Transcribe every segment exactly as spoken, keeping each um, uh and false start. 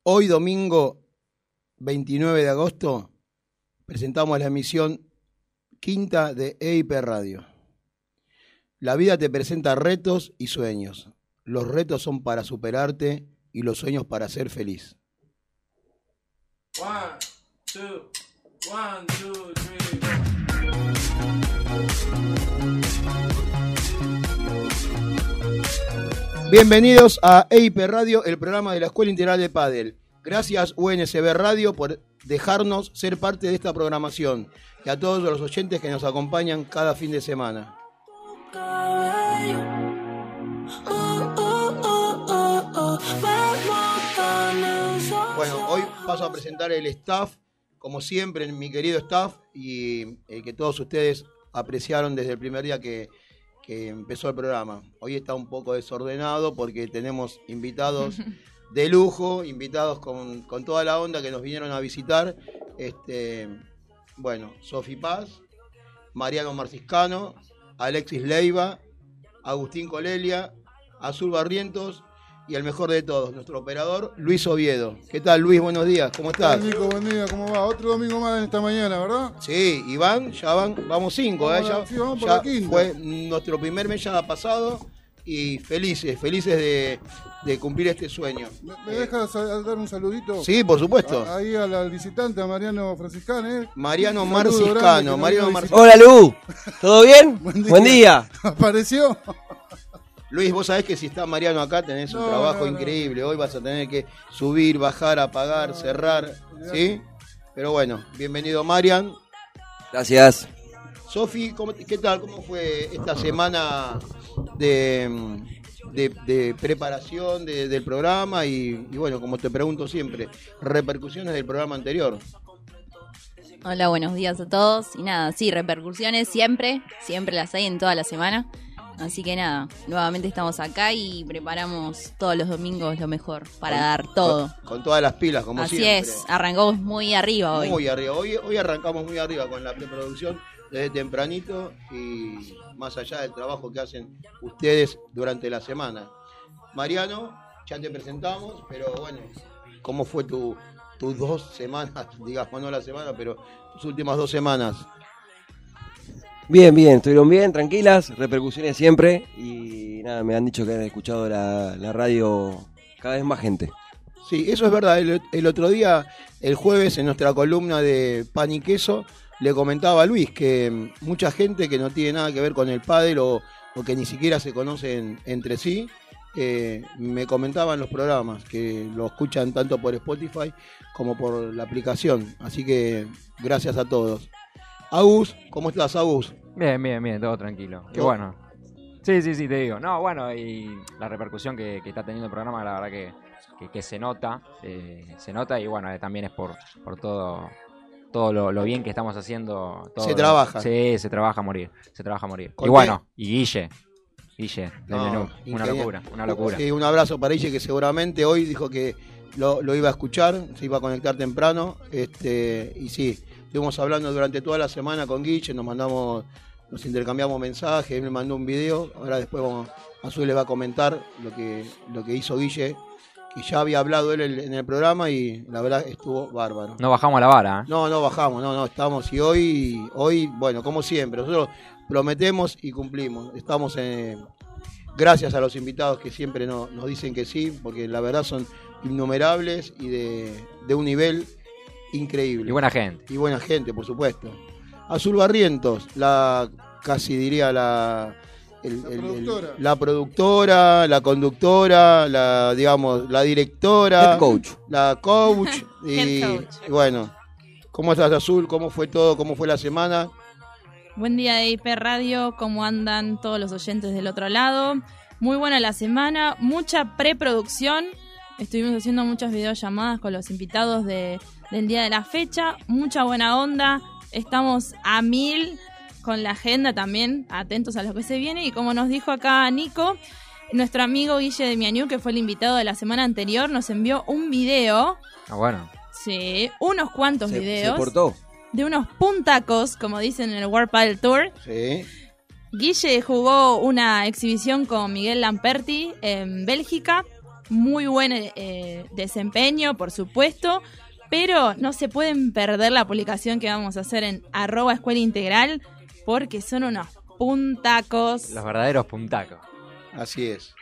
Hoy domingo veintinueve de agosto presentamos la emisión quinta de E I P Radio. La vida te presenta retos y sueños. Los retos son para superarte y los sueños para ser feliz. One, two, one, two, three, Bienvenidos a E I P Radio, el programa de la Escuela Integral de Pádel. Gracias U N S B Radio por dejarnos ser parte de esta programación y a todos los oyentes que nos acompañan cada fin de semana. Bueno, hoy paso a presentar el staff, como siempre, mi querido staff, y el que todos ustedes apreciaron desde el primer día que, que empezó el programa. Hoy está un poco desordenado porque tenemos invitados de lujo, invitados con, con toda la onda que nos vinieron a visitar. Este, bueno, Sofi Paz, Mariano Marciscano, Alexis Leiva, Agustín Colelia, Azul Barrientos y el mejor de todos, nuestro operador, Luis Oviedo. ¿Qué tal, Luis? Buenos días, ¿cómo estás? Hola, Nico, buen día, ¿cómo va? Otro domingo más en esta mañana, ¿verdad? Sí, Iván, ya van, vamos cinco, vamos ¿eh? la, Ya, sí, vamos por ya la quinta. Fue nuestro primer mes ya pasado y felices, felices de, de cumplir este sueño. ¿Me, me dejas a- dar un saludito? Sí, por supuesto. A- ahí al, al visitante, a Mariano Franciscano, ¿eh? Mariano Un saludo grande Marciscano, que Mariano nos Marciscano. Hola Lu, ¿todo bien? Buen día. Buen día. ¿Apareció? Luis, vos sabés que si está Mariano acá tenés un No, trabajo no, no. increíble. Hoy vas a tener que subir, bajar, apagar, No, cerrar, no. ¿sí? Pero bueno, bienvenido Marian. Gracias. Sofi, ¿cómo- ¿qué tal? ¿Cómo fue esta semana de, de, de preparación de- del programa? Y, y bueno, como te pregunto siempre, repercusiones del programa anterior. Hola, buenos días a todos. Y nada, sí, repercusiones siempre, siempre las hay en toda la semana. Así que nada, nuevamente estamos acá y preparamos todos los domingos lo mejor para Con- dar todo. Con, con todas las pilas, como Así siempre. es, arrancamos muy arriba hoy. Muy arriba. Hoy, hoy arrancamos muy arriba con la preproducción desde tempranito y más allá del trabajo que hacen ustedes durante la semana. Mariano, ya te presentamos, pero bueno, ¿cómo fue tu, tus dos semanas? Digamos, no la semana, pero tus últimas dos semanas. Bien, bien, estuvieron bien, tranquilas, repercusiones siempre. Y nada, me han dicho que han escuchado la, la radio cada vez más gente. Sí, eso es verdad. El, el otro día, el jueves, en nuestra columna de Pan y Queso, le comentaba a Luis que mucha gente que no tiene nada que ver con el pádel o, o que ni siquiera se conocen entre sí, eh, me comentaban los programas, que lo escuchan tanto por Spotify como por la aplicación. Así que gracias a todos. Agus, ¿cómo estás, Agus? Bien, bien, bien, todo tranquilo. Y Todo- bueno, sí, sí, sí, te digo. No, bueno, y la repercusión que, que está teniendo el programa, la verdad que, que, que se nota, eh, se nota y bueno, eh, también es por, por todo todo lo, lo bien que estamos haciendo. Todo Se trabaja. Sí, se trabaja a morir, se trabaja a morir. ¿Con Y bueno, y Guille, Guille, del No, menú, una ingeniero. locura, una locura. Sí, un abrazo para Ille, que seguramente hoy dijo que lo, lo iba a escuchar, se iba a conectar temprano. Este, y sí, estuvimos hablando durante toda la semana con Guille, nos mandamos, nos intercambiamos mensajes, él me mandó un video, ahora después vamos, Azul le va a comentar lo que, lo que hizo Guille, que ya había hablado él en el programa y la verdad estuvo bárbaro. No bajamos a la vara, ¿eh? No, no bajamos, no, no, estamos. Y hoy, hoy, bueno, como siempre, nosotros prometemos y cumplimos. Estamos en, gracias a los invitados que siempre no- nos dicen que sí, porque la verdad son innumerables y de, de un nivel increíble. Y buena gente. Y buena gente, por supuesto. Azul Barrientos, la casi diría la... el- La el- el- productora. la productora, la conductora, la digamos, la directora, Head coach. la coach y, Head coach. y bueno, ¿cómo estás, Azul? ¿Cómo fue todo? ¿Cómo fue la semana? Buen día de I P Radio, ¿cómo andan todos los oyentes del otro lado? Muy buena la semana, mucha preproducción, estuvimos haciendo muchas videollamadas con los invitados de, del día de la fecha, mucha buena onda, estamos a mil con la agenda también, atentos a lo que se viene y como nos dijo acá Nico, nuestro amigo Guille de Mianú, que fue el invitado de la semana anterior, nos envió un video, Ah, bueno. sí, unos cuantos Se, se videos portó. de unos puntacos, como dicen en el World Padel Tour. Sí. Guille jugó una exhibición con Miguel Lamperti en Bélgica muy buen eh, desempeño, por supuesto, pero no se pueden perder la publicación que vamos a hacer en arroba escuela integral, porque son unos puntacos. Los verdaderos puntacos. Así es.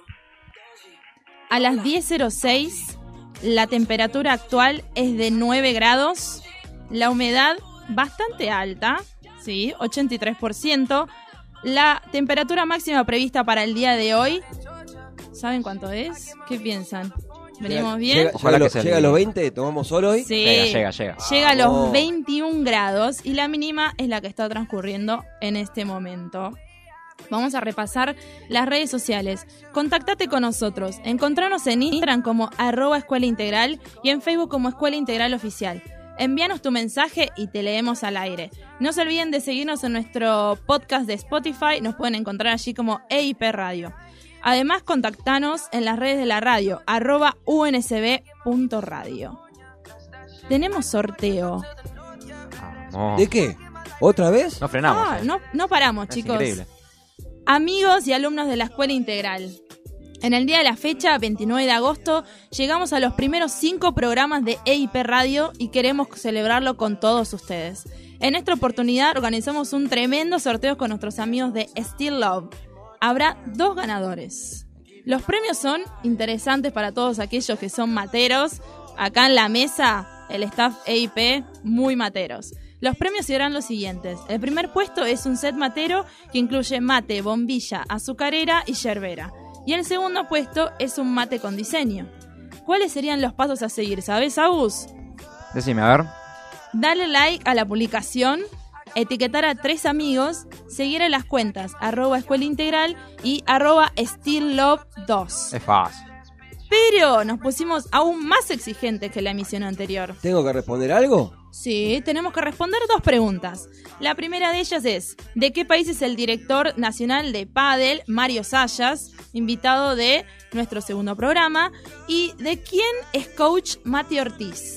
A las diez cero seis, la temperatura actual es de nueve grados, la humedad bastante alta, sí, ochenta y tres por ciento. La temperatura máxima prevista para el día de hoy, ¿saben cuánto es? ¿Qué piensan? ¿Venimos bien? Llega, Ojalá llega, que sea llega a el- los veinte, tomamos sol hoy. Sí, Llega, llega, llega. Llega a los Vamos. veintiún grados y la mínima es la que está transcurriendo en este momento. Vamos a repasar las redes sociales. Contactate con nosotros. Encontranos en Instagram como arroba escuela integral y en Facebook como Escuela Integral Oficial. Envíanos tu mensaje y te leemos al aire. No se olviden de seguirnos en nuestro podcast de Spotify. Nos pueden encontrar allí como E I P Radio. Además, contactanos en las redes de la radio, arroba u n s b punto radio. Tenemos sorteo. Vamos. ¿De qué? ¿Otra vez? No frenamos. Ah, eh. no, no paramos, Es chicos. increíble. Amigos y alumnos de la Escuela Integral. En el día de la fecha, veintinueve de agosto, llegamos a los primeros cinco programas de E I P Radio y queremos celebrarlo con todos ustedes. En esta oportunidad organizamos un tremendo sorteo con nuestros amigos de Still Love. Habrá dos ganadores. Los premios son interesantes para todos aquellos que son materos. Acá en la mesa, el staff E I P, muy materos. Los premios serán los siguientes. El primer puesto es un set matero que incluye mate, bombilla, azucarera y yerbera. Y el segundo puesto es un mate con diseño. ¿Cuáles serían los pasos a seguir? ¿Sabes, Agus? Decime, a ver. Dale like a la publicación, etiquetar a tres amigos, seguir a las cuentas arroba escuela integral y arroba still love dos. Es fácil. Pero nos pusimos aún más exigentes que la emisión anterior. ¿Tengo que responder algo? Sí, tenemos que responder dos preguntas. La primera de ellas es, ¿de qué país es el director nacional de pádel, Mario Sayas, invitado de nuestro segundo programa? ¿Y de quién es coach Mati Ortiz?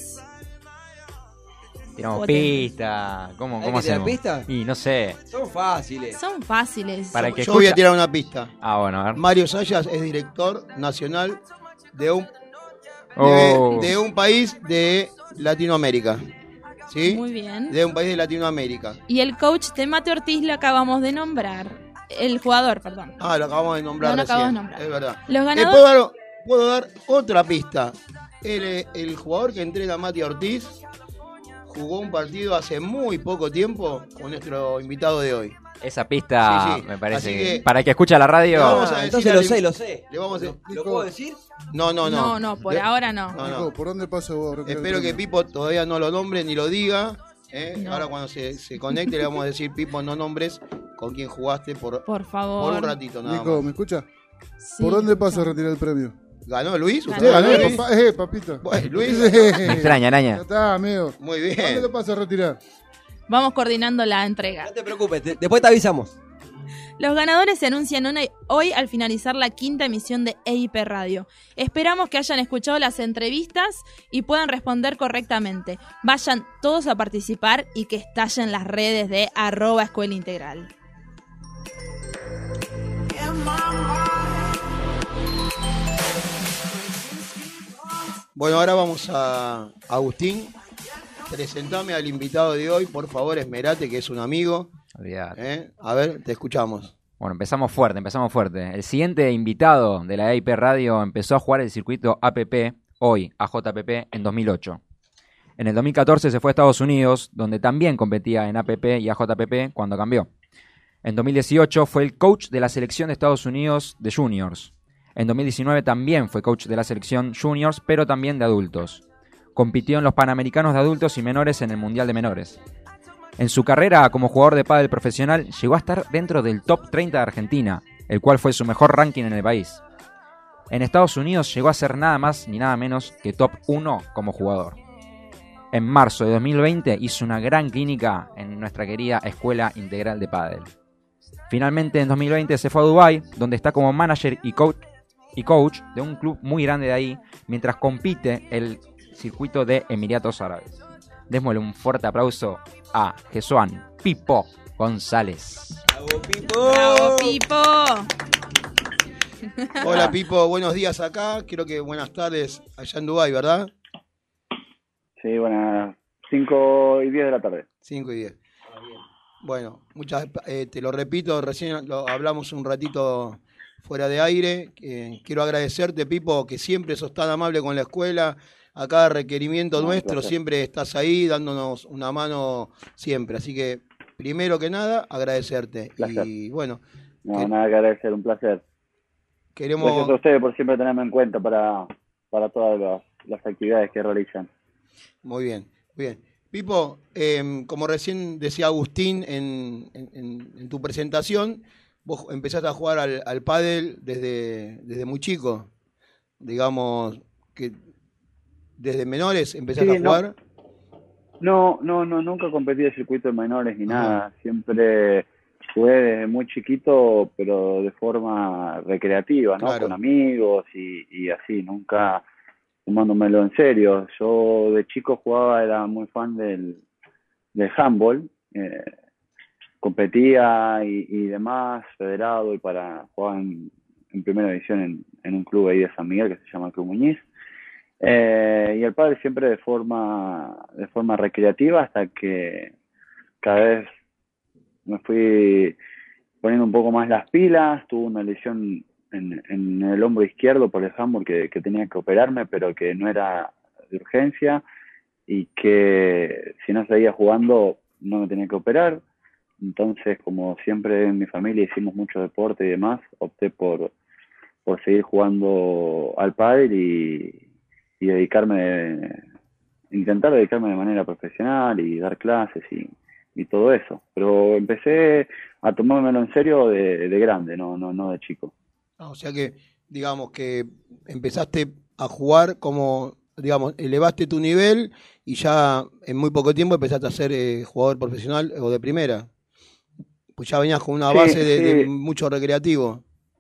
Tiramos Bote. pista. ¿Cómo, ¿Hay cómo que tirar hacemos? pista? Y no sé. Son fáciles. Son fáciles. Para el que Yo voy a escucha- tirar una pista. Ah, bueno, a ver. Mario Sayas es director nacional de un, de, Oh. de un país de Latinoamérica. ¿Sí? Muy bien. De un país de Latinoamérica. Y el coach de Mati Ortiz lo acabamos de nombrar. El jugador, perdón. Ah, lo acabamos de nombrar No, lo recién. acabamos de nombrar. Es verdad. Los Eh, ganadores... ¿puedo, dar, puedo dar otra pista. El, eh, el jugador que entrena a Mati Ortiz jugó un partido hace muy poco tiempo con nuestro invitado de hoy. Esa pista Sí, sí. me parece Así que, que- para el que escucha la radio. Le vamos a Ah, decir entonces al- lo sé, lo sé. Le vamos a decir- ¿Lo puedo decir? No, no, no. No, no, por De- ahora no. No, Nico, no. ¿por dónde pasa vos? a retirar el Espero que premio? Pipo todavía no lo nombre ni lo diga. ¿eh? No. Ahora cuando se, se conecte le vamos a decir, Pipo, no nombres con quién jugaste por, Por favor. por un ratito nada Nico, más. ¿me escucha? Sí, ¿Por dónde pasa a escucha. retirar el premio? ¿Ganó Luis? Ganó. ¿Usted ganó, Eh, Luis? papá, eh, papito. Bueno, Luis. Me extraña, Ya araña. está, amigo. Muy ¿Dónde bien. lo pasa a retirar? Vamos coordinando la entrega. No te preocupes, te- después te avisamos. Los ganadores se anuncian una- hoy al finalizar la quinta emisión de E I P Radio. Esperamos que hayan escuchado las entrevistas y puedan responder correctamente. Vayan todos a participar y que estallen las redes de arroba escuela integral. Bueno, ahora vamos a Agustín. Presentame al invitado de hoy, por favor, esmerate, que es un amigo. Olvidate. ¿eh? A ver, te escuchamos. Bueno, empezamos fuerte, empezamos fuerte. El siguiente invitado de la E I P Radio empezó a jugar el circuito A P P, hoy A J P P, en dos mil ocho. En el dos mil catorce se fue a Estados Unidos, donde también competía en A P P y A J P P cuando cambió. En dos mil dieciocho fue el coach de la selección de Estados Unidos de juniors. En dos mil diecinueve también fue coach de la selección juniors, pero también de adultos. Compitió en los Panamericanos de adultos y menores en el Mundial de Menores. En su carrera como jugador de pádel profesional llegó a estar dentro del top treinta de Argentina, el cual fue su mejor ranking en el país. En Estados Unidos llegó a ser nada más ni nada menos que top uno como jugador. En marzo de dos mil veinte hizo una gran clínica en nuestra querida Escuela Integral de Pádel. Finalmente en dos mil veinte se fue a Dubái, donde está como manager y coach, y coach de un club muy grande de ahí, mientras compite el circuito de Emiratos Árabes. Démosle un fuerte aplauso a Jesuán Pipo González. ¡Bravo, Pipo! ¡Bravo, Pipo! Hola Pipo, buenos días acá, creo que buenas tardes allá en Dubái, ¿verdad? Sí, buenas cinco y diez de la tarde. cinco y diez. Bueno, muchas, eh, te lo repito, recién lo hablamos un ratito fuera de aire. Eh, quiero agradecerte, Pipo, que siempre sos tan amable con la escuela. A cada requerimiento No, nuestro gracias. siempre estás ahí dándonos una mano siempre. Así que, primero que nada, agradecerte. Placer. Y bueno, No, que- nada que agradecer, un placer. queremos... Gracias a ustedes por siempre tenerme en cuenta para, para todas las, las actividades que realizan. Muy bien, muy bien. Pipo, eh, como recién decía Agustín en, en, en tu presentación, vos empezaste a jugar al, al pádel desde, desde muy chico. Digamos que desde menores empezaste Sí, a no. jugar. No, no, no, nunca competí en circuito de menores ni Ajá. nada. Siempre jugué desde muy chiquito, pero de forma recreativa, ¿no? Claro. Con amigos y, y así, nunca tomándomelo en serio. Yo de chico jugaba, era muy fan del, del handball, eh, competía y, y demás, federado y para jugar en, en primera división en, en un club ahí de San Miguel que se llama Club Muñiz. Eh, y el padre siempre de forma de forma recreativa hasta que cada vez me fui poniendo un poco más las pilas. Tuve una lesión en, en el hombro izquierdo por el handball que, que tenía que operarme, pero que no era de urgencia y que si no seguía jugando no me tenía que operar. Entonces, como siempre en mi familia hicimos mucho deporte y demás, opté por, por seguir jugando al pádel y, y dedicarme, de, intentar dedicarme de manera profesional y dar clases y, y todo eso. Pero empecé a tomármelo en serio de, de grande, no, no, no de chico. Ah, o sea que, digamos que empezaste a jugar como, digamos, elevaste tu nivel y ya en muy poco tiempo empezaste a ser eh, jugador profesional o de primera. Pues ya venías con una Sí, base de, sí. de mucho recreativo.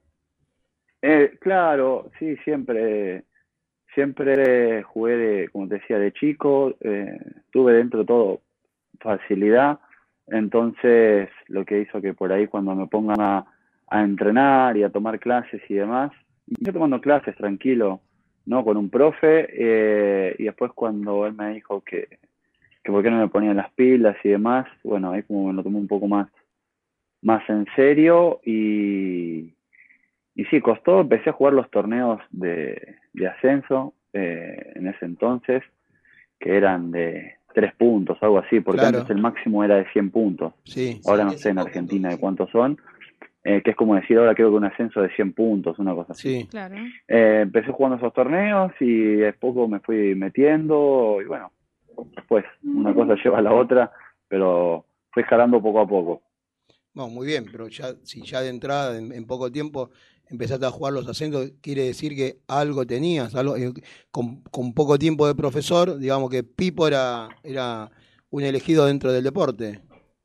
Eh, claro, sí, siempre, siempre jugué, de, como te decía, de chico, eh, tuve dentro de todo facilidad, entonces lo que hizo que por ahí cuando me pongan a, a entrenar y a tomar clases y demás, y yo tomando clases tranquilo, ¿no? Con un profe, eh, y después cuando él me dijo que, que por qué no me ponía las pilas y demás, bueno, ahí como me lo tomé un poco más, más en serio y... Y sí, costó, empecé a jugar los torneos de, de ascenso eh, en ese entonces, que eran de tres puntos, algo así, porque Claro. antes el máximo era de cien puntos. Sí. Ahora Sí, no ese sé en poco, Argentina de entonces. cuántos son, eh, que es como decir ahora creo que un ascenso de cien puntos, una cosa así. Sí. Claro. Eh, empecé jugando esos torneos y de poco me fui metiendo y bueno, pues una cosa lleva a la otra, pero fui escalando poco a poco. No, muy bien, pero ya si ya de entrada, en, en poco tiempo, empezaste a jugar los acentos, quiere decir que algo tenías, algo eh, con, con poco tiempo de profesor, digamos que Pipo era, era un elegido dentro del deporte.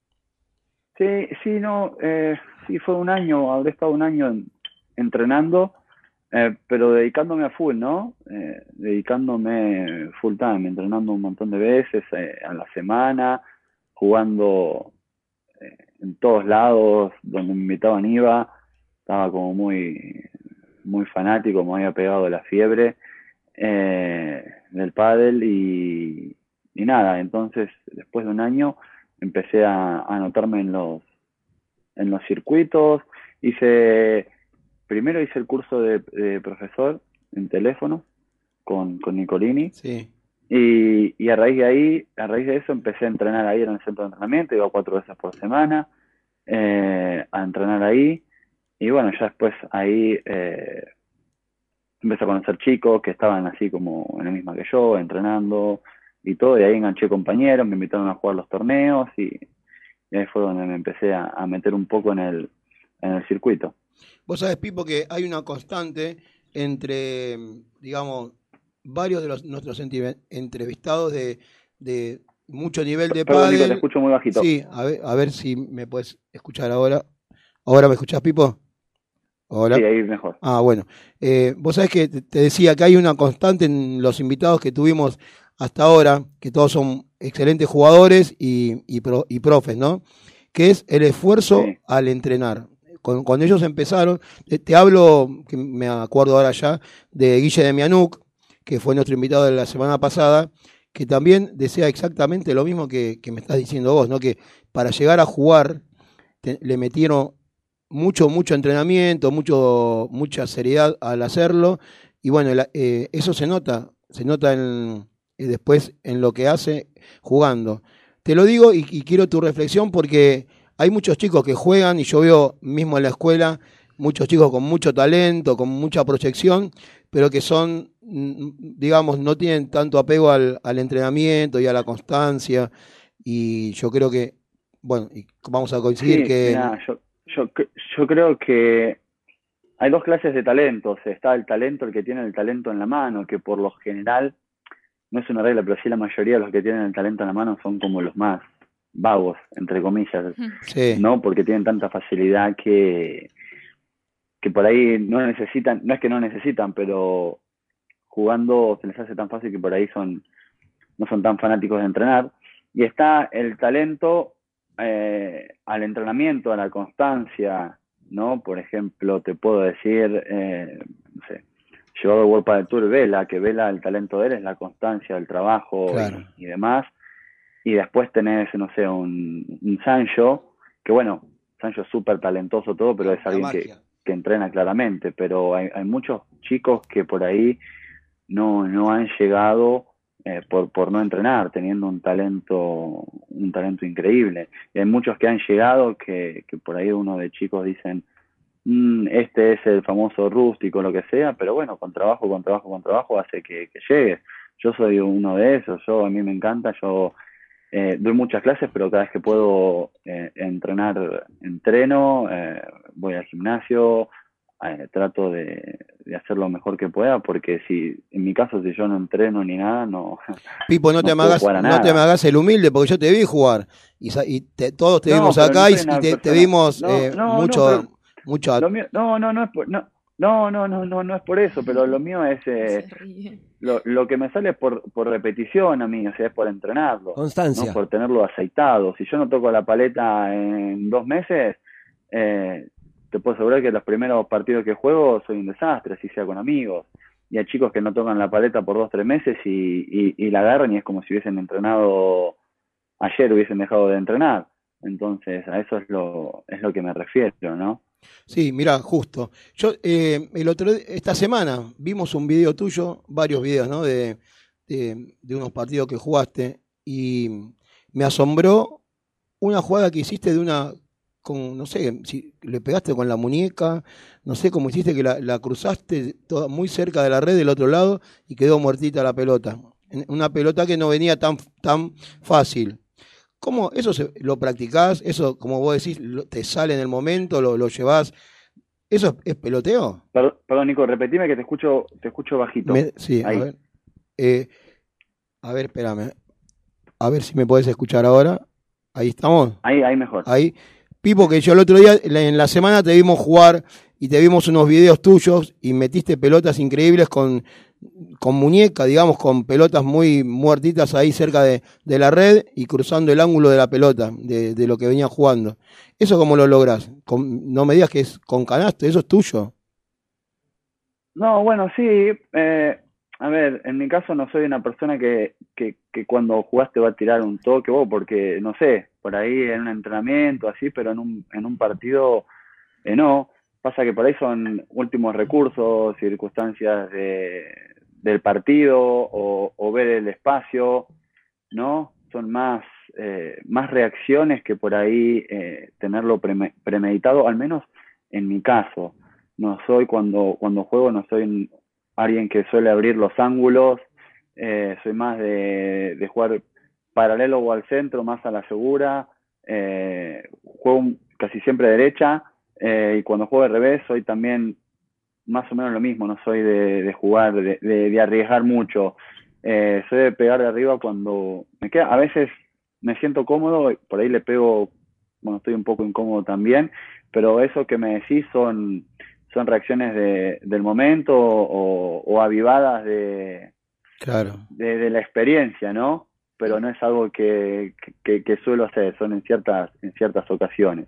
Sí, sí, no, eh, sí fue un año, habré estado un año en- entrenando, eh, pero dedicándome a full, ¿no? Eh, dedicándome full time, entrenando un montón de veces eh, a la semana, jugando eh, en todos lados, donde me invitaban iba, estaba como muy, muy fanático, me había pegado la fiebre eh, del pádel y, y nada, entonces después de un año empecé a, a anotarme en los en los circuitos, hice primero hice el curso de, de profesor en teléfono con, con Nicolini Sí. y, y a raíz de ahí, a raíz de eso empecé a entrenar ahí en el centro de entrenamiento, iba cuatro veces por semana eh, a entrenar ahí y bueno, ya después ahí eh, empecé a conocer chicos que estaban así como en la misma que yo, entrenando y todo, y ahí enganché compañeros, me invitaron a jugar los torneos y, y ahí fue donde me empecé a, a meter un poco en el, en el circuito. Vos sabés, Pipo, que hay una constante entre, digamos, varios de los, nuestros enti- entrevistados de, de mucho nivel de Perdón, Nico, te pádel. escucho muy bajito. Sí, a ver, a ver si me puedes escuchar ahora. ¿Ahora me escuchás, Pipo? Hola. Sí, ahí mejor. Ah, bueno. Eh, vos sabés que te te decía que hay una constante en los invitados que tuvimos hasta ahora, que todos son excelentes jugadores y, y, pro- y profes, ¿no? Que es el esfuerzo Sí. al entrenar. con, cuando ellos empezaron, te, te hablo, que me acuerdo ahora ya, de Guille de Mianuk, que fue nuestro invitado de la semana pasada, que también desea exactamente lo mismo que, que me estás diciendo vos, ¿no? Que para llegar a jugar te, le metieron mucho, mucho entrenamiento, mucho, mucha seriedad al hacerlo, y bueno, la, eh, eso se nota, se nota en, eh, después en lo que hace jugando. Te lo digo y, y quiero tu reflexión porque hay muchos chicos que juegan y yo veo mismo en la escuela muchos chicos con mucho talento, con mucha proyección, pero que son, digamos, no tienen tanto apego al, al entrenamiento y a la constancia, y yo creo que, bueno, y vamos a coincidir Sí, que... mirá, yo, yo, yo creo que hay dos clases de talentos. Está el talento, el que tiene el talento en la mano, que por lo general, no es una regla, pero sí la mayoría de los que tienen el talento en la mano son como los más vagos, entre comillas, Sí. ¿no? Porque tienen tanta facilidad que, que por ahí no necesitan, no es que no necesitan, pero jugando se les hace tan fácil que por ahí son no son tan fanáticos de entrenar. Y está el talento eh, al entrenamiento, a la constancia, ¿no? Por ejemplo, te puedo decir, eh, no sé, llevado el World Padel Tour Vela, que Vela, el talento de él es la constancia, el trabajo, Claro. y, y demás. Y después tenés, no sé, un, un Sancho, que bueno, Sancho es súper talentoso todo, pero es La alguien que, magia. que entrena claramente. Pero hay, hay muchos chicos que por ahí no, no han llegado eh, por, por no entrenar, teniendo un talento, un talento increíble. Y hay muchos que han llegado que, que por ahí uno de chicos dicen, mm, este es el famoso rústico, lo que sea, pero bueno, con trabajo, con trabajo, con trabajo hace que, que llegues. Yo soy uno de esos, yo a mí me encanta, yo eh, doy muchas clases, pero cada vez que puedo eh, entrenar, entreno, eh, voy al gimnasio, eh, trato de, de hacer lo mejor que pueda, porque si, en mi caso, si yo no entreno ni nada, no... Pipo, no, te, no me puedo hagas, jugar a no te me nada. hagas el humilde, porque yo te vi jugar, y, sa- y te- todos te No, vimos pero no acá y, soy una y te, te persona- vimos no, eh, no, no, mucho, pero mucho... Lo mío, no, no, no es por, no, no, no, no, no, no es por eso, pero lo mío es eh, Se ríe. lo, lo que me sale es por, por repetición a mí, o sea, es por entrenarlo, Constancia. no por tenerlo aceitado. Si yo no toco la paleta en dos meses, eh, te puedo asegurar que los primeros partidos que juego soy un desastre, así sea con amigos. Y hay chicos que no tocan la paleta por dos, tres meses y, y, y la agarran y es como si hubiesen entrenado ayer, hubiesen dejado de entrenar. Entonces, a eso es lo, es lo que me refiero, ¿no? Sí, mira, justo. Yo eh, el otro esta semana vimos un video tuyo, varios videos, ¿no? De, de, de unos partidos que jugaste y me asombró una jugada que hiciste de una, con, no sé, si le pegaste con la muñeca, no sé cómo hiciste que la, la cruzaste toda, muy cerca de la red del otro lado y quedó muertita la pelota. Una pelota que no venía tan, tan fácil. ¿Cómo eso se, lo practicás? Eso, como vos decís, lo, te sale en el momento, lo, lo llevás. ¿Eso es, es peloteo? Perdón, perdón, Nico, repetime que te escucho, te escucho bajito. Me, sí, Ahí. a ver. Eh, a ver, espérame. A ver si me podés escuchar ahora. Ahí estamos. Ahí, ahí mejor. Ahí. Pipo, que yo el otro día, en la semana te vimos jugar y te vimos unos videos tuyos y metiste pelotas increíbles con, con muñeca, digamos, con pelotas muy muertitas ahí cerca de, de la red y cruzando el ángulo de la pelota, de, de lo que venía jugando. ¿Eso cómo lo lográs? Con, no me digas que es con canasto, eso es tuyo. No, bueno, sí. Eh, a ver, en mi caso no soy una persona que, que, que cuando jugaste va a tirar un toque, vos, porque, no sé, por ahí en un entrenamiento así, pero en un, en un partido eh, no. Pasa que por ahí son últimos recursos, circunstancias de, del partido o, o ver el espacio, ¿no? Son más, eh, más reacciones que por ahí eh, tenerlo preme, premeditado, al menos en mi caso. No soy, cuando, cuando juego, no soy alguien que suele abrir los ángulos, eh, soy más de, de jugar paralelo o al centro, más a la segura, eh, juego casi siempre derecha, eh, y cuando juego de revés soy también más o menos lo mismo, no soy de, de jugar, de, de, de arriesgar mucho, eh, soy de pegar de arriba cuando me queda, a veces me siento cómodo, por ahí le pego, bueno, estoy un poco incómodo también, pero eso que me decís son... son reacciones de, del momento o, o avivadas de, claro. de, de la experiencia, ¿no? Pero no es algo que, que, que suelo hacer, son en ciertas, en ciertas ocasiones.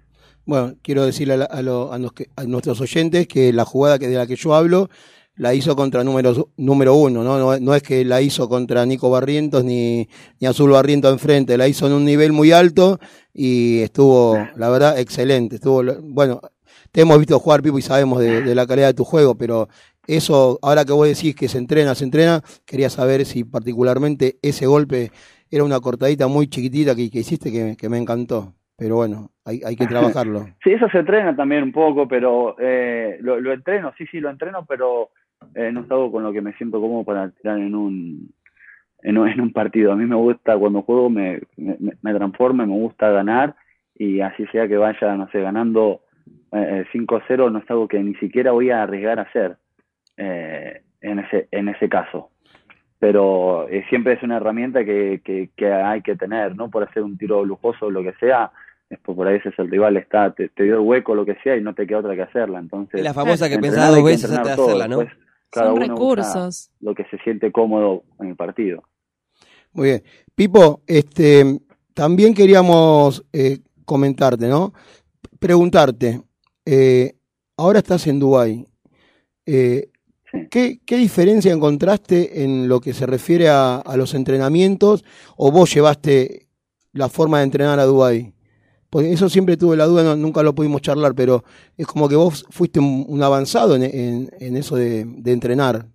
Bueno, quiero decirle a, la- a, lo- a los que- a nuestros oyentes que la jugada que de la que yo hablo la hizo contra número, número uno, ¿no? No, no es que la hizo contra Nico Barrientos ni, ni Azul Barrientos enfrente, la hizo en un nivel muy alto y estuvo, la verdad, excelente. Estuvo, bueno, te hemos visto jugar, Pipo, y sabemos de, de la calidad de tu juego, pero eso, ahora que vos decís que se entrena, se entrena, quería saber si particularmente ese golpe era una cortadita muy chiquitita que, que hiciste que, que me encantó. Pero bueno, hay, hay que trabajarlo. Sí, eso se entrena también un poco, pero eh, lo, lo entreno, sí, sí, lo entreno, pero eh, no es algo con lo que me siento cómodo para tirar en un, en un, en un partido. A mí me gusta, cuando juego, me, me, me transformo, me gusta ganar, y así sea que vaya, no sé, ganando eh, cinco cero, no es algo que ni siquiera voy a arriesgar a hacer eh, en, ese, en ese caso. Pero eh, siempre es una herramienta que, que, que hay que tener, ¿no? Por hacer un tiro lujoso o lo que sea, es por, por ahí veces el rival está, te, te dio el hueco, lo que sea, y no te queda otra que hacerla. Entonces, Es la famosa que entrenar pensás hay dos que veces antes de entrenar todo. hacerla, ¿no? Después, cada Son uno recursos. usa lo que se siente cómodo en el partido. Muy bien. Pipo, este, también queríamos eh, comentarte, ¿no? Preguntarte, eh, ahora estás en Dubái. Eh, Sí. ¿qué, ¿Qué diferencia encontraste en lo que se refiere a, a los entrenamientos o vos llevaste la forma de entrenar a Dubái? Porque eso siempre tuve la duda, no, nunca lo pudimos charlar, pero es como que vos fuiste un, un avanzado en, en, en eso de, de entrenar.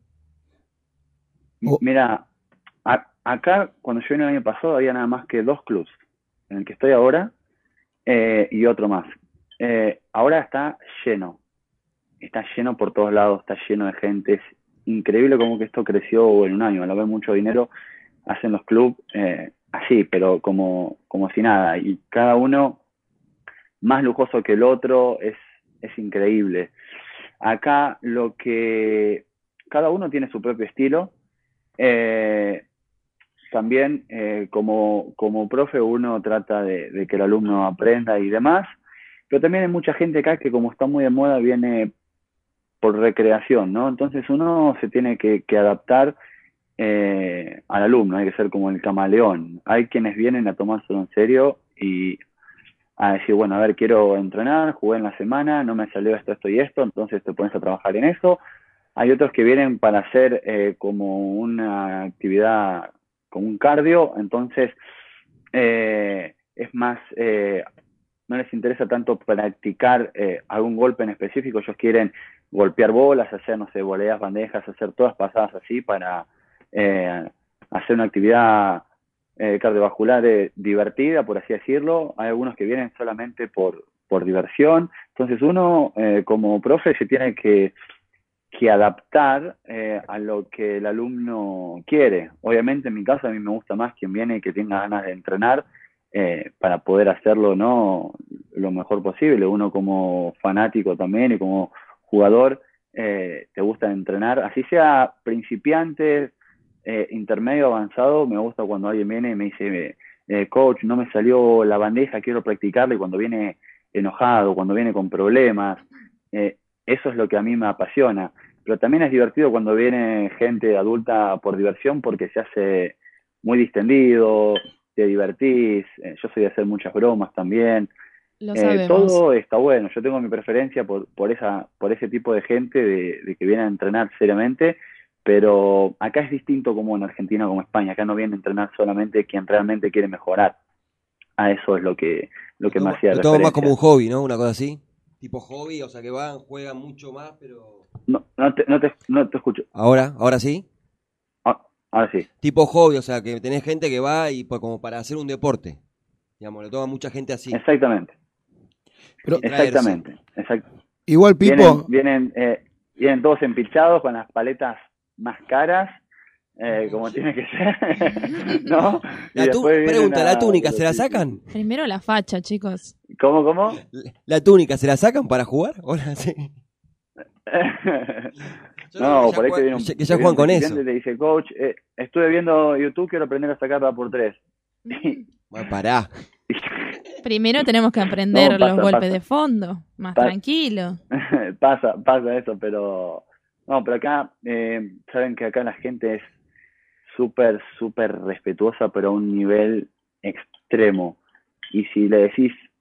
Oh. Mira, a, acá cuando yo vine el año pasado había nada más que dos clubs, en el que estoy ahora eh, y otro más. Eh, ahora está lleno, está lleno por todos lados, está lleno de gente. Es increíble cómo que esto creció en un año. Al haber mucho dinero, hacen los clubs eh, así, pero como, como si nada. Y cada uno más lujoso que el otro, es, es increíble. Acá lo que... Cada uno tiene su propio estilo. Eh, también eh, como, como profe uno trata de, de que el alumno aprenda y demás, pero también hay mucha gente acá que como está muy de moda viene por recreación, ¿no? Entonces uno se tiene que, que adaptar eh, al alumno, hay que ser como el camaleón. Hay quienes vienen a tomárselo en serio y a decir, bueno, a ver, quiero entrenar, jugué en la semana, no me salió esto, esto y esto, entonces te pones a trabajar en eso. Hay otros que vienen para hacer eh, como una actividad, como un cardio, entonces eh, es más, eh, no les interesa tanto practicar eh, algún golpe en específico, ellos quieren golpear bolas, hacer, no sé, voleas, bandejas, hacer todas pasadas así para eh, hacer una actividad eh, cardiovascular eh, divertida, por así decirlo. Hay algunos que vienen solamente por, por diversión, entonces uno eh, como profe se tiene que que adaptar eh, a lo que el alumno quiere. Obviamente en mi caso a mí me gusta más quien viene y que tenga ganas de entrenar eh, para poder hacerlo, ¿no?, lo mejor posible. Uno como fanático también y como jugador eh, te gusta entrenar, así sea principiante, eh, intermedio, avanzado. Me gusta cuando alguien viene y me dice, eh, coach, no me salió la bandeja, quiero practicarla, y cuando viene enojado, cuando viene con problemas, eh, eso es lo que a mí me apasiona. Pero también es divertido cuando viene gente adulta por diversión, porque se hace muy distendido, te divertís. Eh, yo soy de hacer muchas bromas también. Lo Eh, sabemos. todo está bueno. Yo tengo mi preferencia por, por, esa, por ese tipo de gente de, de que viene a entrenar seriamente, pero acá es distinto como en Argentina, como en España. Acá no viene a entrenar solamente quien realmente quiere mejorar. A eso es lo que, lo que Lo me tomo- hacía lo tomo más referencia. como un hobby, ¿no? Una cosa así. Tipo hobby, o sea que van, juegan mucho más, pero... No, no, te, no, te, no te escucho. Ahora, ahora sí. Ah, ahora sí. Tipo hobby, o sea que tenés gente que va y pues como para hacer un deporte. Digamos, lo toma mucha gente así. Exactamente. Pero- Exactamente. Exact- Igual, Pipo, Vienen, vienen, eh, vienen todos empilchados con las paletas más caras, eh, como tiene que ser, ¿no? Y La tu- después vienen pregunta, ¿la a- túnica se la sacan? Primero la facha, chicos. ¿Cómo, cómo? ¿La túnica se la sacan para jugar? Hola, sí. Yo No, creo que por ahí ya te viene juegan- un, que te ya viene juegan un con principiante eso. y te dice, coach, eh, estuve viendo YouTube, quiero aprender a sacarla por tres. Bueno, pará. Primero tenemos que aprender No, pasa, los golpes pasa. de fondo. Más Pasa. tranquilo. pasa, pasa eso, pero no, pero acá, eh, saben que acá la gente es súper, súper respetuosa, pero a un nivel extremo. Y si le decís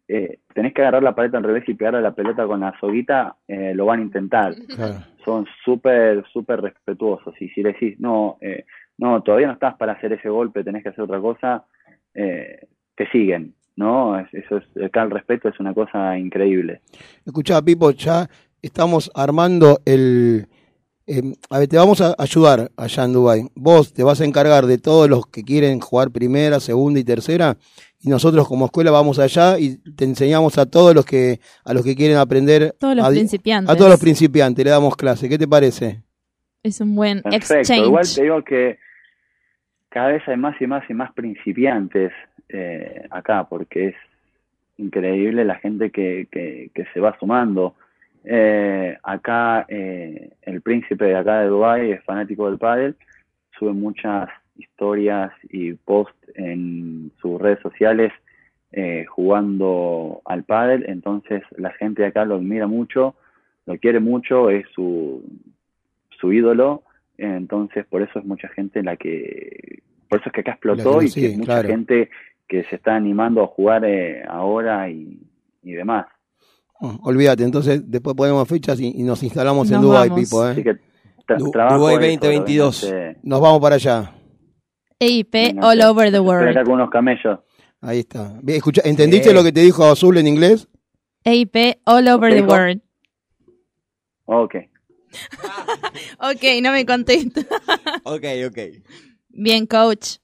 eh, tenés que agarrar la paleta al revés y pegarle la pelota con la soguita, eh, lo van a intentar. Claro. Son súper, súper respetuosos. Y si le decís, no, eh, no, todavía no estás para hacer ese golpe, tenés que hacer otra cosa, eh, te siguen, ¿no? Es- Eso es, acá el respeto es una cosa increíble. Escuchá, Pipo, ya estamos armando el... eh, a ver, te vamos a ayudar allá en Dubái. Vos te vas a encargar de todos los que quieren jugar primera, segunda y tercera, y nosotros como escuela vamos allá y te enseñamos a todos los que a los que quieren aprender. Todos los a, di- principiantes. a todos los principiantes le damos clase. ¿Qué te parece? Es un buen Perfecto. exchange. Igual te digo que cada vez hay más y más y más principiantes eh, acá, porque es increíble la gente que, que, que se va sumando. Eh, acá eh, el príncipe de acá de Dubái es fanático del pádel, sube muchas historias y posts en sus redes sociales eh, jugando al pádel, entonces la gente de acá lo admira mucho, lo quiere mucho, es su, su ídolo, entonces por eso es mucha gente la que, por eso es que acá explotó La que lo y que sigue, es mucha claro. gente que se está animando a jugar eh, ahora y, y demás. Oh, olvídate, entonces después ponemos fechas y, y nos instalamos en Nos Dubái, vamos. Pipo. Así ¿eh? que tra- Du- trabajo Dubái eso, veinte veintidós. obviamente. Nos vamos para allá. E I P Venga, all te- over the Estoy acá world. con unos camellos. Ahí está. Bien, escucha, ¿entendiste Sí. lo que te dijo Azul en inglés? E I P all over ¿Qué the dijo? world. Ok. Ok, no me contesta. Ok, ok. Bien, coach.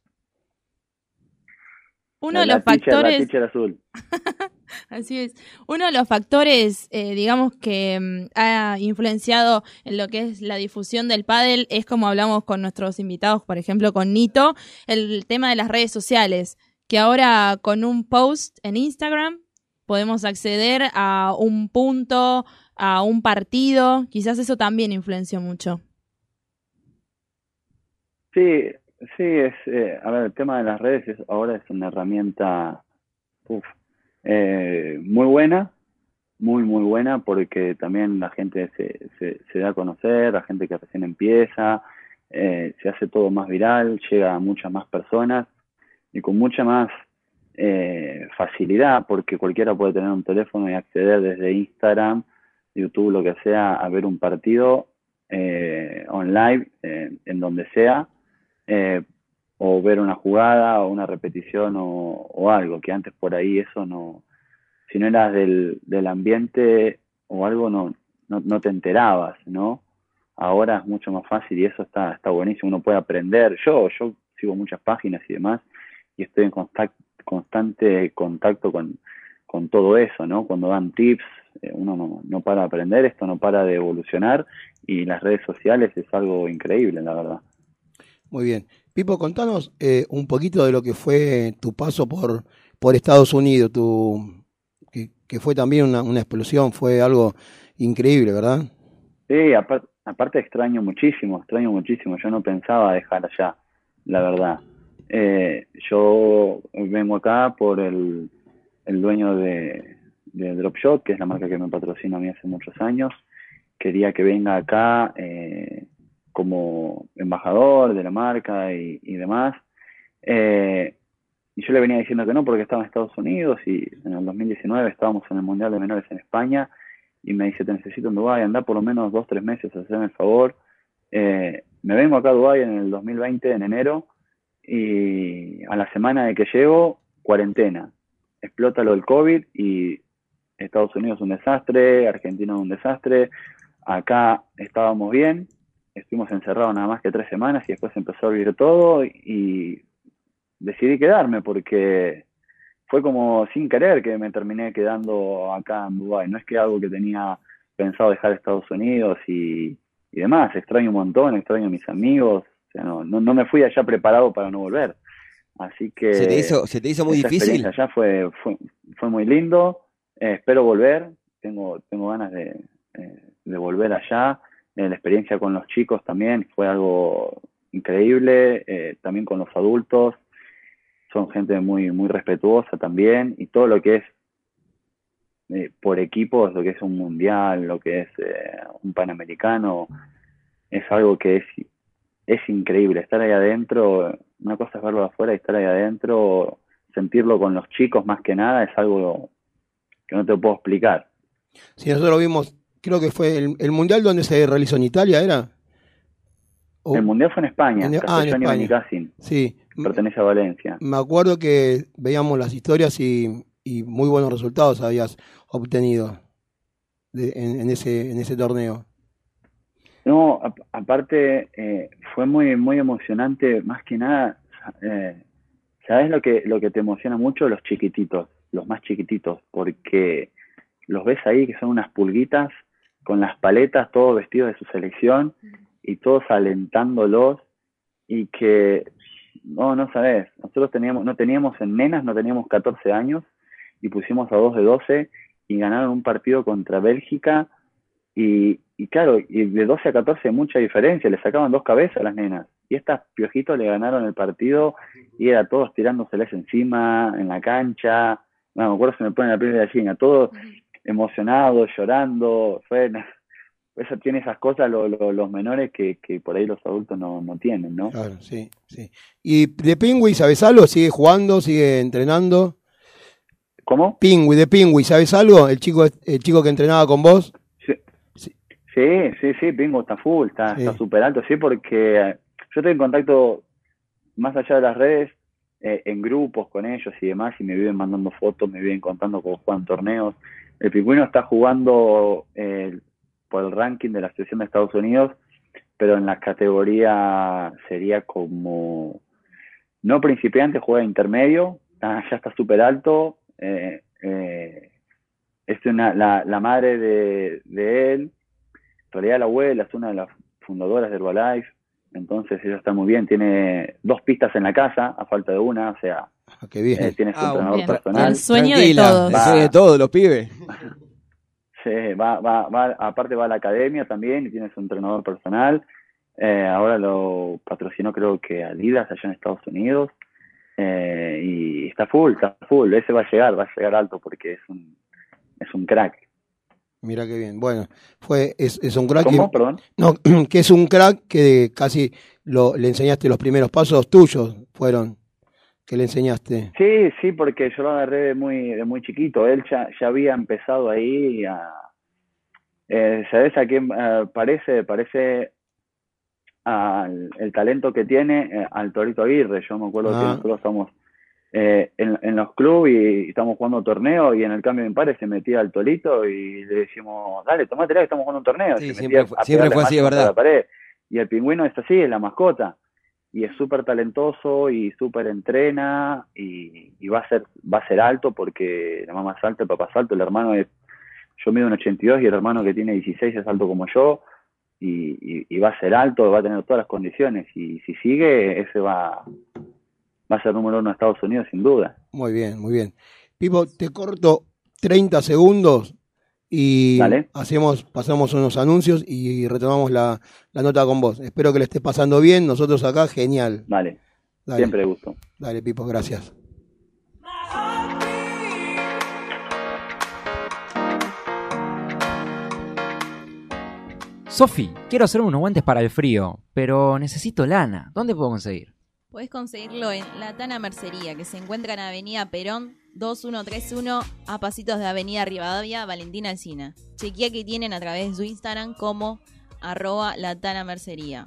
Uno de La los teacher- La factores, teacher azul. así es, uno de los factores, eh, digamos, que mm, ha influenciado en lo que es la difusión del pádel es como hablamos con nuestros invitados, por ejemplo, con Nito, el tema de las redes sociales, que ahora con un post en Instagram podemos acceder a un punto, a un partido, quizás eso también influenció mucho. Sí, sí, es, eh, a ver, el tema de las redes es, ahora es una herramienta uf, eh, muy buena, muy, muy buena, porque también la gente se, se, se da a conocer, la gente que recién empieza, eh, se hace todo más viral, llega a muchas más personas y con mucha más eh, facilidad, porque cualquiera puede tener un teléfono y acceder desde Instagram, YouTube, lo que sea, a ver un partido eh, online, eh, en donde sea, eh, o ver una jugada o una repetición o, o algo, que antes por ahí eso no, si no eras del, del ambiente o algo no, no, no te enterabas, ¿no? Ahora es mucho más fácil y eso está, está buenísimo, uno puede aprender. Yo, yo sigo muchas páginas y demás y estoy en contact, constante contacto con, con todo eso, ¿no? Cuando dan tips, eh, uno no, no para de aprender, esto no para de evolucionar y las redes sociales es algo increíble, la verdad. Muy bien. Pipo, contanos eh, un poquito de lo que fue tu paso por, por Estados Unidos, tu, que, que fue también una, una explosión, fue algo increíble, ¿verdad? Sí, aparte, aparte extraño muchísimo, extraño muchísimo. Yo no pensaba dejar allá, la verdad. Eh, yo vengo acá por el, el dueño de, de Dropshot, que es la marca que me patrocina a mí hace muchos años. Quería que venga acá eh, como embajador de la marca y, y demás. Eh, y yo le venía diciendo que no porque estaba en Estados Unidos y en el dos mil diecinueve estábamos en el Mundial de Menores en España y me dice, te necesito en Dubái, andá por lo menos dos, tres meses a hacerme el favor. Eh, me vengo acá a Dubái en el dos mil veinte, en enero, y a la semana de que llego, cuarentena. Explota lo del COVID y Estados Unidos es un desastre, Argentina es un desastre. Acá estábamos bien, estuvimos encerrados nada más que tres semanas y después empezó a abrir todo y decidí quedarme porque fue como sin querer que me terminé quedando acá en Dubái. No es que algo que tenía pensado dejar Estados Unidos y, y demás. Extraño un montón, extraño a mis amigos. O sea, no, no, no me fui allá preparado para no volver. Así que ¿Se te hizo, se te hizo muy esa difícil? experiencia allá fue, fue, fue muy lindo. Eh, espero volver. Tengo, tengo ganas de, eh, de volver allá. Eh, la experiencia con los chicos también fue algo increíble. Eh, también con los adultos. Son gente muy, muy respetuosa también. Y todo lo que es eh, por equipos, lo que es un mundial, lo que es eh, un panamericano, es algo que es, es increíble. Estar ahí adentro, una cosa es verlo de afuera y estar ahí adentro, sentirlo con los chicos más que nada, es algo que no te puedo explicar. Sí, nosotros vimos, creo que fue el, el Mundial donde se realizó en Italia, ¿era? ¿O? El Mundial fue en España, En- ah, en Castellón y España. Benicassim, Sí, pertenece a Valencia. me acuerdo que veíamos las historias y, y muy buenos resultados habías obtenido de- en, en ese en ese torneo. No, a- aparte eh, fue muy muy emocionante, más que nada, eh, ¿sabes lo que lo que te emociona mucho? Los chiquititos, los más chiquititos, porque los ves ahí que son unas pulguitas con las paletas, todos vestidos de su selección y todos alentándolos y que no, no sabes, nosotros teníamos, no teníamos en nenas, no teníamos catorce años y pusimos a dos de doce y ganaron un partido contra Bélgica y, y claro, y de doce a catorce mucha diferencia, le sacaban dos cabezas a las nenas y estas piojitos le ganaron el partido y era todos tirándoseles encima en la cancha, no me acuerdo, se me pone la piel de gallina, todos emocionados, llorando, fue, eso tiene esas cosas lo, lo, los menores que, que por ahí los adultos no, no tienen, ¿no? Claro, sí, sí. ¿Y de Pingüi sabes algo? ¿Sigue jugando? ¿Sigue entrenando? ¿Cómo? Pingüi, de Pingüi, ¿sabes algo? El chico el chico que entrenaba con vos. Sí, sí, sí, sí, Pingo está full, está Sí. está súper alto, sí, porque eh, yo estoy en contacto más allá de las redes, eh, en grupos con ellos y demás, y me viven mandando fotos, me viven contando cómo juegan torneos. El Pingüino está jugando eh, por el ranking de la selección de Estados Unidos, pero en la categoría sería como, no principiante, juega intermedio, está- ya está súper alto, eh, eh, es una, la, la madre de, de él, en realidad la abuela es una de las fundadoras de Herbalife, entonces ella está muy bien, tiene dos pistas en la casa, a falta de una, o sea, Ah, qué bien. eh, tiene su Ah, entrenador bien. personal. El sueño Tranquila, de todos. el sueño de todos los pibes. Sí, va, va, va, aparte va a la academia también y tiene su entrenador personal. Eh, ahora lo patrocinó creo que Adidas allá en Estados Unidos. Eh, y está full, está full. Ese va a llegar, va a llegar alto porque es un, es un crack. Mira qué bien. Bueno, fue es, es un crack. ¿Cómo? que- Perdón. no, que es un crack que casi lo, le enseñaste los primeros pasos tuyos, fueron que le enseñaste. Sí, sí, porque yo lo agarré de muy, de muy chiquito. Él ya, ya había empezado ahí a... Eh, ¿Sabes a quién eh, parece? Parece al el talento que tiene eh, al Torito Aguirre. Yo me acuerdo Ah. que nosotros estamos eh, en, en los clubes y estamos jugando torneo y en el cambio de pares se metía al Torito y le decimos, dale, tomátela que estamos jugando un torneo. Sí, Se siempre metía fue- a siempre pegarle fue así, más es contra verdad. la pared. Y el Pingüino es así, es la mascota. Y es súper talentoso y súper entrena y, y va a ser va a ser alto porque la mamá es alta, el papá es alto, el hermano es, yo mido un ochenta y dos y el hermano que tiene dieciséis es alto como yo y, y, y va a ser alto, va a tener todas las condiciones y si sigue ese va, va a ser número uno de Estados Unidos sin duda. Muy bien, muy bien. Pipo, te corto treinta segundos y Dale. hacemos, pasamos unos anuncios y retomamos la, la nota con vos. Espero que le estés pasando bien. Nosotros acá, genial. Vale, Dale, siempre gusto. dale, Pipo, gracias. Sofi, quiero hacerme unos guantes para el frío, pero necesito lana. ¿Dónde puedo conseguir? Podés conseguirlo en La Tana Mercería, que se encuentra en Avenida Perón dos mil ciento treinta y uno, a pasitos de Avenida Rivadavia, Valentina Alsina. Chequea que tienen a través de su Instagram como arroba La Tana Mercería.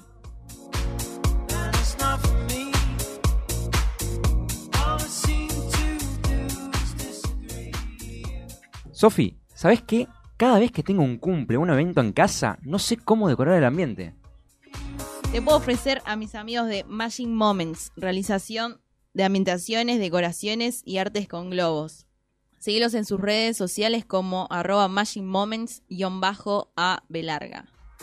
Sofi, ¿sabes qué? Cada vez que tengo un cumple o un evento en casa, no sé cómo decorar el ambiente. Te puedo ofrecer a mis amigos de Magic Moments, realización de ambientaciones, decoraciones y artes con globos. Seguilos en sus redes sociales como arroba Magic Moments-a belarga.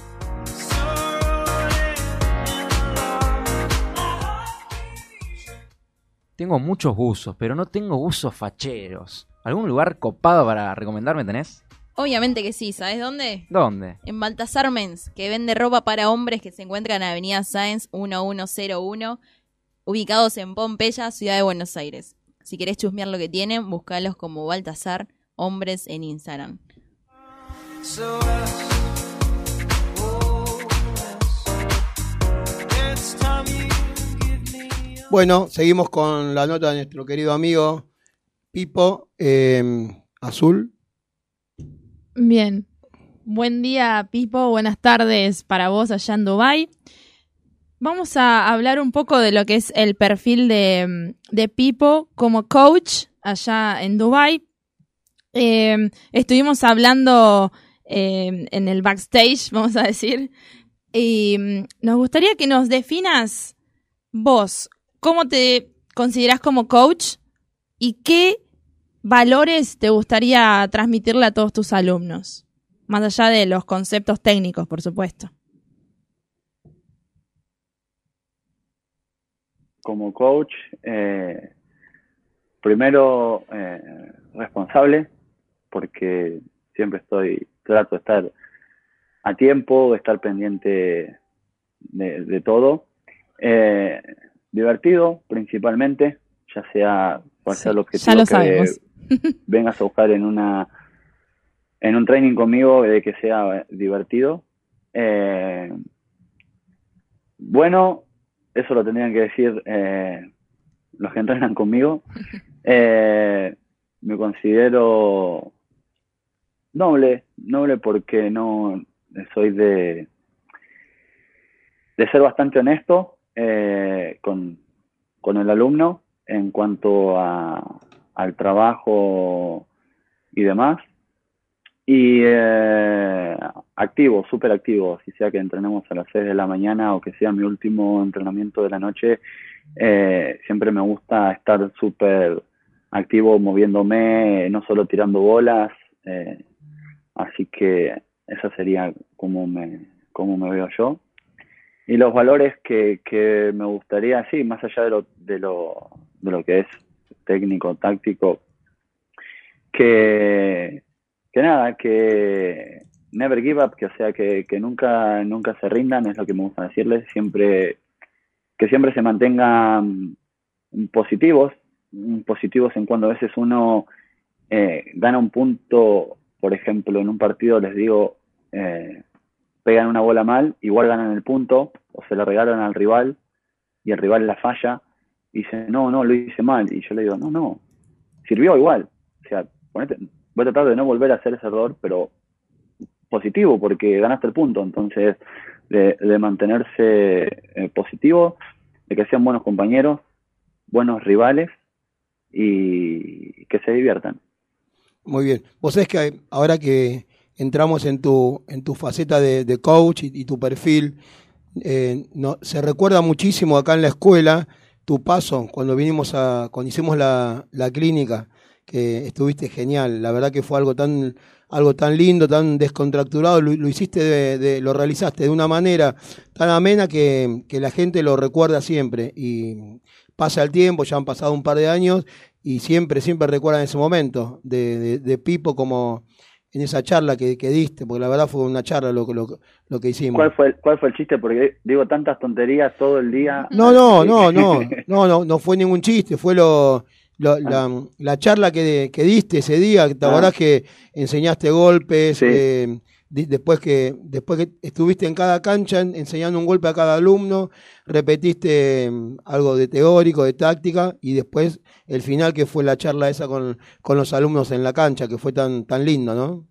Tengo muchos buzos, pero no tengo buzos facheros. ¿Algún lugar copado para recomendarme tenés? Obviamente que sí, ¿sabes dónde? ¿Dónde? En Baltasar Men's, que vende ropa para hombres que se encuentra en Avenida Sáenz mil ciento uno, ubicados en Pompeya, Ciudad de Buenos Aires. Si querés chusmear lo que tienen, buscalos como Baltasar Hombres en Instagram. Bueno, seguimos con la nota de nuestro querido amigo Pipo, eh, Azul. Bien. Buen día, Pipo. Buenas tardes para vos allá en Dubái. Vamos a hablar un poco de lo que es el perfil de, de Pipo como coach allá en Dubái. Eh, estuvimos hablando eh, en el backstage, vamos a decir, y nos gustaría que nos definas vos, cómo te considerás como coach y qué valores te gustaría transmitirle a todos tus alumnos, más allá de los conceptos técnicos, por supuesto. Como coach, eh, primero eh, responsable, porque siempre estoy, trato de estar a tiempo, de estar pendiente de, de todo. Eh, divertido, principalmente, ya sea cual sea el objetivo ya lo que sabemos. vengas a buscar en una en un training conmigo, de que sea divertido. Eh, bueno, eso lo tendrían que decir eh, los que entrenan conmigo. Eh, me considero noble, noble porque no soy de, de ser bastante honesto eh, con, con el alumno en cuanto a, al trabajo y demás. Y eh, activo, súper activo, si sea que entrenemos a las seis de la mañana o que sea mi último entrenamiento de la noche, eh, siempre me gusta estar súper activo, moviéndome, no solo tirando bolas, eh, así que esa sería como me, como me veo yo. Y los valores que, que me gustaría, sí, más allá de lo, de lo, de lo que es técnico, táctico, que... que nada, que never give up, que o sea, que, que nunca, nunca se rindan, es lo que me gusta decirles, siempre, que siempre se mantengan positivos, positivos en cuando a veces uno eh, gana un punto, por ejemplo, en un partido, les digo, eh, pegan una bola mal, igual ganan el punto, o se la regalan al rival, y el rival la falla, y dice, no, no, lo hice mal, y yo le digo, no, no, sirvió igual, o sea, ponete... voy a tratar de no volver a hacer ese error, pero positivo, porque ganaste el punto. Entonces, de, de mantenerse eh, positivo, de que sean buenos compañeros, buenos rivales y que se diviertan. Muy bien. Vos sabés que ahora que entramos en tu, en tu faceta de, de coach y, y tu perfil, eh, no, se recuerda muchísimo acá en la escuela tu paso cuando vinimos a, cuando hicimos la, la clínica, que estuviste genial, la verdad que fue algo tan algo tan lindo, tan descontracturado, lo, lo hiciste, de, de, lo realizaste de una manera tan amena que, que la gente lo recuerda siempre, y pasa el tiempo, ya han pasado un par de años, y siempre, siempre recuerdan ese momento de, de, de Pipo, como en esa charla que, que diste, porque la verdad fue una charla lo, lo, lo que hicimos. ¿Cuál fue, ¿Cuál fue el chiste? Porque digo tantas tonterías todo el día. No, no, no, no, no, no, no fue ningún chiste, fue lo... Lo, la, la charla que, que diste ese día, ¿te acordás ah. que enseñaste golpes? Sí. Eh, di, después que después que estuviste en cada cancha en, enseñando un golpe a cada alumno, repetiste um, algo de teórico, de táctica, y después el final, que fue la charla esa con, con los alumnos en la cancha, que fue tan, tan lindo, ¿no?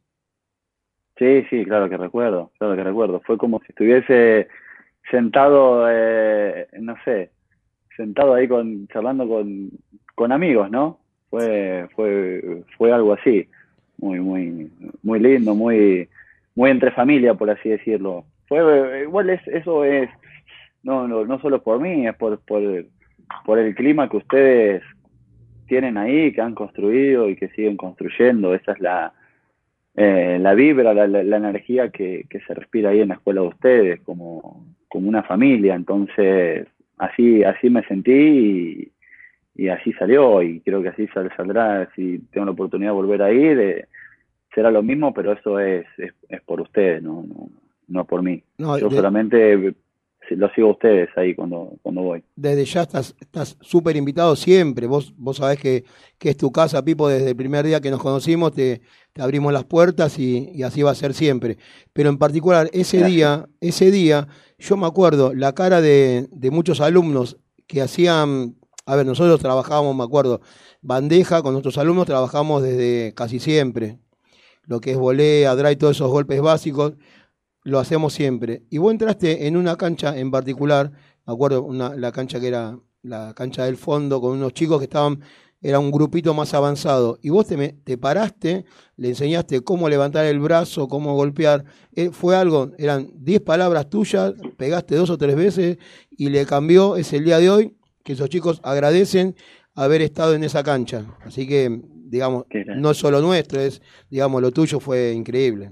Sí, sí, claro que recuerdo, claro que recuerdo. Fue como si estuviese sentado, eh, no sé, sentado ahí con charlando con... con amigos, ¿no? Fue fue fue algo así, muy muy muy lindo, muy muy entre familia, por así decirlo. Fue igual, es eso es no no no solo por mí, es por por por el clima que ustedes tienen ahí, que han construido y que siguen construyendo. Esa es la eh, la vibra, la, la, la energía que, que se respira ahí en la escuela de ustedes, como como una familia. Entonces así así me sentí y Y así salió, y creo que así sal, saldrá, si tengo la oportunidad de volver ahí, de, será lo mismo, pero eso es, es, es por ustedes, no, no, no por mí. No, Yo de, solamente lo sigo a ustedes ahí cuando, cuando voy. Desde ya estás estás súper invitado siempre. Vos vos sabés que, que es tu casa, Pipo, desde el primer día que nos conocimos, te, te abrimos las puertas, y, y así va a ser siempre. Pero en particular, ese Gracias. día, ese día, yo me acuerdo la cara de, de muchos alumnos que hacían... A ver, nosotros trabajábamos, me acuerdo, bandeja con nuestros alumnos, trabajamos desde casi siempre. lo que es volea, drive, todos esos golpes básicos, lo hacemos siempre. Y vos entraste en una cancha en particular, me acuerdo, una, la cancha que era la cancha del fondo, con unos chicos que estaban, era un grupito más avanzado, y vos te, me, te paraste, le enseñaste cómo levantar el brazo, cómo golpear, eh, fue algo, eran diez palabras tuyas, pegaste dos o tres veces, y le cambió, es el día de hoy, que esos chicos agradecen haber estado en esa cancha. Así que, digamos, no es solo nuestro, es, digamos, lo tuyo fue increíble.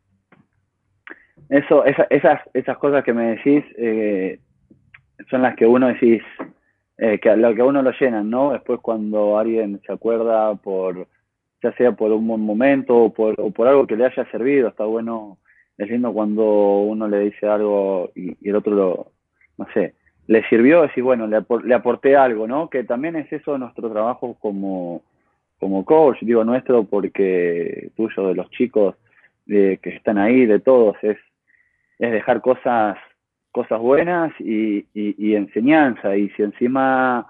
Eso, esa, esas, esas cosas que me decís eh, son las que uno decís, eh, que lo que a uno lo llenan, ¿no? Después cuando alguien se acuerda por, ya sea por un buen momento o por, o por algo que le haya servido, está bueno, es lindo cuando uno le dice algo y, y el otro lo, no sé, le sirvió, decir, bueno, le, apor, le aporté algo, ¿no? Que también es eso nuestro trabajo como, como coach, digo nuestro porque tuyo, de los chicos de, que están ahí, de todos, es, es dejar cosas, cosas buenas y, y, y enseñanza, y si encima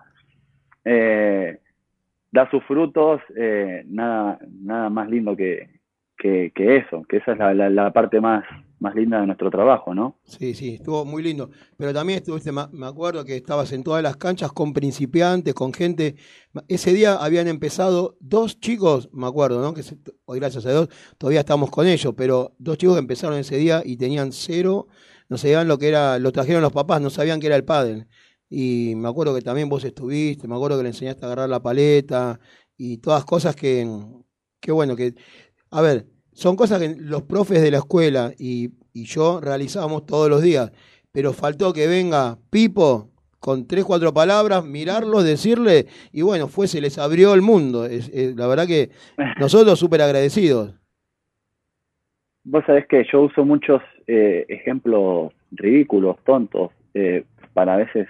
eh, da sus frutos, eh, nada, nada más lindo que, que, que eso, que esa es la, la, la parte más, más linda de nuestro trabajo, ¿no? Sí, sí, estuvo muy lindo. Pero también estuviste, me acuerdo que estabas en todas las canchas con principiantes, con gente. Ese día habían empezado dos chicos, me acuerdo, ¿no? Que hoy, gracias a Dios, todavía estamos con ellos, pero dos chicos que empezaron ese día y tenían cero, no sabían lo que era, lo trajeron los papás, no sabían que era el pádel. Y me acuerdo que también vos estuviste, me acuerdo que le enseñaste a agarrar la paleta y todas cosas que, que bueno, que, a ver, son cosas que los profes de la escuela y, y yo realizábamos todos los días, pero faltó que venga Pipo con tres, cuatro palabras, mirarlos, decirle, y bueno, fue, se les abrió el mundo. Es, es, la verdad que nosotros súper agradecidos. Vos sabés que yo uso muchos eh, ejemplos ridículos, tontos, eh, para a veces,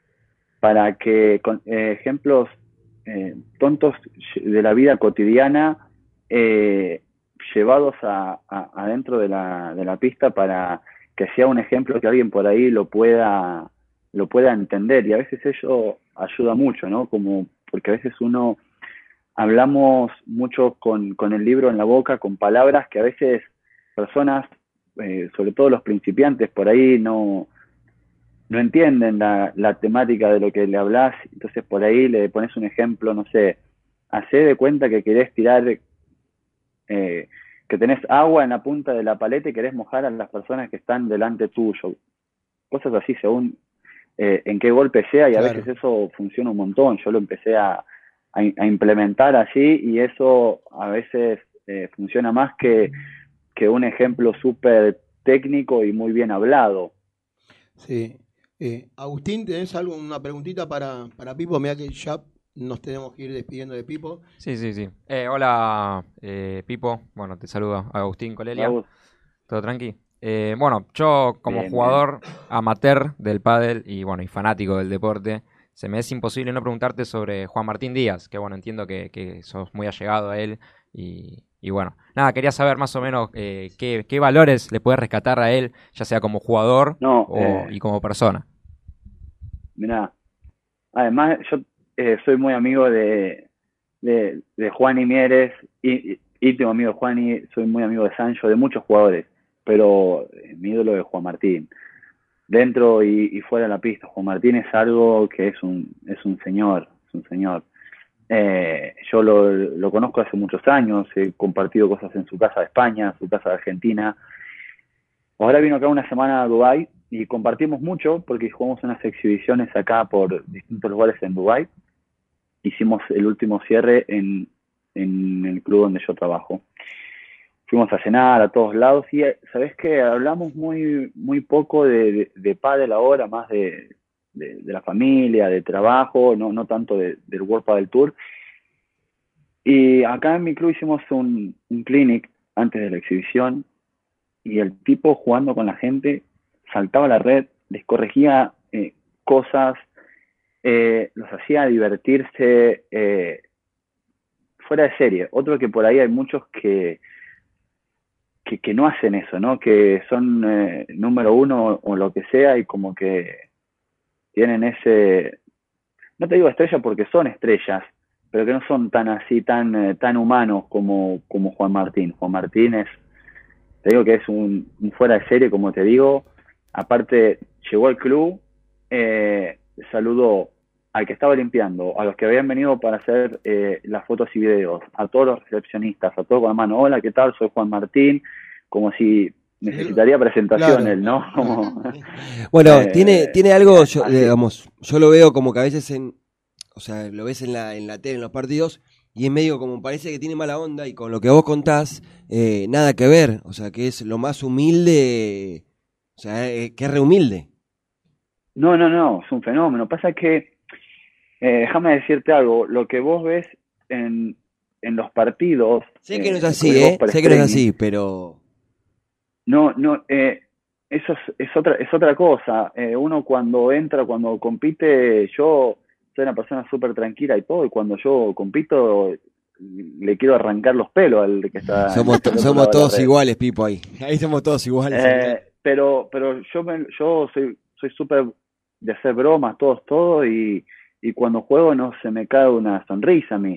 para que, con, eh, ejemplos eh, tontos de la vida cotidiana, eh, llevados a, a, adentro de la, de la pista para que sea un ejemplo que alguien por ahí lo pueda, lo pueda entender, y a veces eso ayuda mucho, ¿no? Como, porque a veces uno hablamos mucho con, con el libro en la boca, con palabras que a veces personas, eh, sobre todo los principiantes, por ahí no, no entienden la, la temática de lo que le hablas, entonces por ahí le pones un ejemplo, no sé, hacé de cuenta que querés tirar, eh, que tenés agua en la punta de la paleta y querés mojar a las personas que están delante tuyo, cosas así según eh, en qué golpe sea, y a claro. veces eso funciona un montón. Yo lo empecé a, a, a implementar así, y eso a veces eh, funciona más que que un ejemplo súper técnico y muy bien hablado. Sí. Eh, Agustín, ¿tenés algo, una preguntita para, para Pipo? Mira que ya nos tenemos que ir despidiendo de Pipo. Sí, sí, sí. Eh, hola, eh, Pipo. Bueno, te saluda Agustín Colelia. Agus. ¿Todo tranqui? Eh, bueno, yo como bien, jugador bien. amateur del pádel y bueno y fanático del deporte, se me es imposible no preguntarte sobre Juan Martín Díaz, que bueno, entiendo que, que sos muy allegado a él y... Y bueno, nada, quería saber más o menos eh, qué, qué valores le puedes rescatar a él, ya sea como jugador no, o, eh, y como persona. Mirá, además yo eh, soy muy amigo de, de, de Juani Mieres, y, íntimo amigo de Juani, soy muy amigo de Sancho, de muchos jugadores, pero eh, mi ídolo es Juan Martín. Dentro y, y fuera de la pista, Juan Martín es algo que es un, es un señor, es un señor. Eh, yo lo, lo conozco hace muchos años, he compartido cosas en su casa de España, en su casa de Argentina. Ahora vino acá una semana a Dubái y compartimos mucho porque jugamos unas exhibiciones acá por distintos lugares en Dubái. Hicimos el último cierre en, en el club donde yo trabajo. Fuimos a cenar a todos lados y, ¿sabés qué? Hablamos muy, muy poco de, de, de pádel ahora, más de... De, de la familia, de trabajo, no, no tanto de, del World Padel Tour. Y acá en mi club hicimos un, un clinic antes de la exhibición, y el tipo jugando con la gente saltaba a la red, les corregía eh, cosas, eh, los hacía divertirse eh, fuera de serie. Otro que por ahí hay muchos que que, que no hacen eso, ¿no? Que son eh, número uno o, o lo que sea, y como que tienen ese, no te digo estrella porque son estrellas, pero que no son tan así, tan eh, tan humanos como, como Juan Martín. Juan Martín es, te digo que es un, un fuera de serie, como te digo. Aparte, llegó al club, eh, saludó al que estaba limpiando, a los que habían venido para hacer eh, las fotos y videos, a todos los recepcionistas, a todos con la mano, hola, ¿qué tal? Soy Juan Martín, como si necesitaría presentación Claro. él, ¿no? Como, Bueno, eh, tiene, tiene algo, yo, así. digamos, yo lo veo como que a veces en, o sea, lo ves en la, en la tele, en los partidos, y es medio como parece que tiene mala onda, y con lo que vos contás, eh, nada que ver, o sea, que es lo más humilde, o sea, eh, que es re humilde. No, no, no, es un fenómeno. Pasa que, eh, déjame decirte algo, lo que vos ves en, en los partidos... Sé que no es eh, así, que ves ¿eh? vos por Sé que no es streaming, así, pero... No, no, eh, eso es, es otra es otra cosa. Eh, uno cuando entra, cuando compite, yo soy una persona súper tranquila y todo, y cuando yo compito le quiero arrancar los pelos al que está... Somos, to- del otro somos lado de la todos red. iguales, Pipo, ahí. Ahí somos todos iguales. Eh, pero pero yo me, yo soy soy súper de hacer bromas, todos, todo, y, y cuando juego no se me cae una sonrisa a mí.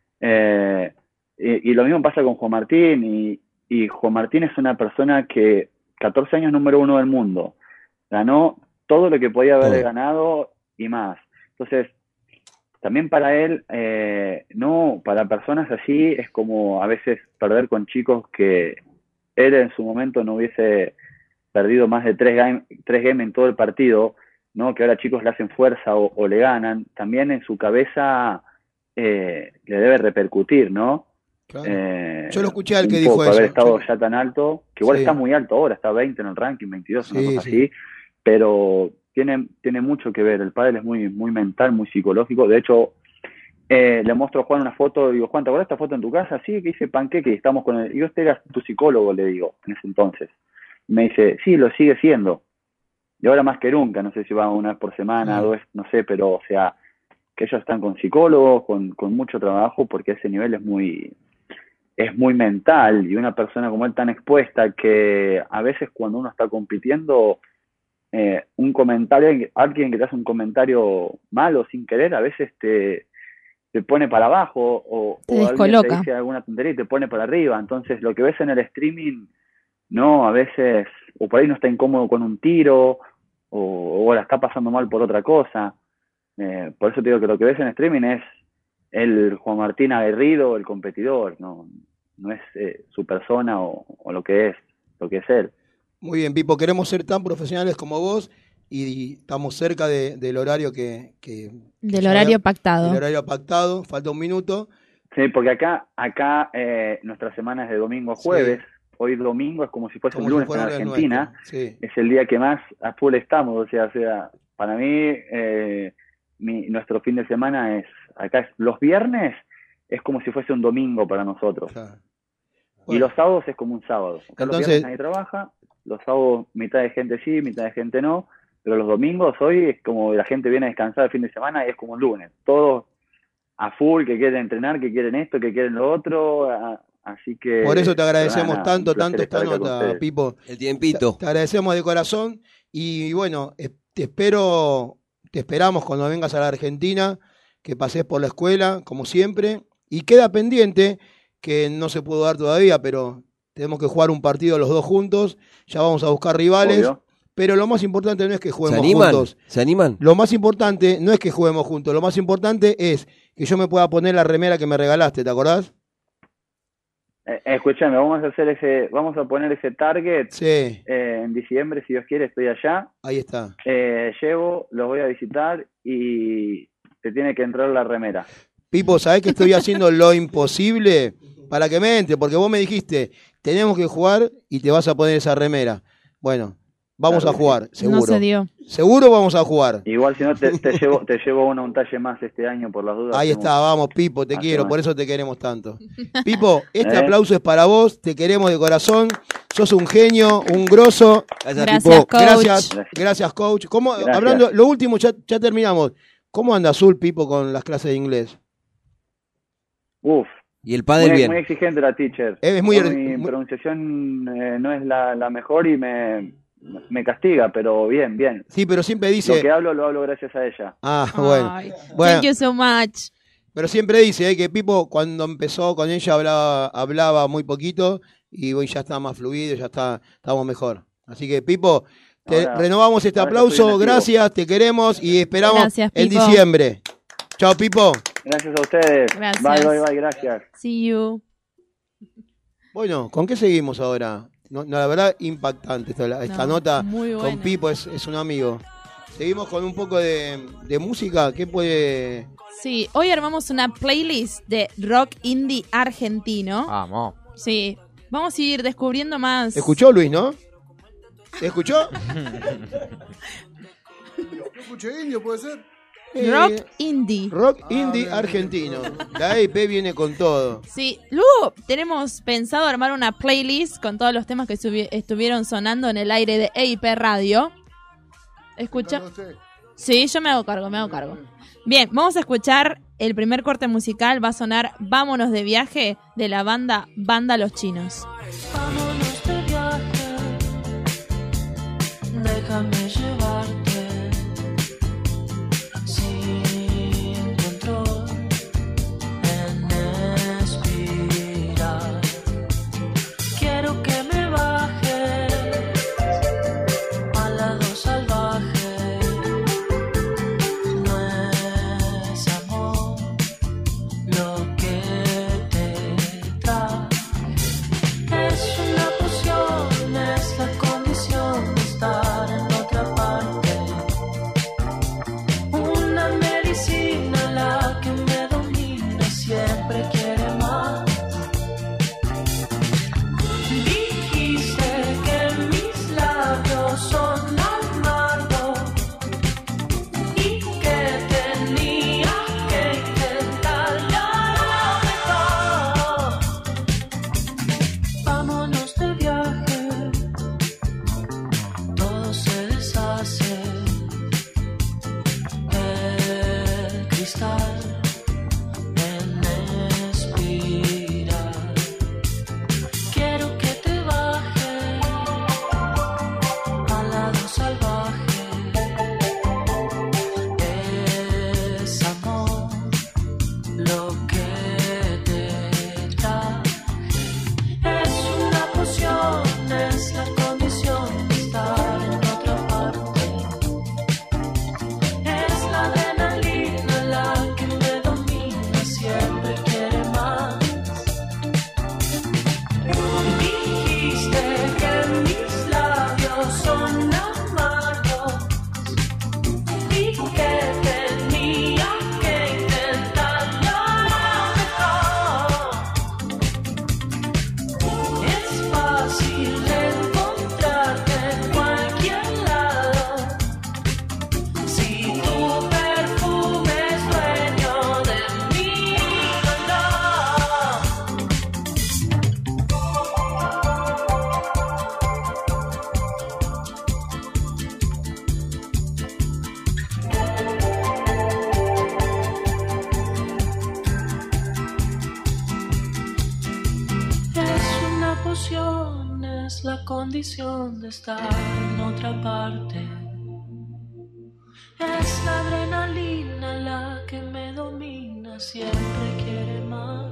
Eh, y, y lo mismo pasa con Juan Martín, y, y Juan Martín es una persona que catorce años número uno del mundo, ganó todo lo que podía haber Todo. ganado y más. Entonces, también para él, eh, no, para personas así es como a veces perder con chicos que él en su momento no hubiese perdido más de tres game, tres game en todo el partido, ¿no? Que ahora chicos le hacen fuerza o, o le ganan, también en su cabeza eh, le debe repercutir, ¿no? Claro. Eh, Yo lo escuché al un que dijo poco, eso. haber estado Yo- ya tan alto, que igual Sí. está muy alto ahora, está veinte en el ranking, veintidós, una Sí, cosa sí. así, pero tiene, tiene mucho que ver. El pádel es muy, muy mental, muy psicológico. De hecho, eh, le muestro a Juan una foto, digo, Juan, ¿te acuerdas esta foto en tu casa? Sí, que hice panqueque y estamos con el... Y yo, este era tu psicólogo, le digo, en ese entonces. Me dice, sí, lo sigue siendo. Y ahora más que nunca, no sé si va una vez por semana, Mm. dos, no sé, pero, o sea, que ellos están con psicólogos, con, con mucho trabajo, porque ese nivel es muy... es muy mental, y una persona como él tan expuesta que a veces cuando uno está compitiendo, eh, un comentario, alguien que te hace un comentario malo sin querer, a veces te, te pone para abajo, o, Te o alguien te descoloca. dice alguna tontería y te pone para arriba. Entonces lo que ves en el streaming, no, a veces, o por ahí no está incómodo con un tiro, o, o la está pasando mal por otra cosa. Eh, por eso te digo que lo que ves en streaming es el Juan Martín aguerrido, el competidor, no, no es eh, su persona o, o lo que es, lo que es él. Muy bien, Pipo, queremos ser tan profesionales como vos y estamos cerca de- del horario que, que- que Del ya horario había- pactado. del horario pactado, falta un minuto. Sí, porque acá, acá eh, nuestra semana es de domingo a jueves. Sí. Hoy domingo es como si fuese Como un si lunes fuera en un lunes Argentina. nuestro. Sí. Es el día que más a full estamos. O sea, o sea para mí, eh, mi, nuestro fin de semana es, acá es, los viernes es como si fuese un domingo para nosotros. Claro. Y Bueno, los sábados es como un sábado. Acá los Entonces- viernes nadie trabaja, los sábados mitad de gente sí, mitad de gente no, pero los domingos hoy es como la gente viene a descansar el fin de semana y es como un lunes. Todos a full, que quieren entrenar, que quieren esto, que quieren lo otro, a- así que... por eso te agradecemos pero nada, tanto, un placer tanto esta estar acá con nota, ustedes. Pipo. El tiempito. Te agradecemos de corazón y bueno, eh, te espero, te esperamos cuando vengas a la Argentina, que pases por la escuela, como siempre, y queda pendiente, que no se pudo dar todavía, pero tenemos que jugar un partido los dos juntos, ya vamos a buscar rivales, Obvio. pero lo más importante no es que ¿Se juguemos animan? juntos. ¿Se animan? Lo más importante no es que juguemos juntos, lo más importante es que yo me pueda poner la remera que me regalaste, ¿te acordás? Eh, eh, escúchame, vamos a hacer ese, vamos a poner ese target Sí, eh, en diciembre, si Dios quiere, estoy allá. ahí está. Eh, llevo, los voy a visitar y te tiene que entrar la remera. Pipo, ¿sabés que estoy haciendo lo imposible para que me entre? Porque vos me dijiste, tenemos que jugar y te vas a poner esa remera. Bueno, vamos Claro a que jugar, seguro. No se dio. Seguro vamos a jugar. Igual si no te, te llevo te llevo uno un talle más este año por las dudas. Ahí hacemos- está, vamos, Pipo, te hacemos- quiero, por eso te queremos tanto. Pipo, este ¿Eh? aplauso es para vos, te queremos de corazón, sos un genio, un grosso. Gracias, Gracias, Pipo. coach. Gracias, Gracias. gracias, coach. ¿Cómo, Gracias. hablando, lo último, ya, ya terminamos. ¿Cómo anda Azul, Pipo, con las clases de inglés? Uf, Y el pádel muy, bien. muy exigente la teacher. Es muy- No, mi muy- pronunciación eh, no es la, la mejor y me, me castiga, pero bien, bien. Sí, pero siempre Lo dice... que hablo lo hablo gracias a ella. Ah, bueno. Ay, Bueno. Thank you so much. Pero siempre dice eh, que Pipo cuando empezó con ella hablaba, hablaba muy poquito y hoy ya está más fluido, ya está, estamos mejor. Así que Pipo, te Ahora- renovamos este ahora ya aplauso, estoy en activo. gracias, te queremos y esperamos Gracias, en Pipo. diciembre. Chao, Pipo. Gracias a ustedes. Gracias. Bye, bye, bye, gracias. See you. Bueno, ¿con qué seguimos ahora? No, no, la verdad, impactante esta, la- esta No, nota muy con buena. Pipo, es, es un amigo. Seguimos con un poco de, de música. ¿Qué puede...? Sí, hoy armamos una playlist de rock indie argentino. Vamos. Sí, vamos a ir descubriendo más. ¿Escuchó, Luis, no? ¿Escuchó? ¿Yo escuché indio, puede ser? Eh, Rock indie. Rock Ah, indie bien, bien. argentino. La E I P viene con todo. Sí, luego tenemos pensado armar una playlist con todos los temas que subi- estuvieron sonando en el aire de E I P Radio. Escucha. No sé. Sí, yo me hago cargo, me hago cargo. Bien, vamos a escuchar el primer corte musical. Va a sonar Vámonos de viaje de la banda Banda Los Chinos. Vámonos de viaje, déjame llevarte sin control en espiral. Quiero que me bajes al lado salvaje. No es amor lo que te trae. Es una poción, es la condición de estar en otra parte. Una medicina la que me domina, siempre quiere más. Dijiste que mis labios son amargos y que tenía que intentar lo mejor. Vámonos de viaje, todo se deshace. El cristal en espiral. Quiero que te bajes al lado salvaje. Es amor lo que te trae. Es una poción, es la condición de estar en otra parte. Es la adrenalina la que me domina, siempre quiere más. Dijiste que mis labios son amargos y que tenía que intentar lo mejor. Es fácil encontrarte en cualquier lado. Si tu perfume es dueño de mi dolor. Es una poción, es la condición de estar en otra parte. Es la adrenalina la que me domina, siempre quiere más.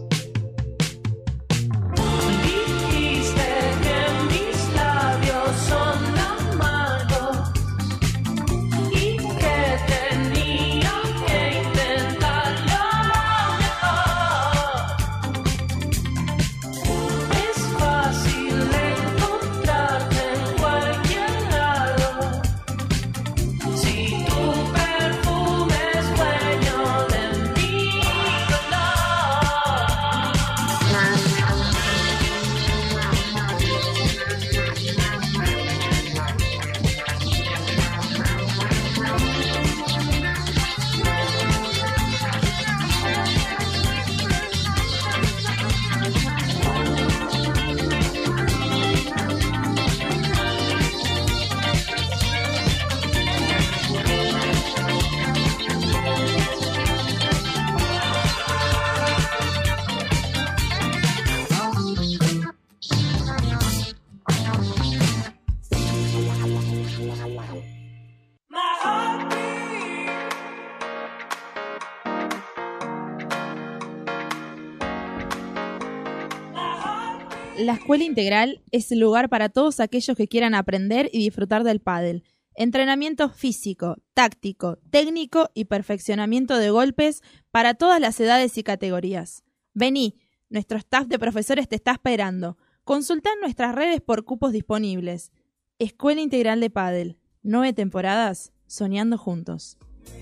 Dijiste que mis labios son amargos y que tenía que intentar lo mejor. Es fácil encontrarte en cualquier lado. Si tu perfume es dueño de mi dolor. La Escuela Integral es el lugar para todos aquellos que quieran aprender y disfrutar del pádel. Entrenamiento físico, táctico, técnico y perfeccionamiento de golpes para todas las edades y categorías. Vení, nuestro staff de profesores te está esperando. Consultá en nuestras redes por cupos disponibles. Escuela Integral de Pádel. Nueve temporadas, soñando juntos.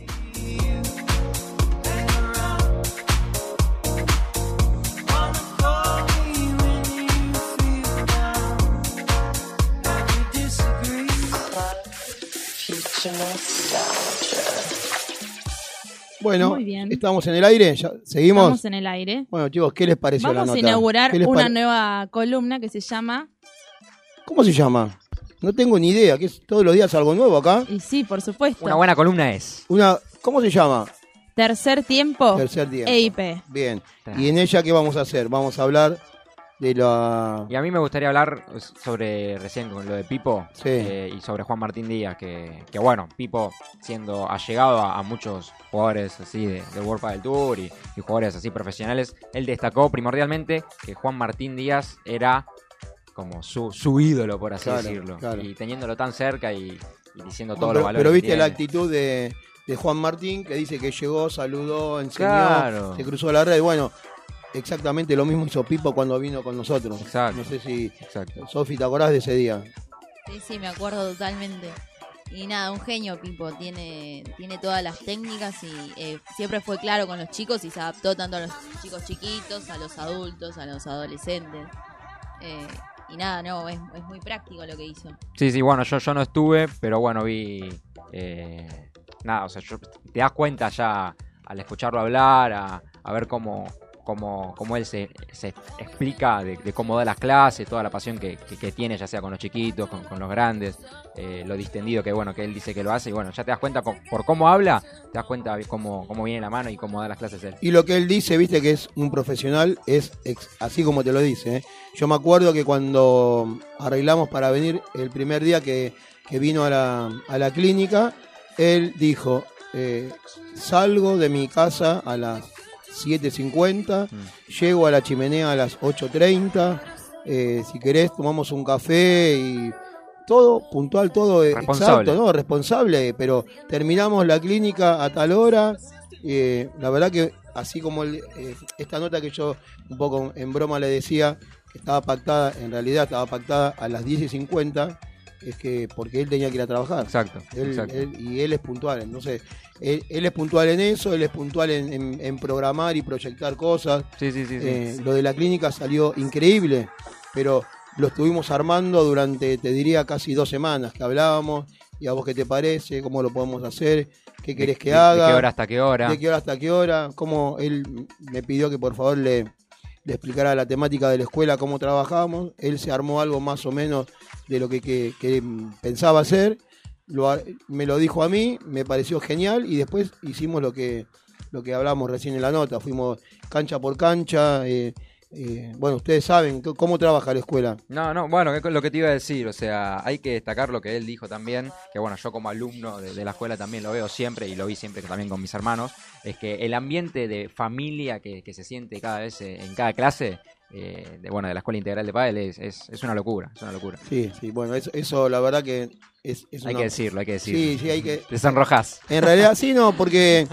Bueno, Muy bien. ¿estamos en el aire? ¿Ya? ¿Seguimos? Estamos en el aire. Bueno, chicos, ¿qué les pareció la Vamos nota? a inaugurar ¿Qué les una pare- nueva columna que se llama... ¿Cómo se llama? No tengo ni idea, que es todos los días algo nuevo acá. Y sí, por supuesto. Una buena columna es. Una, ¿cómo se llama? Tercer tiempo. Tercer tiempo. E I P. Bien. ¿Y en ella qué vamos a hacer? Vamos a hablar de la... Y a mí me gustaría hablar sobre, recién con lo de Pipo, Sí. eh, y sobre Juan Martín Díaz, que, que bueno, Pipo siendo allegado a, a muchos jugadores así de, de World Padel Tour y, y jugadores así profesionales, él destacó primordialmente que Juan Martín Díaz era como su, su ídolo, por así Claro, decirlo. claro. Y teniéndolo tan cerca y, y diciendo No, todos pero, los valores pero que viste tiene. la actitud de, de Juan Martín, que dice que llegó, saludó, enseñó, Claro. se cruzó la red. Bueno, exactamente lo mismo hizo Pipo cuando vino con nosotros. Exacto. No sé si, Exacto. Sofi, ¿te acordás de ese día? Sí, sí, me acuerdo totalmente. Y nada, un genio Pipo, tiene, tiene todas las técnicas y eh, siempre fue claro con los chicos y se adaptó tanto a los chicos chiquitos, a los adultos, a los adolescentes. Eh, y nada, no, es, es muy práctico lo que hizo. Sí, sí, bueno, yo, yo no estuve, pero bueno, vi... eh, nada, o sea, yo- te das cuenta ya al escucharlo hablar, a, a ver cómo, cómo, cómo él se, se explica de, de cómo da las clases, toda la pasión que, que, que tiene, ya sea con los chiquitos, con, con los grandes, eh, lo distendido que bueno que él dice que lo hace, y bueno, ya te das cuenta con- por cómo habla, te das cuenta cómo, cómo viene la mano y cómo da las clases él. Y lo que él dice, viste que es un profesional, es ex- así como te lo dice. ¿eh? Yo me acuerdo que cuando arreglamos para venir el primer día que, que vino a la, a la clínica, él dijo, eh, salgo de mi casa a las siete cincuenta, llego a la chimenea a las ocho treinta, eh, si querés tomamos un café y todo puntual, todo eh, Responsable. exacto, ¿no? Responsable, pero terminamos la clínica a tal hora. Eh, la verdad que así como el- eh, esta nota que yo un poco en broma le decía que estaba pactada, en realidad estaba pactada a las diez y cincuenta, es que porque él tenía que ir a trabajar. Exacto, Él- exacto. él- y él es puntual, entonces él, él es puntual en eso, él es puntual en, en- en programar y proyectar cosas. Sí, sí, sí, sí. Eh, lo de la clínica salió increíble, pero lo estuvimos armando durante, te diría, casi dos semanas que hablábamos. ¿Y a vos qué te parece? ¿Cómo lo podemos hacer? ¿Qué querés que de, haga? ¿De qué hora hasta qué hora? ¿De qué hora hasta qué hora? ¿Cómo él me pidió que por favor le, le explicara la temática de la escuela, cómo trabajábamos? Él se armó algo más o menos de lo que, que- que pensaba hacer. Lo ha- me lo dijo a mí, me pareció genial y después hicimos lo que, lo que hablamos recién en la nota. Fuimos cancha por cancha. eh, eh, bueno, ustedes saben c- cómo trabaja la escuela. No, no, bueno, que- lo que te iba a decir, o sea, hay que destacar lo que él dijo también, que bueno, yo como alumno de, de la escuela también lo veo siempre, y lo vi siempre también con mis hermanos, es que el ambiente de familia que, que se siente cada vez eh, en cada clase, eh, de, bueno, de la Escuela Integral de Pádel es, es, es una locura, es una locura. Sí, sí, bueno, eso, eso la verdad que es, es Hay una- que decirlo, hay que decirlo. Sí, sí, hay que... Te sonrojás. En realidad sí, no, porque,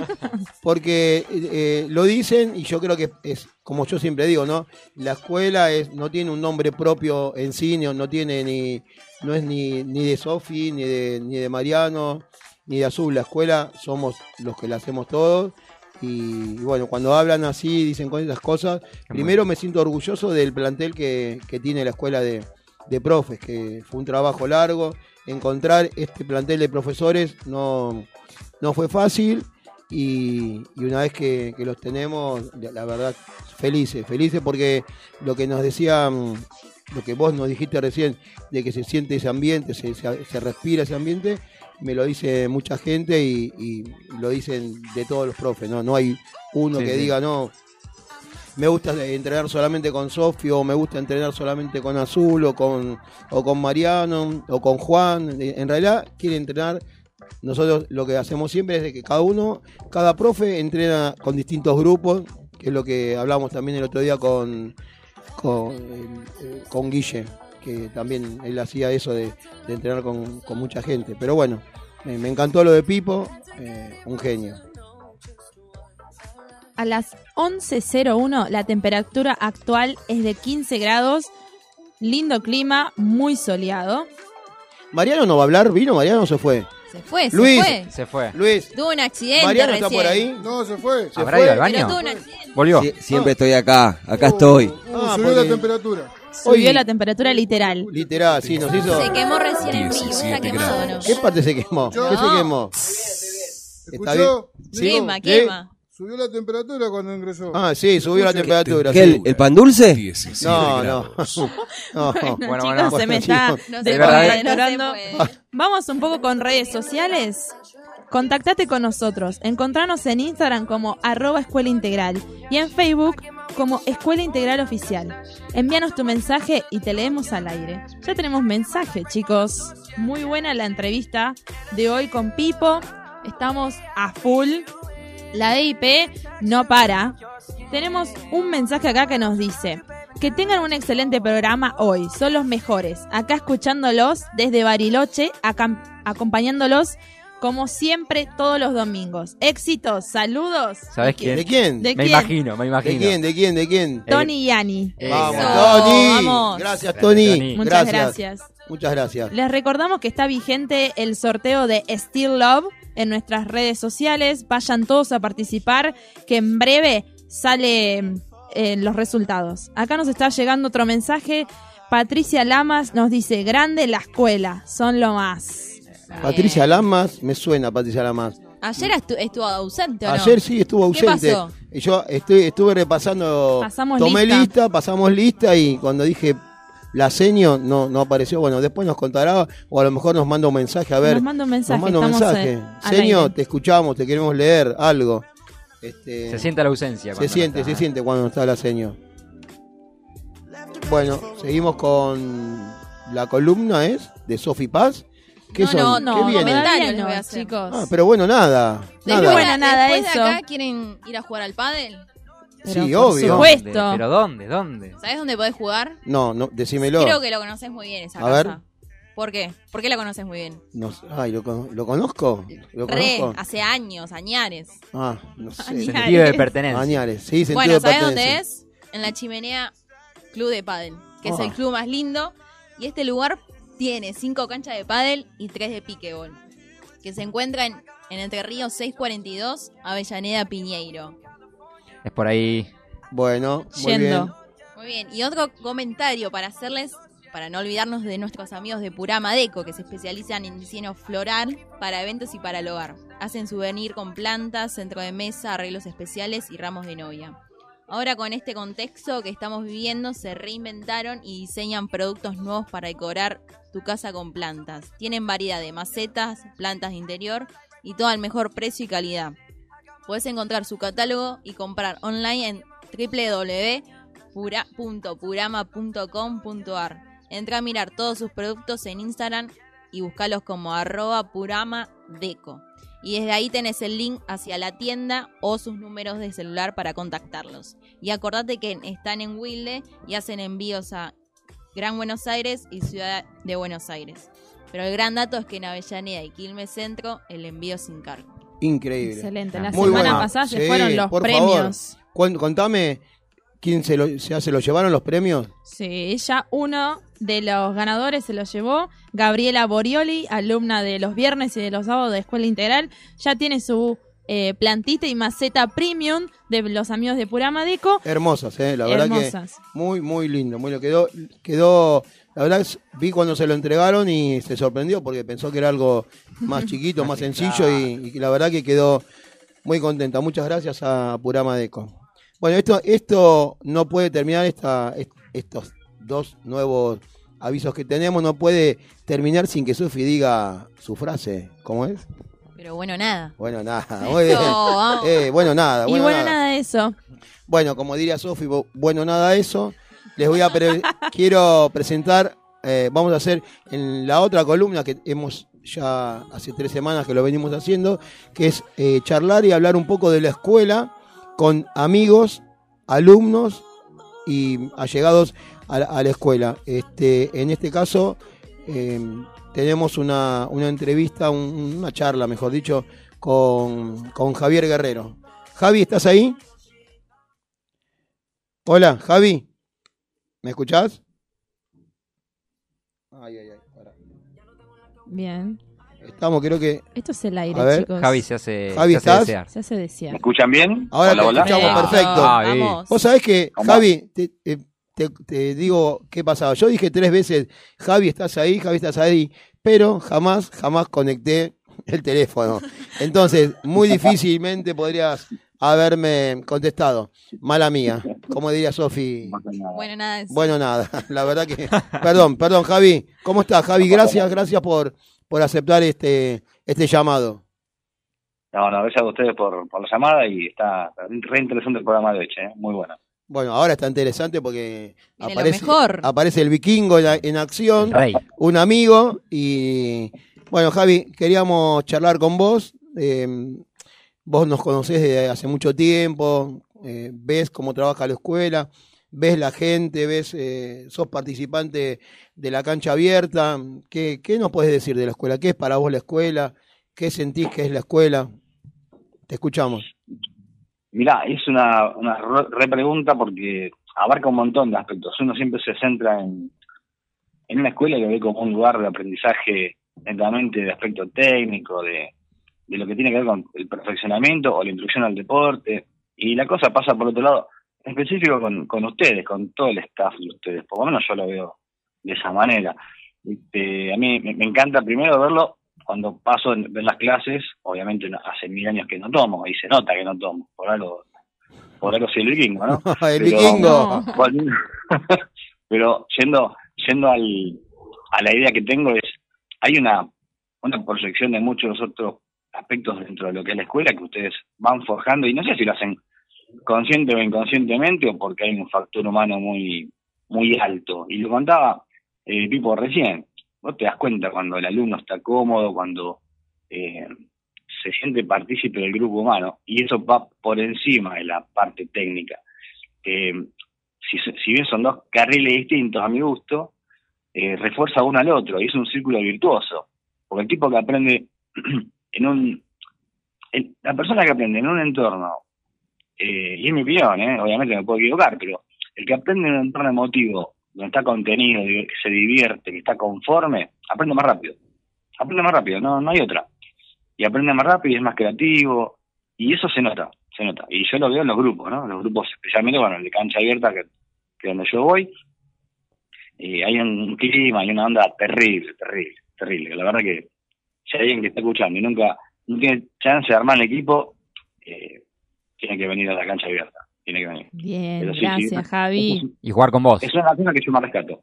porque eh, lo dicen y yo creo que es, como yo siempre digo, ¿no? La escuela es, no tiene un nombre propio en sí, no, no tiene ni, no es ni, ni de Sofi, ni de, ni de Mariano, ni de Azul. La escuela somos los que la hacemos todos. Y, y bueno, cuando hablan así, dicen con esas cosas, primero me siento orgulloso del plantel que, que tiene la escuela de, de profes, que fue un trabajo largo. Encontrar este plantel de profesores no, no fue fácil y, y una vez que, que los tenemos, la la verdad, felices, felices porque lo que nos decía, mm, lo que vos nos dijiste recién, de que se siente ese ambiente, se, se, se respira ese ambiente, me lo dice mucha gente y, y lo dicen de todos los profes, ¿no? No hay uno Sí, que sí. diga, no, me gusta entrenar solamente con Sofi o me gusta entrenar solamente con Azul o con, o con Mariano o con Juan. En realidad quiere entrenar. Nosotros lo que hacemos siempre es de que cada uno, cada profe entrena con distintos grupos, que es lo que hablamos también el otro día con, con, eh, con Guille, que también él hacía eso de, de entrenar con, con mucha gente. Pero bueno, me, me encantó lo de Pipo, eh, un genio. A las once cero uno la temperatura actual es de quince grados, lindo clima, muy soleado. Mariano no va a hablar, vino, Mariano se fue. Se fue, se Luis. fue. Se fue. Luis, Tuvo un accidente Mariano recién. está por ahí. No, se fue. Se ¿Habrá fue. ido al Pero baño? tuvo un accidente. Volvió. Sie- siempre estoy acá, acá estoy. Uh, Ah, subió porque- la temperatura. Subió Hoy- la temperatura literal. Literal, sí, nos hizo... Se quemó recién en vivo, está quemado, ¿no? ¿Qué parte se quemó? Yo- ¿Qué se No. quemó? ¿Escuchó? Sí. Quema, ¿Sí? quema. Subió la temperatura cuando ingresó. Ah, sí, subió la temperatura. ¿Qué, sí. el, el pan dulce? No, no. no. Bueno, Bueno, chicos, bueno, se me bueno, está chicos. No se descontrolando. puede, no se puede. Vamos un poco con redes sociales. Contactate con nosotros. Encontranos en Instagram como arroba Escuela Integral y en Facebook como Escuela Integral Oficial. Envíanos tu mensaje y te leemos al aire. Ya tenemos mensaje, chicos. Muy buena la entrevista de hoy con Pipo. Estamos a full. La D I P no para. Tenemos un mensaje acá que nos dice: que tengan un excelente programa hoy, son los mejores. Acá escuchándolos desde Bariloche, acá, acompañándolos como siempre todos los domingos. Éxitos, saludos. ¿Sabés ¿De quién? ¿De quién? ¿De Me quién? imagino, me ¿De imagino. quién? ¿De quién? ¿De quién? Tony y Ani. Eh, Vamos, Eso, Tony. vamos. Gracias, Gracias, Tony. Tony. Muchas gracias. Muchas gracias. Les recordamos que está vigente el sorteo de Still Love en nuestras redes sociales. Vayan todos a participar, que en breve sale eh, los resultados. Acá nos está llegando otro mensaje. Patricia Lamas nos dice: grande la escuela, son lo más. Patricia Lamas, me suena Patricia Lamas. Ayer estu- estuvo ausente, ¿o no? Ayer sí estuvo ¿Qué ausente. pasó? Y yo estoy, estuve repasando, Pasamos tomé lista. lista. pasamos lista y cuando dije la seño no, no apareció. Bueno, después nos contará o a lo mejor nos manda un mensaje. A ver, Nos manda un mensaje, nos manda un estamos, mensaje. eh, al Seño, aire. te escuchamos, te queremos leer algo. Este, Se siente la ausencia. Se cuando no siente, está. se siente cuando no está la seño. Bueno, seguimos con la columna, ¿es? De Sofi Paz. ¿Qué No, son? no, no, ¿Qué viene? comentarios Todavía les no, voy a hacer. chicos. Ah, pero bueno, nada. Después, nada. bueno, nada después eso. de acá quieren ir a jugar al pádel. Pero Sí, por obvio. supuesto. ¿Dónde? ¿Pero dónde? ¿Dónde? ¿Sabés dónde podés jugar? No, no, decímelo. Creo que lo conoces muy bien esa A casa. ver. ¿Por qué? ¿Por qué la conoces muy bien? No sé. Ay, ¿lo, con- ¿lo conozco? ¿Lo Re, conozco? hace años, añares. Ah, no sé. Añares. Sentido de pertenencia. Añares, sí, sentido Bueno, de ¿sabés pertenencia. dónde es? En la Chimenea Club de Pádel, que es Ah. el club más lindo. Y este lugar tiene cinco canchas de pádel y tres de piquebol, que se encuentra en, en Entre Ríos seiscientos cuarenta y dos, Avellaneda, Piñeiro. Es por ahí. Bueno, muy Yendo. bien. Muy bien, y otro comentario para hacerles, para no olvidarnos de nuestros amigos de Purama Deco, que se especializan en diseño floral para eventos y para el hogar. Hacen souvenir con plantas, centro de mesa, arreglos especiales y ramos de novia. Ahora, con este contexto que estamos viviendo, se reinventaron y diseñan productos nuevos para decorar tu casa con plantas. Tienen variedad de macetas, plantas de interior y todo al mejor precio y calidad. Podés encontrar su catálogo y comprar online en doble u doble u doble u punto purama punto com punto a r. Entra a mirar todos sus productos en Instagram y buscalos como arroba puramadeco. Y desde ahí tenés el link hacia la tienda o sus números de celular para contactarlos. Y acordate que están en Wilde y hacen envíos a Gran Buenos Aires y Ciudad de Buenos Aires. Pero el gran dato es que en Avellaneda y Quilmes Centro el envío es sin cargo. Increíble. Excelente. La Muy semana bueno. pasada se Sí, fueron los por premios. favor. Cuán- Contame, ¿quién se, lo, se, se lo llevaron los premios? Sí, ya uno de los ganadores se lo llevó. Gabriela Borioli, alumna de los viernes y de los sábados de Escuela Integral. Ya tiene su eh, plantita y maceta premium de los amigos de Purama Deco. Hermosas, ¿eh? La verdad Hermosas. que muy, muy lindo. Muy lo quedó, quedó, la verdad es- vi cuando se lo entregaron y se sorprendió porque pensó que era algo más chiquito, más sencillo y, y la verdad que quedó muy contenta. Muchas gracias a Purama Deco. Bueno, esto, esto no puede terminar, esta, est- estos dos nuevos avisos que tenemos, no puede terminar sin que Sofi diga su frase. ¿Cómo es? Pero bueno, nada. Bueno, nada. Muy bien. Eso, vamos. Eh, bueno, nada. Y Bueno, bueno, nada. nada de eso. Bueno, como diría Sofi, bo- bueno, nada de eso. Les voy a pre- quiero presentar, eh, vamos a hacer en la otra columna que hemos ya hace tres semanas que lo venimos haciendo, que es eh, charlar y hablar un poco de la escuela con amigos, alumnos y allegados a, a la escuela. Este, en este caso eh, tenemos una, una entrevista, un, una charla, mejor dicho, con, con Javier Guerrero. Javi, ¿estás ahí? Hola, Javi. ¿Me escuchás? Ay, ay, ay. Para. Bien. Estamos, creo que... Esto es el aire, A ver. chicos. Javi se hace, Javi, se hace ¿estás? desear. Se hace desear. ¿Me escuchan bien? Ahora Hola, te hola. escuchamos perfecto. Ah, Vamos. Vos sabés que, ¿Cómo? Javi, te, eh, te, te digo qué pasaba. Yo dije tres veces, Javi, estás ahí, Javi, estás ahí, pero jamás, jamás conecté el teléfono. Entonces, muy difícilmente podrías haberme contestado. Mala mía, como diría Sofi. Bueno, nada, es- Bueno, nada, la verdad que... Perdón, perdón, Javi. ¿Cómo estás, Javi? Gracias, gracias por, por aceptar este, este llamado. No, no, gracias a ustedes por, por la llamada y está re interesante el programa de hoy, ¿eh? Muy bueno. Bueno, ahora está interesante porque Viene lo aparece, mejor. aparece el vikingo en, la- en acción, Rey. un amigo y... Bueno, Javi, queríamos charlar con vos. eh, vos nos conocés desde hace mucho tiempo, eh, ves cómo trabaja la escuela, ves la gente, ves, eh, sos participante de la cancha abierta. ¿Qué, qué nos podés decir de la escuela? ¿Qué es para vos la escuela? ¿Qué sentís que es la escuela? Te escuchamos. Mirá, es una, una re re pregunta porque abarca un montón de aspectos. Uno siempre se centra en, en una escuela y lo ve como un lugar de aprendizaje netamente de aspecto técnico, de, de lo que tiene que ver con el perfeccionamiento o la introducción al deporte. Y la cosa pasa por otro lado, en específico con, con ustedes, con todo el staff de ustedes. Por lo menos yo lo veo de esa manera. Este, a mí me, me encanta primero verlo cuando paso en ver las clases. Obviamente no- hace mil años que no tomo y se nota que no tomo, por algo, por algo soy el vikingo, ¿no? el Pero- vikingo. No. Volviendo- Pero yendo, yendo al, a la idea que tengo es, hay una, una proyección de muchos otros aspectos dentro de lo que es la escuela que ustedes van forjando y no sé si lo hacen consciente o inconscientemente o porque hay un factor humano muy, muy alto. Y lo contaba eh, Pipo recién. Vos te das cuenta cuando el alumno está cómodo, cuando eh, se siente partícipe del grupo humano, y eso va por encima de la parte técnica. Eh, si, si bien son dos carriles distintos a mi gusto, eh, refuerza uno al otro, y es un círculo virtuoso. Porque el tipo que aprende en un... el- la persona que aprende en un entorno, eh, y es mi opinión, eh, obviamente me puedo equivocar, pero el que aprende en un entorno emotivo, donde está contenido, que se divierte, que está conforme, aprende más rápido. Aprende más rápido, no, no hay otra. Y aprende más rápido y es más creativo, y eso se nota, se nota. Y yo lo veo en los grupos, ¿no? Los grupos, especialmente, bueno, el de cancha abierta, que, que es donde yo voy, eh, hay un clima, hay una onda terrible, terrible, terrible. La verdad que si hay alguien que está escuchando y nunca no tiene chance de armar el equipo, eh, tiene que venir a la cancha abierta, tiene que venir. Bien, Pero sí, gracias, sí. Javi. Y jugar con vos. Es una cosa que yo me rescato.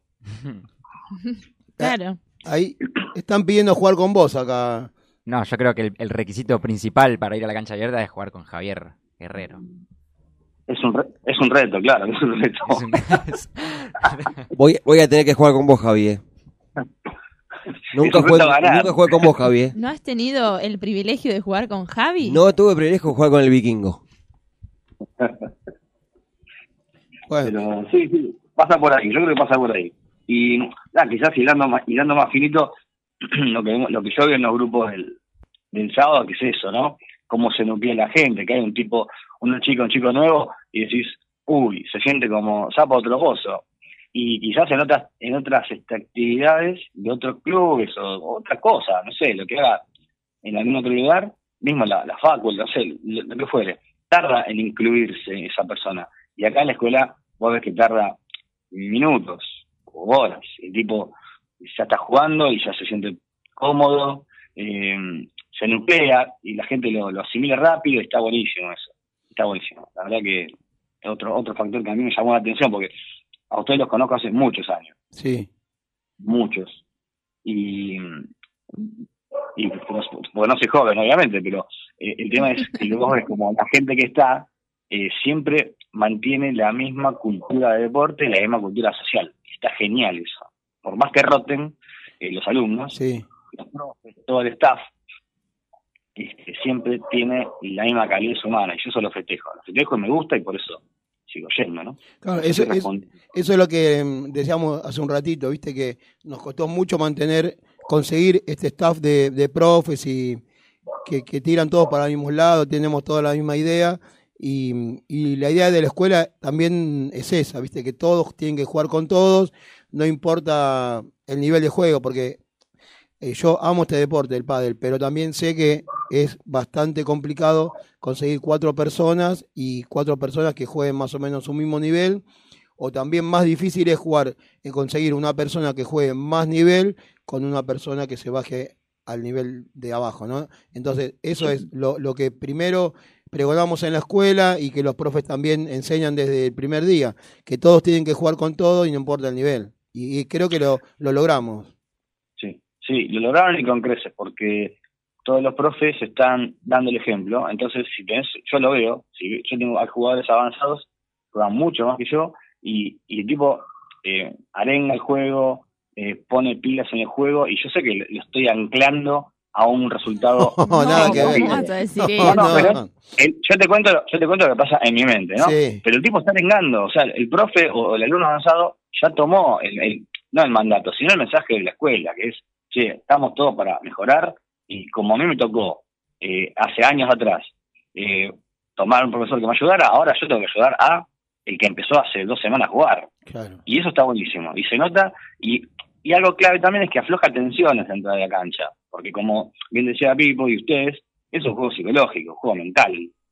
Claro. Ahí están pidiendo jugar con vos acá. No, yo creo que el, el requisito principal para ir a la cancha abierta es jugar con Javier Guerrero. Es un, re- es un reto, claro, es un reto. Es un- es- Voy, voy a tener que jugar con vos, Javi. eh. Nunca Es un jugué, reto ganar. nunca jugué con vos, Javi. eh. ¿No has tenido el privilegio de jugar con Javi? No tuve privilegio de jugar con el vikingo. Bueno, Pero sí, sí, pasa por ahí, yo creo que pasa por ahí. Y ah, quizás hilando más, hilando más finito, lo que vemos- lo que yo veo en los grupos del, del sábado, que es eso, ¿no? Cómo se nuclea la gente, que hay un tipo, una chica, un chico nuevo, y decís, uy, se siente como sapo otro pozo. Y quizás en otras, en otras este, actividades de otros clubes o otra cosa, no sé, lo que haga en algún otro lugar, mismo la, la facultad, no sé, lo, lo que fuere, tarda en incluirse esa persona. Y acá en la escuela vos ves que tarda minutos o horas. El tipo ya está jugando y ya se siente cómodo, eh, se nuclea y la gente lo, lo asimila rápido y está buenísimo eso. Está buenísimo. La verdad que es otro, otro factor que a mí me llamó la atención porque a ustedes los conozco hace muchos años. sí. Muchos. Y, y porque no soy joven, obviamente, pero eh, el tema es que luego es como la gente que está eh, siempre mantiene la misma cultura de deporte y la misma cultura social. Está genial eso. Por más que roten eh, los alumnos, Sí. los profes, todo el staff, este, siempre tiene la misma calidez humana y yo eso lo festejo. Lo festejo y me gusta y por eso sigo yendo, ¿no? Claro, eso, es, eso es lo que decíamos hace un ratito, viste que nos costó mucho mantener, conseguir este staff de, de profes y que, que tiran todos para el mismo lado, tenemos toda la misma idea y, y la idea de la escuela también es esa, viste que todos tienen que jugar con todos, no importa el nivel de juego, porque eh, yo amo este deporte, el pádel, pero también sé que es bastante complicado conseguir cuatro personas y cuatro personas que jueguen más o menos un mismo nivel, o también más difícil es jugar, eh, conseguir una persona que juegue más nivel con una persona que se baje al nivel de abajo, ¿no? Entonces, eso es lo, lo que primero pregonamos en la escuela y que los profes también enseñan desde el primer día, que todos tienen que jugar con todo y no importa el nivel. Y, y creo que lo, lo logramos. Sí, sí, lo lograron y con creces, porque todos los profes están dando el ejemplo. Entonces, si tenés, yo lo veo, si yo tengo hay jugadores avanzados, juegan mucho más que yo, y, y el tipo eh, arenga el juego, eh, pone pilas en el juego, y yo sé que lo estoy anclando a un resultado. No, no nada que ver. ¿Cómo vas a decir no, eso? no, pero el, yo te cuento, yo te cuento lo que pasa en mi mente, ¿no? Sí. Pero el tipo está arengando, o sea, el profe o el alumno avanzado ya tomó el, el no el mandato, sino el mensaje de la escuela, que es, che, estamos todos para mejorar, y como a mí me tocó eh, hace años atrás eh, tomar un profesor que me ayudara, ahora yo tengo que ayudar a el que empezó hace dos semanas a jugar. Claro. Y eso está buenísimo, y se nota, y, y algo clave también es que afloja tensiones dentro de la cancha, porque como bien decía Pipo y ustedes, es un juego psicológico, un juego mental,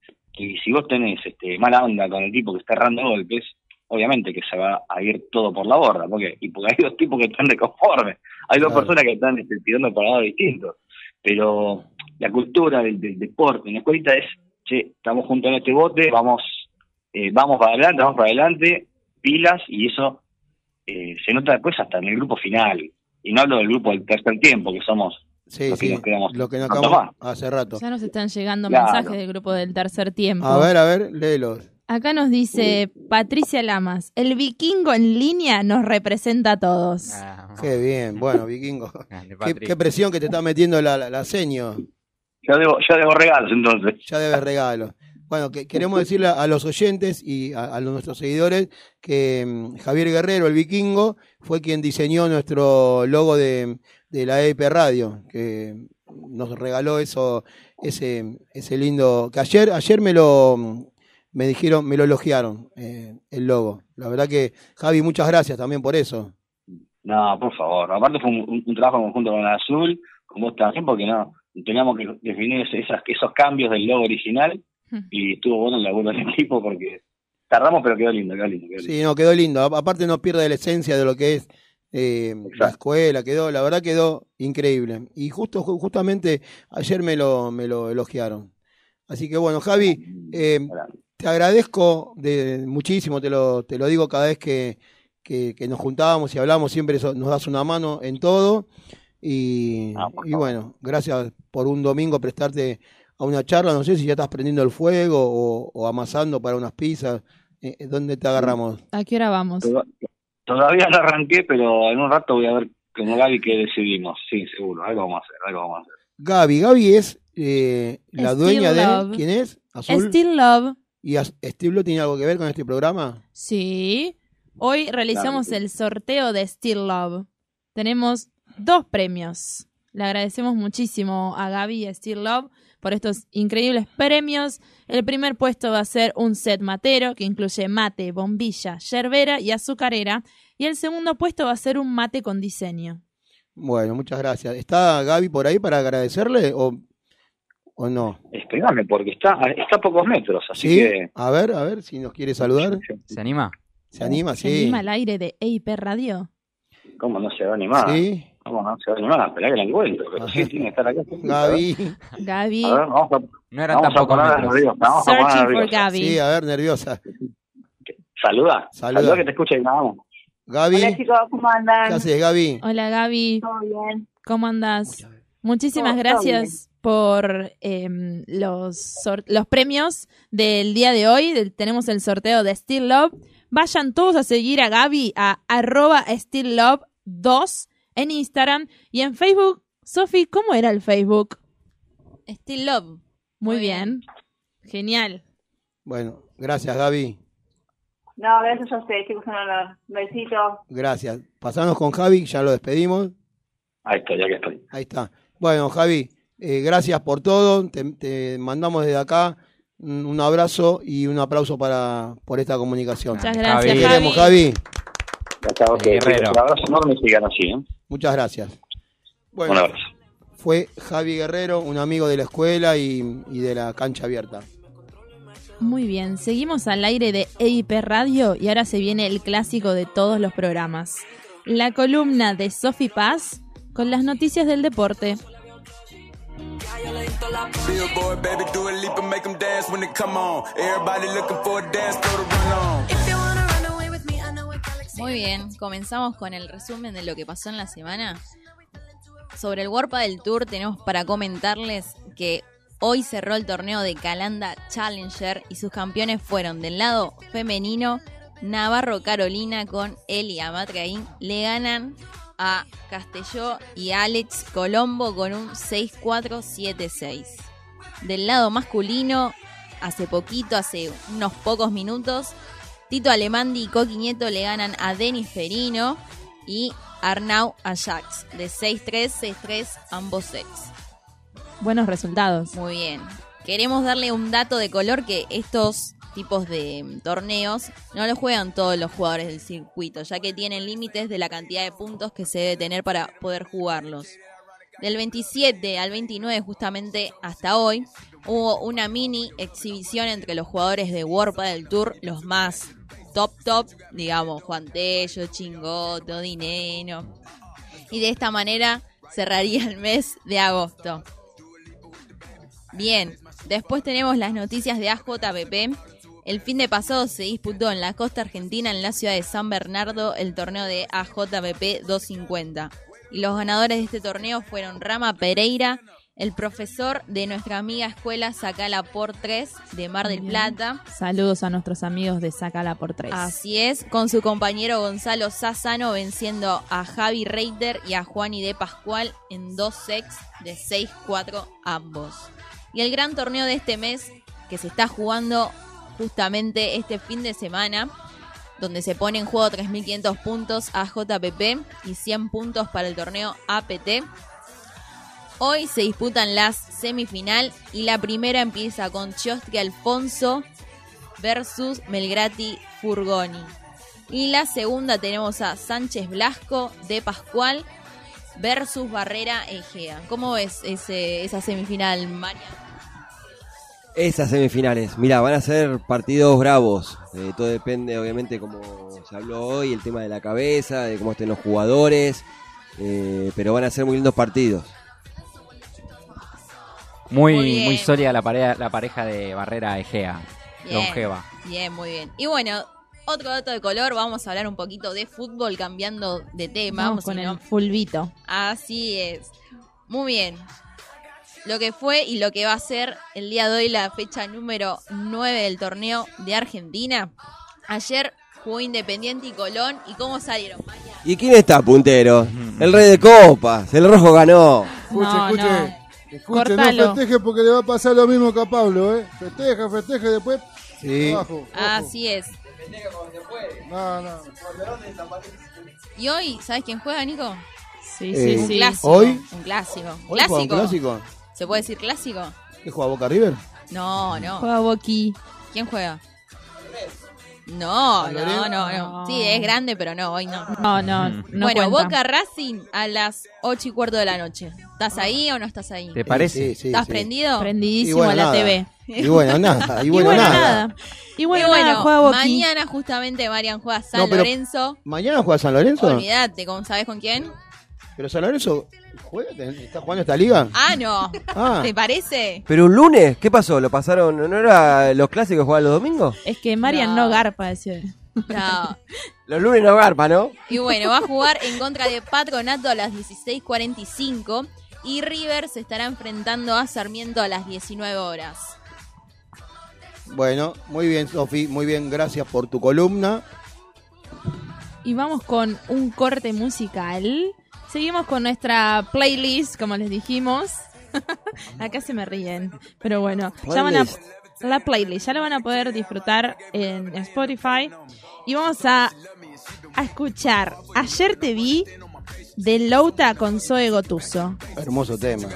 y si vos tenés este, mala onda con el tipo que está errando golpes, obviamente que se va a ir todo por la borda, porque y porque hay dos tipos que están desconformes, hay dos Claro. personas que están este, tirando por lados distintos, pero la cultura del, del deporte en la escuelita es, che, estamos juntos en este bote, vamos eh, vamos para adelante, vamos para adelante, pilas, y eso eh, se nota después hasta en el grupo final, y no hablo del grupo del tercer tiempo, que somos Sí, los sí, que nos quedamos lo que nos no acabamos hace rato. Ya nos están llegando Claro. mensajes del grupo del tercer tiempo. A ver, a ver, léelos. Acá nos dice Patricia Lamas, el vikingo en línea nos representa a todos. Ah, Qué bien, bueno, vikingo. grande, Qué, Patri. qué presión que te está metiendo la, la, la seño. Ya debo, ya debo regalos entonces. Ya debes regalos. Bueno, que queremos decirle a los oyentes y a, a nuestros seguidores que mm, Javier Guerrero, el vikingo, fue quien diseñó nuestro logo de, de la E I P Radio, que nos regaló eso, ese, ese lindo, que ayer, ayer me lo me dijeron, me lo elogiaron, eh, el logo. La verdad que, Javi, muchas gracias también por eso. No, por favor. Aparte fue un, un, un trabajo conjunto con el Azul, con vos también, porque no teníamos que definir ese- esas, esos cambios del logo original, y estuvo bueno el laburo del equipo porque tardamos, pero quedó lindo, quedó lindo. Quedó lindo. Sí, no, quedó lindo. A- Aparte no pierde la esencia de lo que es eh, la Exacto. escuela, quedó, la verdad quedó increíble. Y justo ju- justamente ayer me lo, me lo elogiaron. Así que bueno, Javi, eh, te agradezco de, muchísimo, te lo, te lo digo cada vez que, que, que nos juntábamos y hablamos, siempre eso, nos das una mano en todo. Y, Ah, por y favor. bueno, gracias por un domingo prestarte a una charla. No sé si ya estás prendiendo el fuego o, o amasando para unas pizzas. Eh, ¿Dónde te agarramos? ¿A qué hora vamos? Toda- Todavía no arranqué, pero en un rato voy a ver con Gaby qué decidimos. Sí, seguro, algo vamos a hacer, algo vamos a hacer. Gaby, Gaby es eh, la Still dueña de... Love. ¿Quién es? Azul. Still Love. ¿Y As- Steve tiene algo que ver con este programa? Sí. Hoy realizamos Claro. el sorteo de Still Love. Tenemos dos premios. Le agradecemos muchísimo a Gaby y a Still Love por estos increíbles premios. El primer puesto va a ser un set matero que incluye mate, bombilla, yerbera y azucarera. Y el segundo puesto va a ser un mate con diseño. Bueno, muchas gracias. ¿Está Gaby por ahí para agradecerle o, o no? Esperame, porque está, está a pocos metros, así ¿Sí? que... A ver, a ver si nos quiere saludar. ¿Se anima? ¿Se anima? ¿Se Sí. anima al aire de E I P Radio? ¿Cómo no se va a animar? Sí. ¿Cómo no se va a animar? Esperá que la encuentro, pero sí, tiene que estar acá. Gaby. Gaby, A ver, vamos a, No eran vamos a tampoco poner metros. nerviosa, vamos a poner searching for nerviosa. Gaby. Sí, a ver, nerviosa. Saluda, Saluda. saluda que te escucha y nada, vamos. Gaby, Hola chicos, ¿cómo andan? ¿qué haces, Gaby? Hola Gaby, ¿Todo bien? ¿cómo andás? Muchísimas Todo- todo gracias por em, los, sor- los premios del día de hoy. Del- tenemos el sorteo de Still Love. Vayan todos a seguir a Gaby a arroba Still Love dos en Instagram y en Facebook. Sofi, ¿cómo era el Facebook? Still Love. Muy Muy bien. Genial. Bueno, gracias, Gaby. No, gracias a ustedes, chicos, un honor. Besitos. Gracias. Pasamos con Javi, ya lo despedimos. Ahí estoy, ya que estoy. Ahí está. Bueno, Javi, eh, gracias por todo. Te, te mandamos desde acá un, un abrazo y un aplauso para por esta comunicación. Muchas gracias, Te queremos, Javi. Javi. Gracias a ustedes. Un abrazo enorme y sigan así, ¿eh? Muchas gracias. Bueno, un abrazo. Fue Javi Guerrero, un amigo de la escuela y, y de la cancha abierta. Muy bien, seguimos al aire de E I P Radio y ahora se viene el clásico de todos los programas. La columna de Sofi Paz con las noticias del deporte. Muy bien, comenzamos con el resumen de lo que pasó en la semana. Sobre el World Padel Tour tenemos para comentarles que hoy cerró el torneo de Calanda Challenger y sus campeones fueron del lado femenino Navarro Carolina con Eli Amatraín. Le ganan a Castelló y Alex Colombo con un seis cuatro siete seis. Del lado masculino, hace poquito, hace unos pocos minutos, Tito Alemandi y Coqui Nieto le ganan a Denis Ferino y Arnau Ajax de seis tres, seis tres ambos sets. Buenos resultados. Muy bien. Queremos darle un dato de color que estos tipos de torneos no los juegan todos los jugadores del circuito, ya que tienen límites de la cantidad de puntos que se debe tener para poder jugarlos. Del veintisiete al veintinueve, justamente hasta hoy, hubo una mini exhibición entre los jugadores de World Padel Tour, los más top top, digamos, Juan Tello, Chingoto, Dineno. Y de esta manera cerraría el mes de agosto. Bien, después tenemos las noticias de A J P P. El fin de pasado se disputó en la costa argentina, en la ciudad de San Bernardo, el torneo de A J P P doscientos cincuenta. Y los ganadores de este torneo fueron Rama Pereira, el profesor de nuestra amiga escuela Sacala por tres de Mar del Plata. Saludos a nuestros amigos de Sacala por tres. Así es, con su compañero Gonzalo Sassano venciendo a Javi Reiter y a Juani de Pascual en dos sets de seis cuatro ambos. Y el gran torneo de este mes, que se está jugando justamente este fin de semana, donde se pone en juego tres mil quinientos puntos A J P P y cien puntos para el torneo A P T. Hoy se disputan las semifinal y la primera empieza con Chiostri Alfonso versus Melgrati Furgoni. Y la segunda tenemos a Sánchez Blasco de Pascual versus Barrera Egea. ¿Cómo ves ese, esa semifinal, María? Esas semifinales, mira, van a ser partidos bravos. Eh, todo depende, obviamente, como se habló hoy, el tema de la cabeza, de cómo estén los jugadores. Eh, pero van a ser muy lindos partidos. Muy, Muy muy, bien. sólida la pareja, la pareja de Barrera Egea, Bien, longeva. Bien, muy bien. Y bueno, otro dato de color, vamos a hablar un poquito de fútbol cambiando de tema. Vamos con si no- el fulbito. Así es. Muy bien. Lo que fue y lo que va a ser el día de hoy la fecha número nueve del torneo de Argentina. Ayer jugó Independiente y Colón. ¿Y cómo salieron? ¿Y quién está puntero? El rey de copas, el rojo ganó. Escuche, No, escuche. no. Escuche, Cortalo. no festeje porque le va a pasar lo mismo que a Pablo, ¿eh? Festeja, festeja y después Sí. abajo. ojo. Así es. No, no. Y hoy, ¿sabes quién juega, Nico? Sí, Eh, sí, Un sí. clásico. ¿Hoy? Un clásico. ¿Hoy juega un ¿Clásico? clásico? ¿Se puede decir clásico? ¿Qué juega Boca River? No, no. Juega Boqui. ¿Quién juega? No, ¿San no, Lorenzo? no, no. Sí, es grande, pero no, hoy no. No, no, no bueno, cuenta. Boca Racing a las ocho y cuarto de la noche. ¿Estás ahí o no estás ahí? ¿Te parece? Sí, sí, ¿Estás sí. prendido? Prendidísimo Y bueno, a la nada. T V. Y bueno, nada. Y Y bueno, bueno, nada. nada. Y bueno, Y bueno, nada, juega Boqui. mañana justamente Marian juega San No, pero- Lorenzo. ¿Mañana juega San Lorenzo? Olvídate, ¿cómo sabes con quién? ¿Pero San Lorenzo juega? ¿Está jugando esta liga? Ah, no. Ah. ¿Te parece? Pero un lunes, ¿qué pasó? ¿Lo pasaron? ¿No era los clásicos que jugaban los domingos? Es que Marian No. no, garpa, decía. No. Los lunes no garpa, ¿no? Y bueno, va a jugar en contra de Patronato a las dieciséis cuarenta y cinco y River se estará enfrentando a Sarmiento a las diecinueve horas. Bueno, muy bien, Sofi. Muy bien, gracias por tu columna. Y vamos con un corte musical. Seguimos con nuestra playlist, como les dijimos. Acá se me ríen. Pero bueno, ya van a, Playlist. la playlist. Ya lo van a poder disfrutar en Spotify. Y vamos a, a escuchar Ayer te vi de Louta con Zoe Gotuso. Hermoso tema.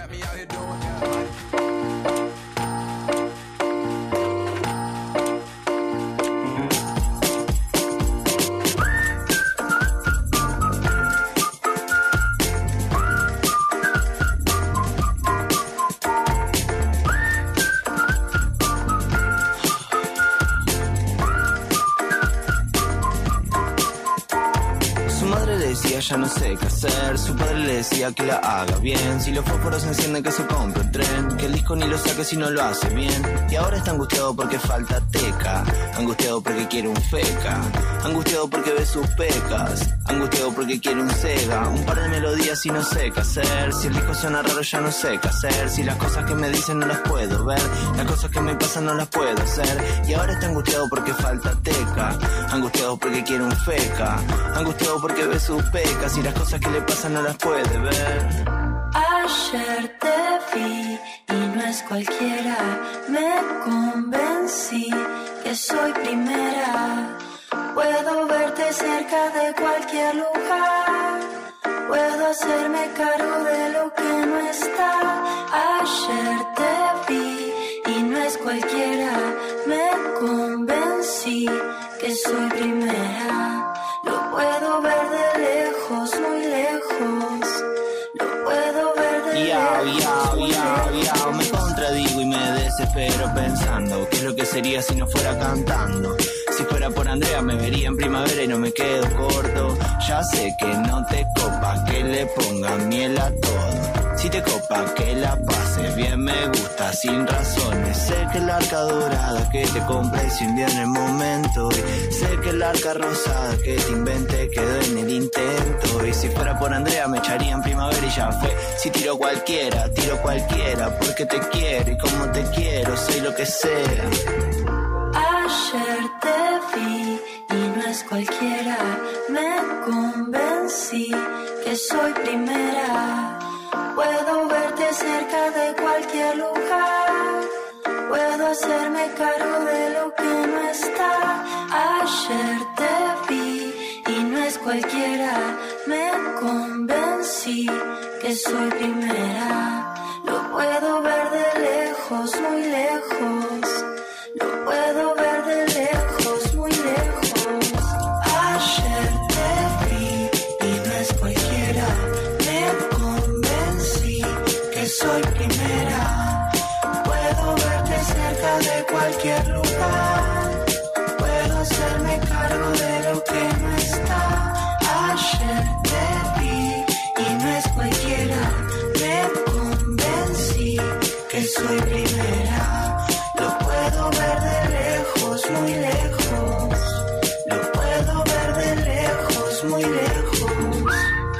Ya no sé qué hacer, su padre le decía que la haga bien. Si los fósforos se encienden que se compre el tren, que el disco ni lo saque si no lo hace bien. Y ahora está angustiado porque falta teca, angustiado porque quiere un feca, angustiado porque ve sus pecas, angustiado porque quiere un Sega, un par de melodías y no sé qué hacer. Si el disco suena raro ya no sé qué hacer, si las cosas que me dicen no las puedo ver, las cosas que me pasan no las puedo hacer. Y ahora está angustiado porque falta teca, angustiado porque quiere un feca, angustiado porque ve sus pecas, y las cosas que le pasan no las puede ver. Ayer te vi y no es cualquiera, me convencí que soy primera. Puedo verte cerca de cualquier lugar, puedo hacerme cargo de lo que no está. Ayer te vi y no es cualquiera, me convencí que soy primera. Lo puedo ver de lejos, muy lejos. Lo puedo ver de Yao, lejos, yao, muy yao, lejos. yao. Me contradigo y me desespero pensando qué es lo que sería si no fuera cantando. Si fuera por Andrea me vería en primavera y no me quedo corto. Ya sé que no te copa que le pongan miel a todo. Si te copa que la pases bien me gusta sin razones. Sé que el arca dorada que te compré se hundió en el momento. Y sé que el arca rosada que te inventé quedó en el intento. Y si fuera por Andrea me echaría en primavera y ya fue. Si tiro cualquiera, tiro cualquiera, porque te quiero y como te quiero, soy lo que sea. Ayer te vi y no es cualquiera, me convencí que soy primera. Puedo verte cerca de cualquier lugar, puedo hacerme cargo de lo que no está. Ayer te vi y no es cualquiera, me convencí que soy primera. Lo puedo ver de lejos, muy lejos. Lo puedo ver de lejos, muy lejos. Ayer te vi y no es cualquiera, me convencí que soy primera. Puedo verte cerca de cualquier lugar, puedo hacerme cargo de lo que no está. Ayer te vi y no es cualquiera, me convencí que soy primera. Lo puedo ver de lejos, muy lejos. Lo puedo ver de lejos, muy lejos.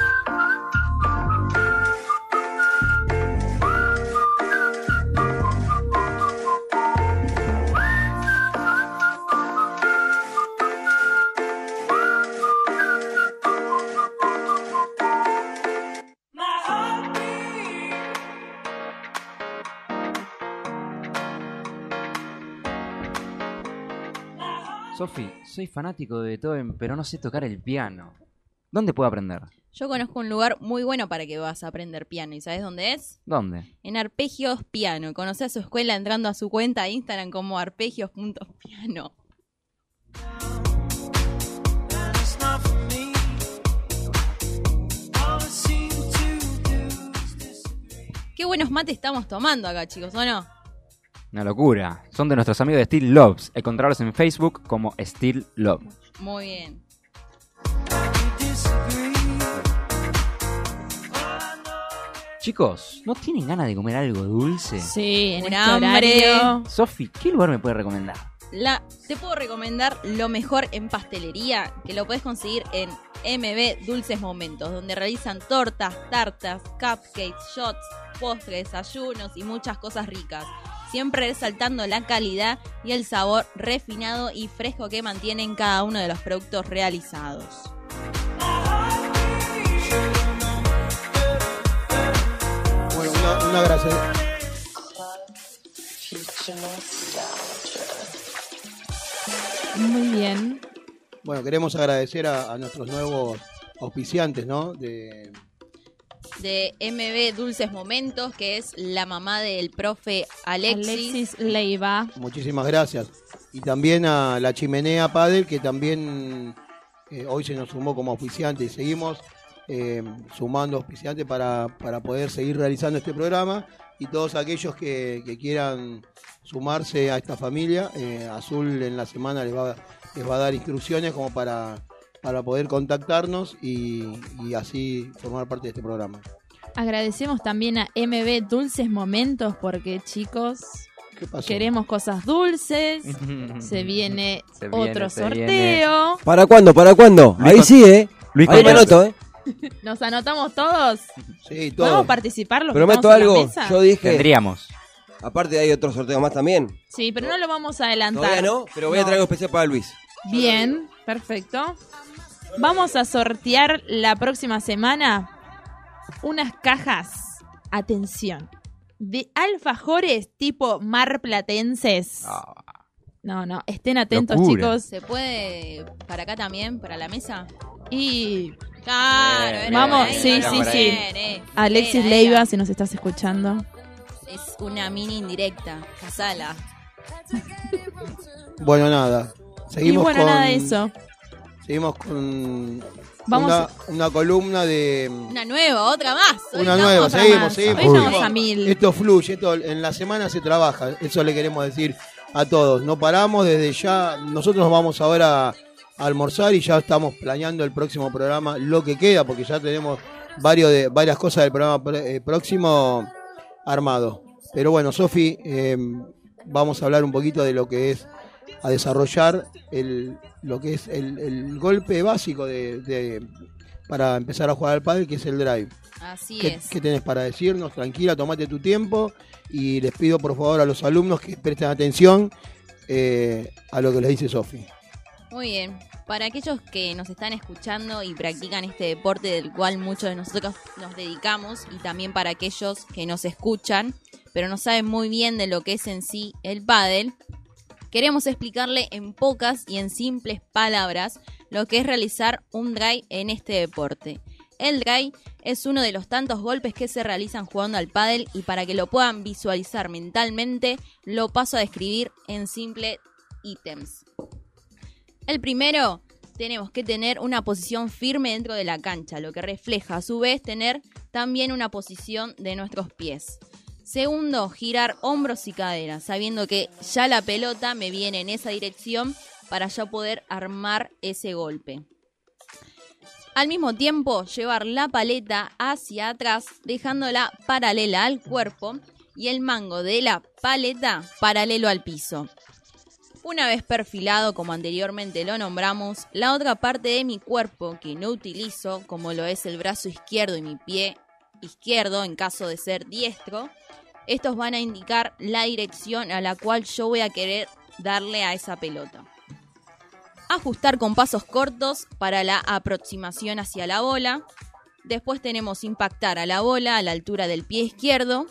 Sofi, soy fanático de Beethoven, pero no sé tocar el piano. ¿Dónde puedo aprender? Yo conozco un lugar muy bueno para que vas a aprender piano. ¿Y sabes dónde es? ¿Dónde? En Arpegios Piano. Conoce a su escuela entrando a su cuenta de Instagram como arpegios punto piano. Qué buenos mates estamos tomando acá, chicos, ¿o no? Una locura. Son de nuestros amigos de Still Loves. Encontrarlos en Facebook como Still Love. Muy bien. Chicos, ¿no tienen ganas de comer algo dulce? Sí, en Un este hambre. horario. Sofi, ¿qué lugar me puede recomendar? La, te puedo recomendar lo mejor en pastelería, que lo puedes conseguir en M B Dulces Momentos, donde realizan tortas, tartas, cupcakes, shots, postres, desayunos y muchas cosas ricas. Siempre resaltando la calidad y el sabor refinado y fresco que mantienen cada uno de los productos realizados. Bueno, una, una gracia. Future Nostalgia. Muy bien. Bueno, queremos agradecer a, a nuestros nuevos auspiciantes, ¿no? De, de M B Dulces Momentos, que es la mamá del profe Alexis. Alexis Leiva. Muchísimas gracias. Y también a la Chimenea Padel, que también eh, hoy se nos sumó como auspiciante y seguimos eh, sumando auspiciantes para, para poder seguir realizando este programa. Y todos aquellos que, que quieran sumarse a esta familia, eh, Azul en la semana les va, les va a dar instrucciones como para, para poder contactarnos y, y así formar parte de este programa. Agradecemos también a M B Dulces Momentos porque, chicos, ¿qué pasó? Queremos cosas dulces. Se viene Se viene, otro se sorteo. viene. ¿Para cuándo? ¿Para cuándo? Luis Ahí con- sí, ¿eh? Luis Ahí me Contreras. anoto, ¿eh? ¿Nos anotamos todos? Sí, ¿Podemos participar los que Prometo estamos en la algo, mesa? yo dije... Tendríamos. Aparte hay otro sorteo más también. Sí, pero no lo vamos a adelantar. Todavía no, pero voy a No. traer algo especial para Luis. Bien, perfecto. Vamos a sortear la próxima semana unas cajas, atención, de alfajores tipo marplatenses. No, no, estén atentos, Locura. chicos. ¿Se puede para acá también, para la mesa? Y Claro, Bien, era vamos, por ahí, sí, era sí, por sí. ahí. Eh, Alexis era, Leiva, era. si nos estás escuchando. Es una mini indirecta. Casala. Bueno, nada. Seguimos y bueno, con, nada de eso. Seguimos con Vamos una, a- una columna de... Una nueva, otra más. Hoy Una estamos nueva, a seguimos, más. seguimos. Hoy estamos Seguimos. a mil. Esto fluye, esto en la semana se trabaja, eso le queremos decir a todos. No paramos desde ya, nosotros nos vamos ahora a almorzar y ya estamos planeando el próximo programa, lo que queda, porque ya tenemos varios de, varias cosas del programa pr- eh, próximo armado. Pero bueno, Sofi, eh, vamos a hablar un poquito de lo que es a desarrollar el, lo que es el, el golpe básico de, de- para empezar a jugar al pádel, que es el drive. Así ¿Qué, es. ¿Qué tenés para decirnos? Tranquila, tomate tu tiempo y les pido por favor a los alumnos que presten atención eh, a lo que les dice Sofi. Muy bien. Para aquellos que nos están escuchando y practican este deporte del cual muchos de nosotros nos dedicamos, y también para aquellos que nos escuchan, pero no saben muy bien de lo que es en sí el pádel, queremos explicarle en pocas y en simples palabras lo que es realizar un drive en este deporte. El drive es uno de los tantos golpes que se realizan jugando al pádel, y para que lo puedan visualizar mentalmente, lo paso a describir en simples ítems. El primero, tenemos que tener una posición firme dentro de la cancha, lo que refleja a su vez tener también una posición de nuestros pies. Segundo, girar hombros y caderas, sabiendo que ya la pelota me viene en esa dirección para ya poder armar ese golpe. Al mismo tiempo, llevar la paleta hacia atrás, dejándola paralela al cuerpo y el mango de la paleta paralelo al piso. Una vez perfilado, como anteriormente lo nombramos, la otra parte de mi cuerpo que no utilizo, como lo es el brazo izquierdo y mi pie izquierdo en caso de ser diestro, estos van a indicar la dirección a la cual yo voy a querer darle a esa pelota. Ajustar con pasos cortos para la aproximación hacia la bola. Después tenemos impactar a la bola a la altura del pie izquierdo.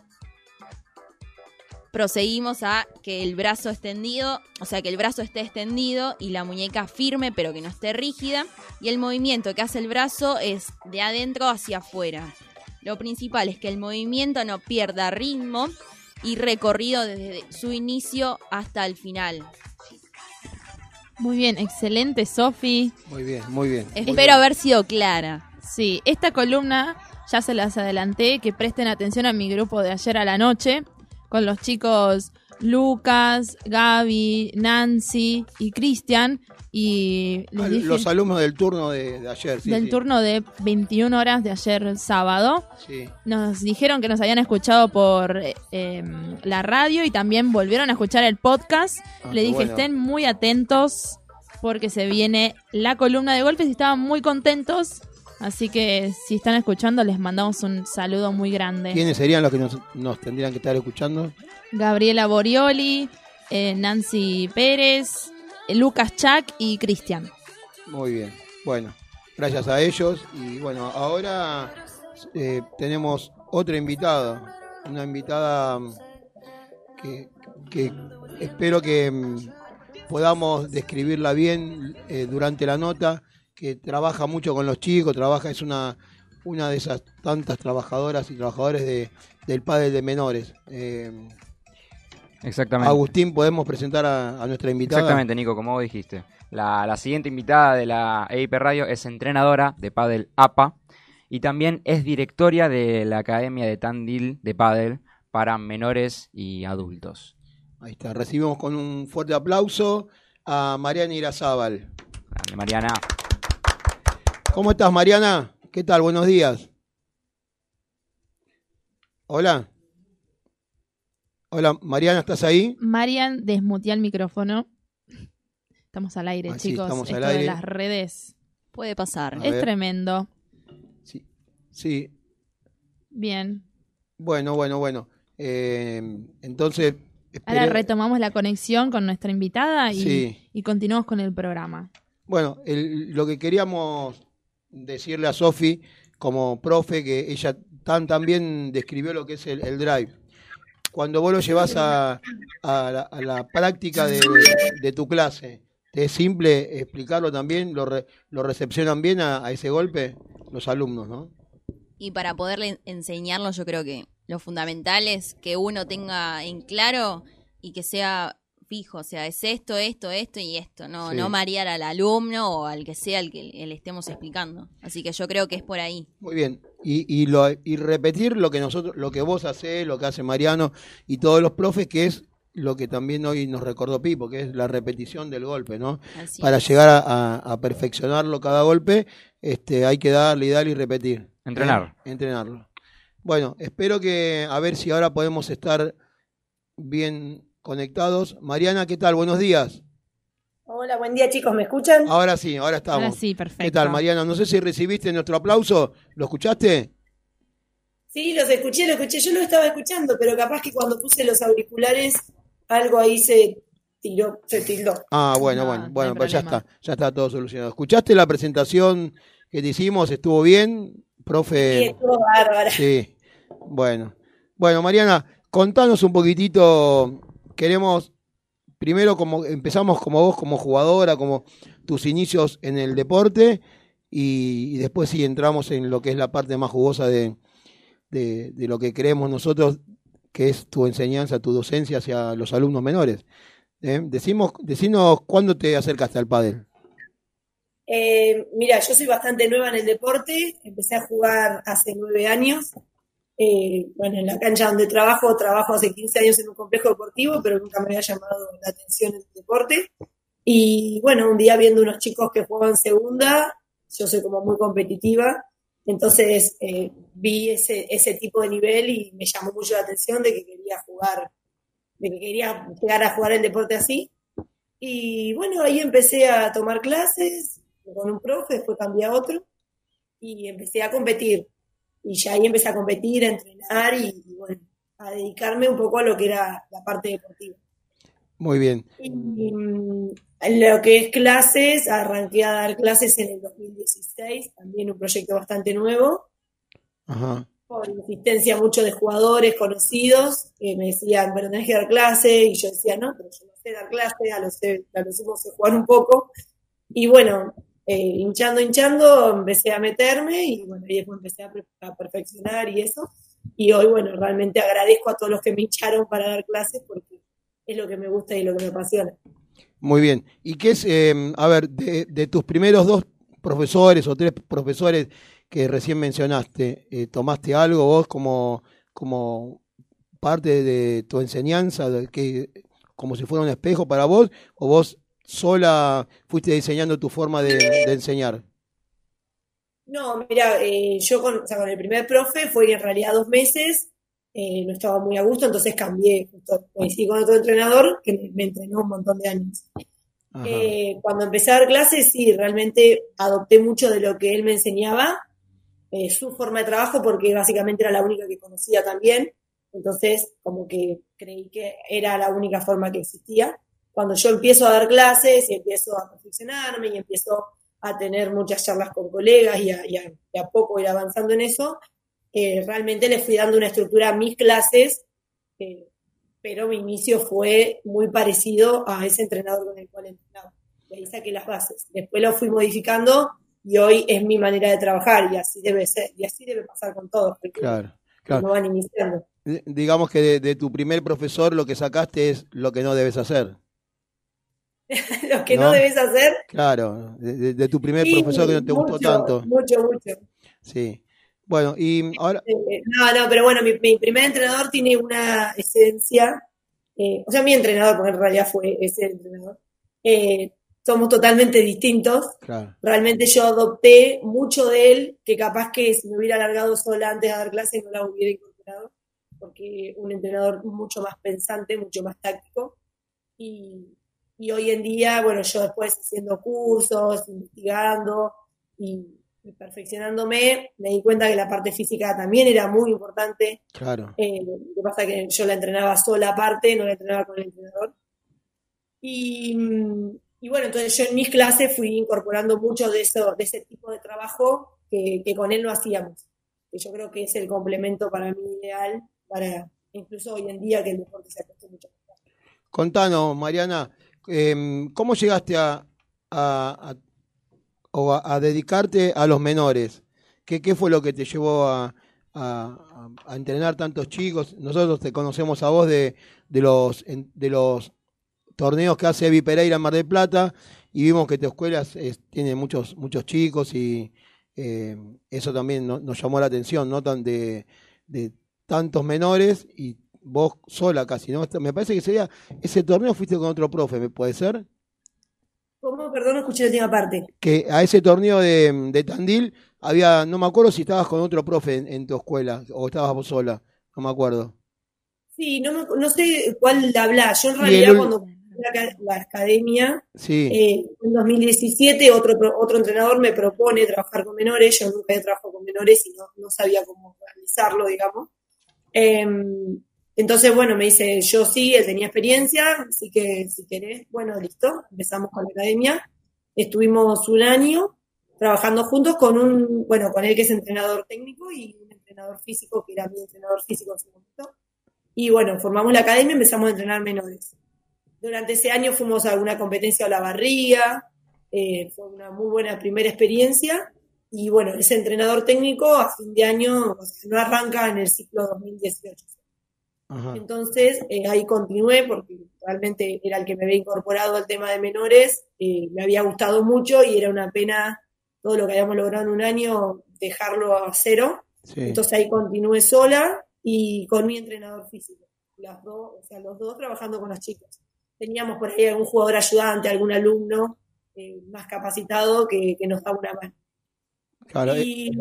Proseguimos a que el brazo extendido, o sea que el brazo esté extendido y la muñeca firme pero que no esté rígida. Y el movimiento que hace el brazo es de adentro hacia afuera. Lo principal es que el movimiento no pierda ritmo y recorrido desde su inicio hasta el final. Muy bien, excelente, Sofi. Muy bien, muy bien. Espero haber sido clara. Sí, esta columna ya se las adelanté, que presten atención a mi grupo de ayer a la noche, con los chicos Lucas, Gaby, Nancy y Cristian. Y les dije, Los alumnos del turno de, de ayer, sí. del sí. turno de veintiuna horas de ayer sábado. Sí. Nos dijeron que nos habían escuchado por eh, eh, la radio y también volvieron a escuchar el podcast. Ah, Le qué dije, bueno. estén muy atentos porque se viene la columna de golpes y estaban muy contentos. Así que si están escuchando, les mandamos un saludo muy grande. ¿Quiénes serían los que nos, nos tendrían que estar escuchando? Gabriela Borioli, eh, Nancy Pérez, eh, Lucas Chac y Cristian. Muy bien. Bueno, gracias a ellos. Y bueno, ahora eh, tenemos otra invitada. Una invitada mm, que, que espero que mm, podamos describirla bien eh, durante la nota, que trabaja mucho con los chicos, trabaja, es una, una de esas tantas trabajadoras y trabajadores de, del pádel de menores. Eh, Exactamente. Agustín, ¿podemos presentar a, a nuestra invitada? Exactamente, Nico, como vos dijiste. La, la siguiente invitada de la E I P Radio es entrenadora de pádel A P A y también es directora de la Academia de Tandil de Pádel para menores y adultos. Ahí está, recibimos con un fuerte aplauso a Mariana Irazábal. Grande, Mariana. ¿Cómo estás, Mariana? ¿Qué tal? Buenos días. Hola. Hola, Mariana, ¿estás ahí? Marian, desmutea el micrófono. Estamos al aire, Ah, sí, chicos. estamos Esto al aire. de las redes Puede pasar. A es ver. tremendo. Sí. Sí. Bien. Bueno, bueno, bueno. Eh, entonces... Ahora espere- retomamos la conexión con nuestra invitada y, Sí. y continuamos con el programa. Bueno, el- lo que queríamos decirle a Sofi, como profe, que ella tan, tan bien describió lo que es el, el drive. Cuando vos lo llevas a, a, la, a la práctica de, de tu clase, ¿te es simple explicarlo también? ¿Lo, re- lo recepcionan bien a, a ese golpe los alumnos, no? Y para poderle enseñarlo, yo creo que lo fundamental es que uno tenga en claro y que sea fijo, o sea, es esto, esto, esto y esto, no, Sí. no marear al alumno o al que sea el que le estemos explicando. Así que yo creo que es por ahí. Muy bien. Y, y, lo, y repetir lo que nosotros, lo que vos hacés, lo que hace Mariano y todos los profes, que es lo que también hoy nos recordó Pipo, que es la repetición del golpe, ¿no? Así Para es. llegar a, a- a perfeccionarlo cada golpe, este, hay que darle y darle y repetir. Entrenar. ¿Eh? Entrenarlo. Bueno, espero que, a ver si ahora podemos estar bien conectados. Mariana, ¿qué tal? Buenos días. Hola, buen día chicos, ¿me escuchan? Ahora sí, ahora estamos. Ahora sí, perfecto. ¿Qué tal, Mariana? No sé si recibiste nuestro aplauso. ¿Lo escuchaste? Sí, los escuché, los escuché, yo lo estaba escuchando, pero capaz que cuando puse los auriculares algo ahí se tiró, se tildó. Ah, bueno, No, bueno, no hay bueno, pues ya problema. está, ya está todo solucionado. ¿Escuchaste la presentación que te hicimos? ¿Estuvo bien, profe? Sí, estuvo bárbara. Sí, bueno. Bueno, Mariana, contanos un poquitito, queremos, primero como empezamos como vos, como jugadora, como tus inicios en el deporte, y, y después sí entramos en lo que es la parte más jugosa de, de, de lo que creemos nosotros, que es tu enseñanza, tu docencia hacia los alumnos menores. ¿Eh? Decimos, decinos cuándo te acercaste al pádel. Eh, mira, yo soy bastante nueva en el deporte, empecé a jugar hace nueve años. Eh, bueno, en la cancha donde trabajo, trabajo hace quince años en un complejo deportivo, pero nunca me había llamado la atención el deporte. Y bueno, un día viendo unos chicos que jugaban segunda, yo soy como muy competitiva, entonces eh, vi ese, ese tipo de nivel y me llamó mucho la atención de que quería jugar, de que quería llegar a jugar el deporte así. Y bueno, ahí empecé a tomar clases con un profe, después cambié a otro y empecé a competir. Y ya ahí empecé a competir, a entrenar y, y bueno, a dedicarme un poco a lo que era la parte deportiva. Muy bien. Y mm, en lo que es clases, arranqué a dar clases en el dos mil dieciséis, también un proyecto bastante nuevo, Ajá. por insistencia mucho de jugadores conocidos que me decían, pero tenés que dar clase, y yo decía, no, pero yo no sé dar clase, a lo, sé, a lo sumo sé jugar un poco. Y bueno, eh, hinchando, hinchando, empecé a meterme y bueno, y después empecé a, a perfeccionar y eso. Y hoy, bueno, realmente agradezco a todos los que me hincharon para dar clases porque es lo que me gusta y lo que me apasiona. Muy bien. ¿Y qué es, eh, a ver, de, de tus primeros dos profesores o tres profesores que recién mencionaste, eh, ¿tomaste algo vos como, como parte de tu enseñanza, de que, como si fuera un espejo para vos, o vos sola fuiste diseñando tu forma de, de enseñar? No, mira, eh, yo con, o sea, con el primer profe fue en realidad dos meses, eh, no estaba muy a gusto, entonces cambié, justo, coincidí con otro entrenador que me, me entrenó un montón de años. Eh, cuando empecé a dar clases, sí, realmente adopté mucho de lo que él me enseñaba, eh, su forma de trabajo, porque básicamente era la única que conocía también, entonces como que creí que era la única forma que existía. Cuando yo empiezo a dar clases y empiezo a perfeccionarme y empiezo a tener muchas charlas con colegas y a, y a, y a poco ir avanzando en eso, eh, realmente le fui dando una estructura a mis clases, eh, pero mi inicio fue muy parecido a ese entrenador con el cual entrenaba. Y ahí saqué las bases. Después lo fui modificando y hoy es mi manera de trabajar y así debe ser, y así debe pasar con todos, porque Claro, claro. no van iniciando. D- Digamos que de, de tu primer profesor lo que sacaste es lo que no debes hacer. Lo que no, ¿No? debes hacer, Claro, de, de- de tu primer sí, profesor que no te gustó mucho, tanto. mucho, mucho. Sí. Bueno, y ahora, Eh, no, no, pero bueno, mi, mi primer entrenador tiene una esencia, eh, o sea, mi entrenador, porque en realidad fue ese entrenador, eh, somos totalmente distintos. claro, Realmente yo adopté mucho de él, que capaz que si me hubiera alargado sola antes de dar clases no la hubiera incorporado, porque un entrenador mucho más pensante, mucho más táctico. Y, y hoy en día, bueno, yo después haciendo cursos, investigando y, y perfeccionándome, me di cuenta que la parte física también era muy importante. claro. Eh, lo que pasa es que yo la entrenaba sola aparte, no la entrenaba con el entrenador. Y, y bueno, entonces yo en mis clases fui incorporando mucho de eso, de ese tipo de trabajo que, que con él no hacíamos. Que yo creo que es el complemento para mí ideal, para incluso hoy en día que el deporte se ha puesto mucho. Contanos, Mariana, em, ¿cómo llegaste a, a, a- o a, a dedicarte a los menores? ¿Qué, qué fue lo que te llevó a, a- a entrenar tantos chicos? Nosotros te conocemos a vos de, de los en- de los torneos que hace Evi Pereira en Mar del Plata y vimos que tu escuela es- es- tiene muchos muchos chicos y eh, eso también no- nos llamó la atención, ¿no? Tan de, de tantos menores y vos sola casi, ¿no? Esto- Me parece que sería ese torneo fuiste con otro profe, ¿me puede ser? ¿Cómo? Perdón, no escuché la última parte. Que a ese torneo de, de Tandil había, no me acuerdo si estabas con otro profe en, en tu escuela o estabas vos sola, no me acuerdo. Sí, no, me- no sé cuál hablás. Yo en Y realidad el ul- cuando fui a la, la academia, Sí, eh, en dos mil diecisiete otro, pro- otro entrenador me propone trabajar con menores. Yo nunca he trabajado con menores y no, no sabía cómo realizarlo, digamos. Eh, entonces, bueno, me dice, yo sí, él tenía experiencia, así que si querés, bueno, listo, empezamos con la academia. Estuvimos un año trabajando juntos con un, bueno, con él que es entrenador técnico y un entrenador físico que era mi entrenador físico en ese momento. Y bueno, formamos la academia y empezamos a entrenar menores. Durante ese año fuimos a alguna competencia a Olavarría, eh, fue una muy buena primera experiencia. Y bueno, ese entrenador técnico a fin de año, o sea, no arranca en el ciclo dos mil dieciocho. ajá, Entonces, eh, ahí continué porque realmente era el que me había incorporado al tema de menores, eh, me había gustado mucho y era una pena todo lo que habíamos logrado en un año dejarlo a cero. sí, Entonces ahí continué sola y con mi entrenador físico, las dos, o sea, los dos trabajando con los chicos. Teníamos por ahí algún jugador ayudante, algún alumno eh, más capacitado que, que nos daba una mano. claro, eh, Y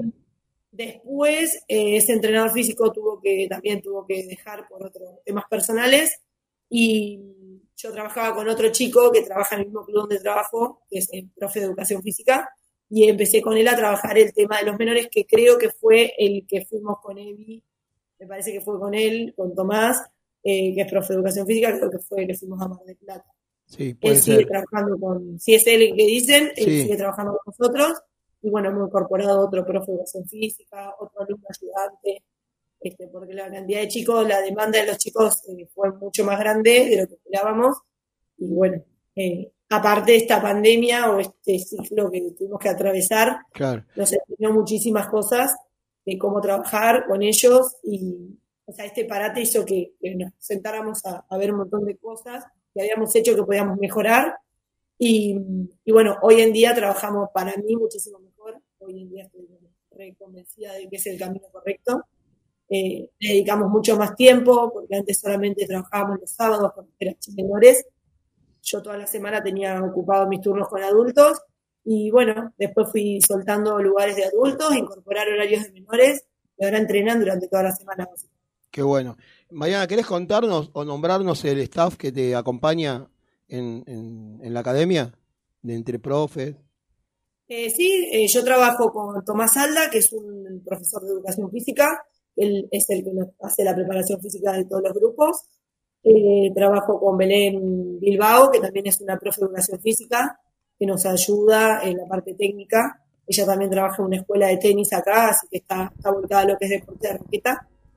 después eh, ese entrenador físico tuvo que también tuvo que dejar por otros temas personales y yo trabajaba con otro chico que trabaja en el mismo club donde trabajo, que es el profe de educación física, y empecé con él a trabajar el tema de los menores, que creo que fue el que fuimos con Evi, me parece que fue con él, con Tomás, eh, que es profe de educación física, creo que fue el que fuimos a Mar del Plata. sí, Él puede sigue ser. trabajando con, si es él el que dicen, él Sí. sigue trabajando con nosotros. Y bueno, hemos incorporado otro profe de educación física, otro alumno ayudante, este, porque la cantidad de chicos, la demanda de los chicos eh, fue mucho más grande de lo que esperábamos. Y bueno, eh, aparte de esta pandemia o este ciclo que tuvimos que atravesar, Claro, nos enseñó muchísimas cosas de cómo trabajar con ellos y, o sea, este parate hizo que, que nos sentáramos a, a ver un montón de cosas que habíamos hecho que podíamos mejorar y, y bueno, hoy en día trabajamos para mí muchísimo mejor, hoy en día estoy re convencida de que es el camino correcto. Eh, le dedicamos mucho más tiempo, porque antes solamente trabajábamos los sábados con eran menores. Yo toda la semana tenía ocupado mis turnos con adultos y bueno, después fui soltando lugares de adultos, incorporar horarios de menores y ahora entrenan durante toda la semana. qué bueno. Mariana, ¿querés contarnos o nombrarnos el staff que te acompaña en, en, en la academia? De entre profes. Eh, sí, eh, yo trabajo con Tomás Alda, que es un profesor de educación física. Él es el que nos hace la preparación física de todos los grupos. Eh, trabajo con Belén Bilbao, que también es una profe de educación física, que nos ayuda en la parte técnica. Ella también trabaja en una escuela de tenis acá, así que está, está volcada a lo que es deporte de raqueta.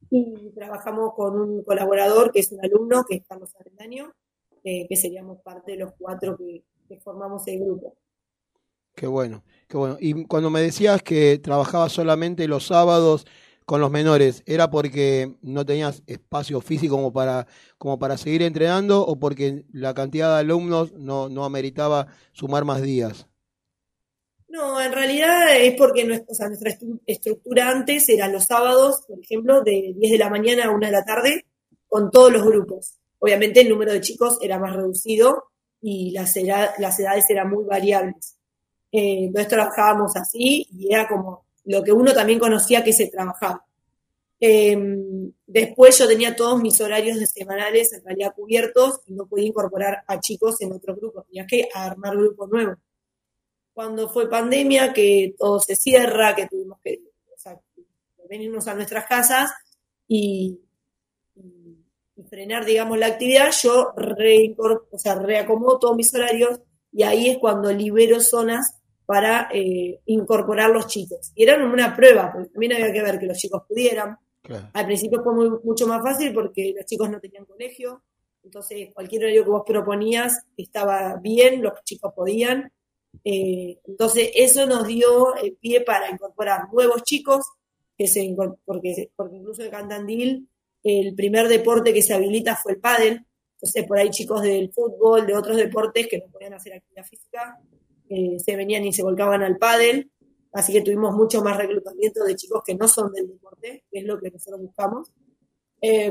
y trabajamos con un colaborador que es un alumno, que es Carlos Avendaño, eh, que seríamos parte de los cuatro que, que formamos el grupo. Qué bueno, qué bueno. Y cuando me decías que trabajabas solamente los sábados con los menores, ¿era porque no tenías espacio físico como para, como para seguir entrenando o porque la cantidad de alumnos no, no ameritaba sumar más días? No, en realidad es porque nuestra, o sea, nuestra estru- estructura antes era los sábados, por ejemplo, de diez de la mañana a una de la tarde, con todos los grupos. Obviamente el número de chicos era más reducido y las, edad- las edades eran muy variables. Eh, entonces trabajábamos así y era como lo que uno también conocía que se trabajaba. Eh, después yo tenía todos mis horarios de semanales en realidad cubiertos y no podía incorporar a chicos en otros grupos, tenía que armar grupos nuevos. Cuando fue pandemia, que todo se cierra, que tuvimos que, o sea, venirnos a nuestras casas y, y, y frenar, digamos, la actividad, yo reincor- o sea, reacomodo todos mis horarios y ahí es cuando libero zonas para eh, incorporar los chicos. Y eran una prueba, porque también había que ver que los chicos pudieran. Claro. Al principio fue muy, mucho más fácil porque los chicos no tenían colegio, entonces cualquier horario que vos proponías estaba bien, los chicos podían. Eh, entonces eso nos dio el pie para incorporar nuevos chicos, que se incor- porque, porque incluso en Cantandil el primer deporte que se habilita fue el pádel. Entonces por ahí chicos del fútbol, de otros deportes que no podían hacer actividad física, eh, se venían y se volcaban al pádel, así que tuvimos mucho más reclutamiento de chicos que no son del deporte, que es lo que nosotros buscamos. Eh,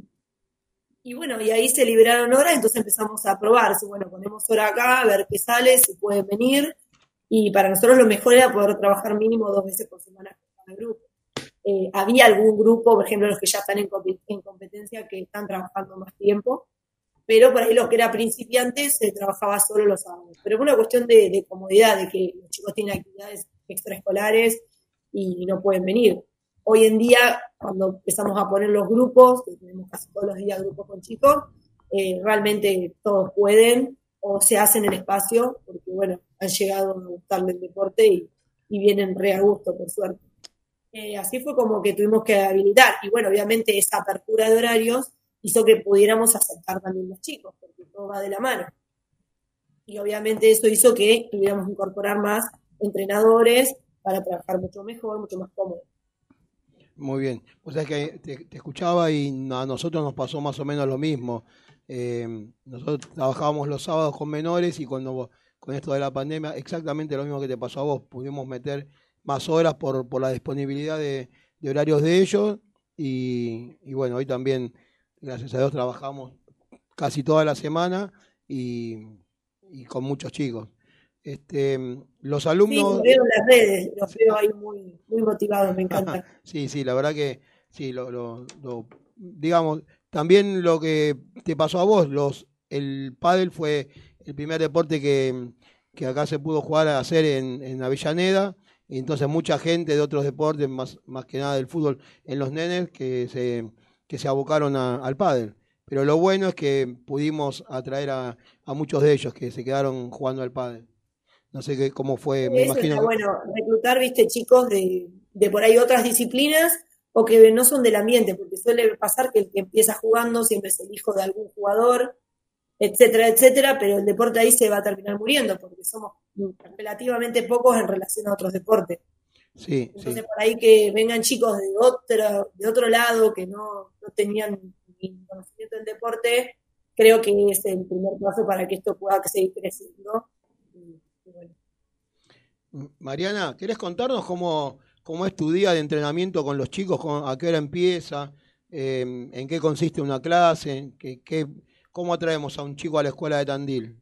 y bueno, y ahí se liberaron horas, entonces empezamos a probar, si bueno, ponemos hora acá, a ver qué sale, si pueden venir, y para nosotros lo mejor era poder trabajar mínimo dos veces por semana con cada grupo. Eh, había algún grupo, por ejemplo, los que ya están en, comp- en competencia, que están trabajando más tiempo, pero por ahí los que era principiantes se trabajaba solo los sábados. Pero fue una cuestión de, de comodidad, de que los chicos tienen actividades extraescolares y no pueden venir. Hoy en día, cuando empezamos a poner los grupos, que tenemos casi todos los días grupos con chicos, eh, realmente todos pueden o se hacen el espacio, porque bueno, han llegado a gustarle el deporte y, y vienen re a gusto, por suerte. Eh, así fue como que tuvimos que habilitar. Y bueno, obviamente esa apertura de horarios hizo que pudiéramos aceptar también los chicos, porque todo va de la mano. Y obviamente eso hizo que tuviéramos que incorporar más entrenadores para trabajar mucho mejor, mucho más cómodo. Muy bien. O sea que te, te escuchaba y a nosotros nos pasó más o menos lo mismo. Eh, nosotros trabajábamos los sábados con menores y cuando con esto de la pandemia, exactamente lo mismo que te pasó a vos. Pudimos meter más horas por, por la disponibilidad de, de horarios de ellos y, y bueno, hoy también, gracias a Dios, trabajamos casi toda la semana y, y con muchos chicos. Este, los alumnos... Sí, los veo en las redes, los veo ahí muy, muy motivados, me encanta. Sí, sí, la verdad que sí, lo, lo, lo- digamos, también lo que te pasó a vos, los, el pádel fue el primer deporte que, que acá se pudo jugar a hacer en, en Avellaneda, y entonces mucha gente de otros deportes, más, más que nada del fútbol, en los nenes que se, que se abocaron a- al pádel. Pero lo bueno es que pudimos atraer a, a muchos de ellos que se quedaron jugando al pádel. No sé qué, cómo fue, me Eso imagino está que... bueno, reclutar, viste, chicos de, de por ahí otras disciplinas o que no son del ambiente, porque suele pasar que el que empieza jugando siempre es el hijo de algún jugador, etcétera, etcétera, pero el deporte ahí se va a terminar muriendo, porque somos relativamente pocos en relación a otros deportes. Sí, Entonces sí. por ahí que vengan chicos de otro, de otro lado que no, no tenían ni conocimiento del deporte, creo que es el primer paso para que esto pueda seguir creciendo. Y, y bueno. Mariana, ¿querés contarnos cómo, cómo es tu día de entrenamiento con los chicos? Cómo- ¿A qué hora empieza? Eh, ¿en qué consiste una clase? ¿Qué, qué, cómo atraemos a un chico a la escuela de Tandil?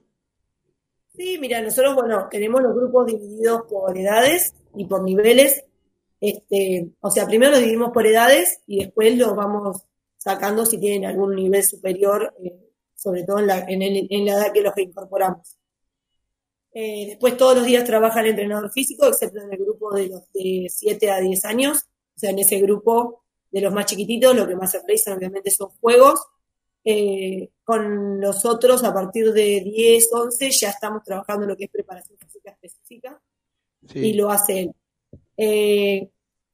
Sí, mira, nosotros, bueno, tenemos los grupos divididos por edades y por niveles. Este, o sea, primero los dividimos por edades y después los vamos sacando si tienen algún nivel superior, eh, sobre todo en la, en, el- en la edad que los incorporamos. Eh, después todos los días trabaja el entrenador físico, excepto en el grupo de los de siete a diez años. O sea, en ese grupo de los más chiquititos, lo que más se realizan obviamente son juegos. Eh, con los otros, a partir de diez, once, ya estamos trabajando lo que es preparación física específica y Sí. lo hace él. Eh,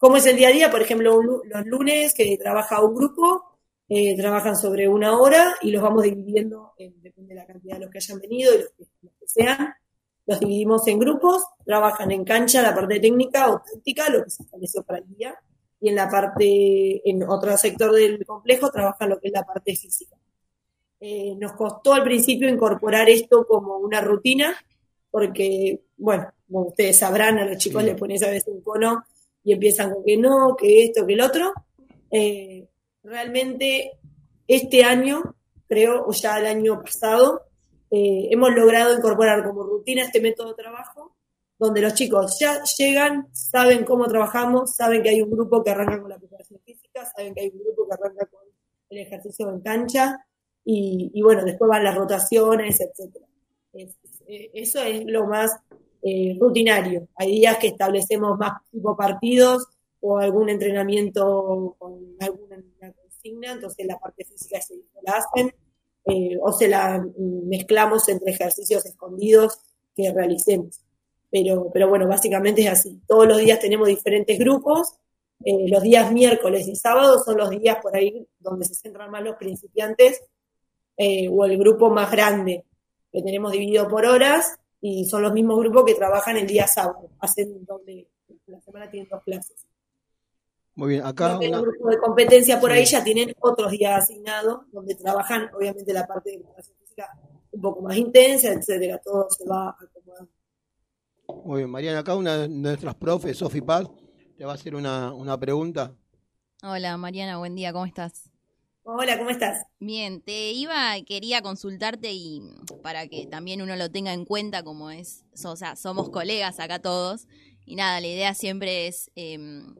¿Cómo es el día a día? Por ejemplo, un, los lunes que trabaja un grupo, eh, trabajan sobre una hora y los vamos dividiendo, en, depende de la cantidad de los que hayan venido y los que, los que sean, los dividimos en grupos, trabajan en cancha la parte técnica o táctica, lo que se estableció para el día, y en la parte, en otro sector del complejo, trabajan lo que es la parte física. Eh, nos costó al principio incorporar esto como una rutina, porque, bueno, como ustedes sabrán, a los chicos sí. les pones a veces un cono y empiezan con que no, que esto, que el otro. Eh, realmente este año, creo, o ya el año pasado, eh, hemos logrado incorporar como rutina este método de trabajo, donde los chicos ya llegan, saben cómo trabajamos, saben que hay un grupo que arranca con la preparación física, saben que hay un grupo que arranca con el ejercicio en cancha, y, y bueno, después van las rotaciones, etcétera. Es, eh, eso es lo más eh, rutinario. Hay días que establecemos más tipo partidos o algún entrenamiento con alguna consigna, entonces la parte física se la hacen, eh, o se la mezclamos entre ejercicios escondidos que realicemos. Pero, pero bueno, básicamente es así. Todos los días tenemos diferentes grupos. Eh, los días miércoles y sábados son los días por ahí donde se centran más los principiantes, eh, o el grupo más grande, que tenemos dividido por horas, y son los mismos grupos que trabajan el día sábado. Hacen donde la semana tienen dos clases. Muy bien, acá... Los que una... el grupo de competencia por sí. ahí ya tienen otros días asignados, donde trabajan, obviamente, la parte de preparación física un poco más intensa, etcétera. Todo se va acomodando. Muy bien, Mariana, acá una de nuestras profes, Sofi Paz, te va a hacer una, una pregunta. Hola, Mariana, buen día, ¿cómo estás? Hola, ¿cómo estás? Bien, te iba, quería consultarte y para que también uno lo tenga en cuenta como es, o sea, somos colegas acá todos, y nada, la idea siempre es, eh,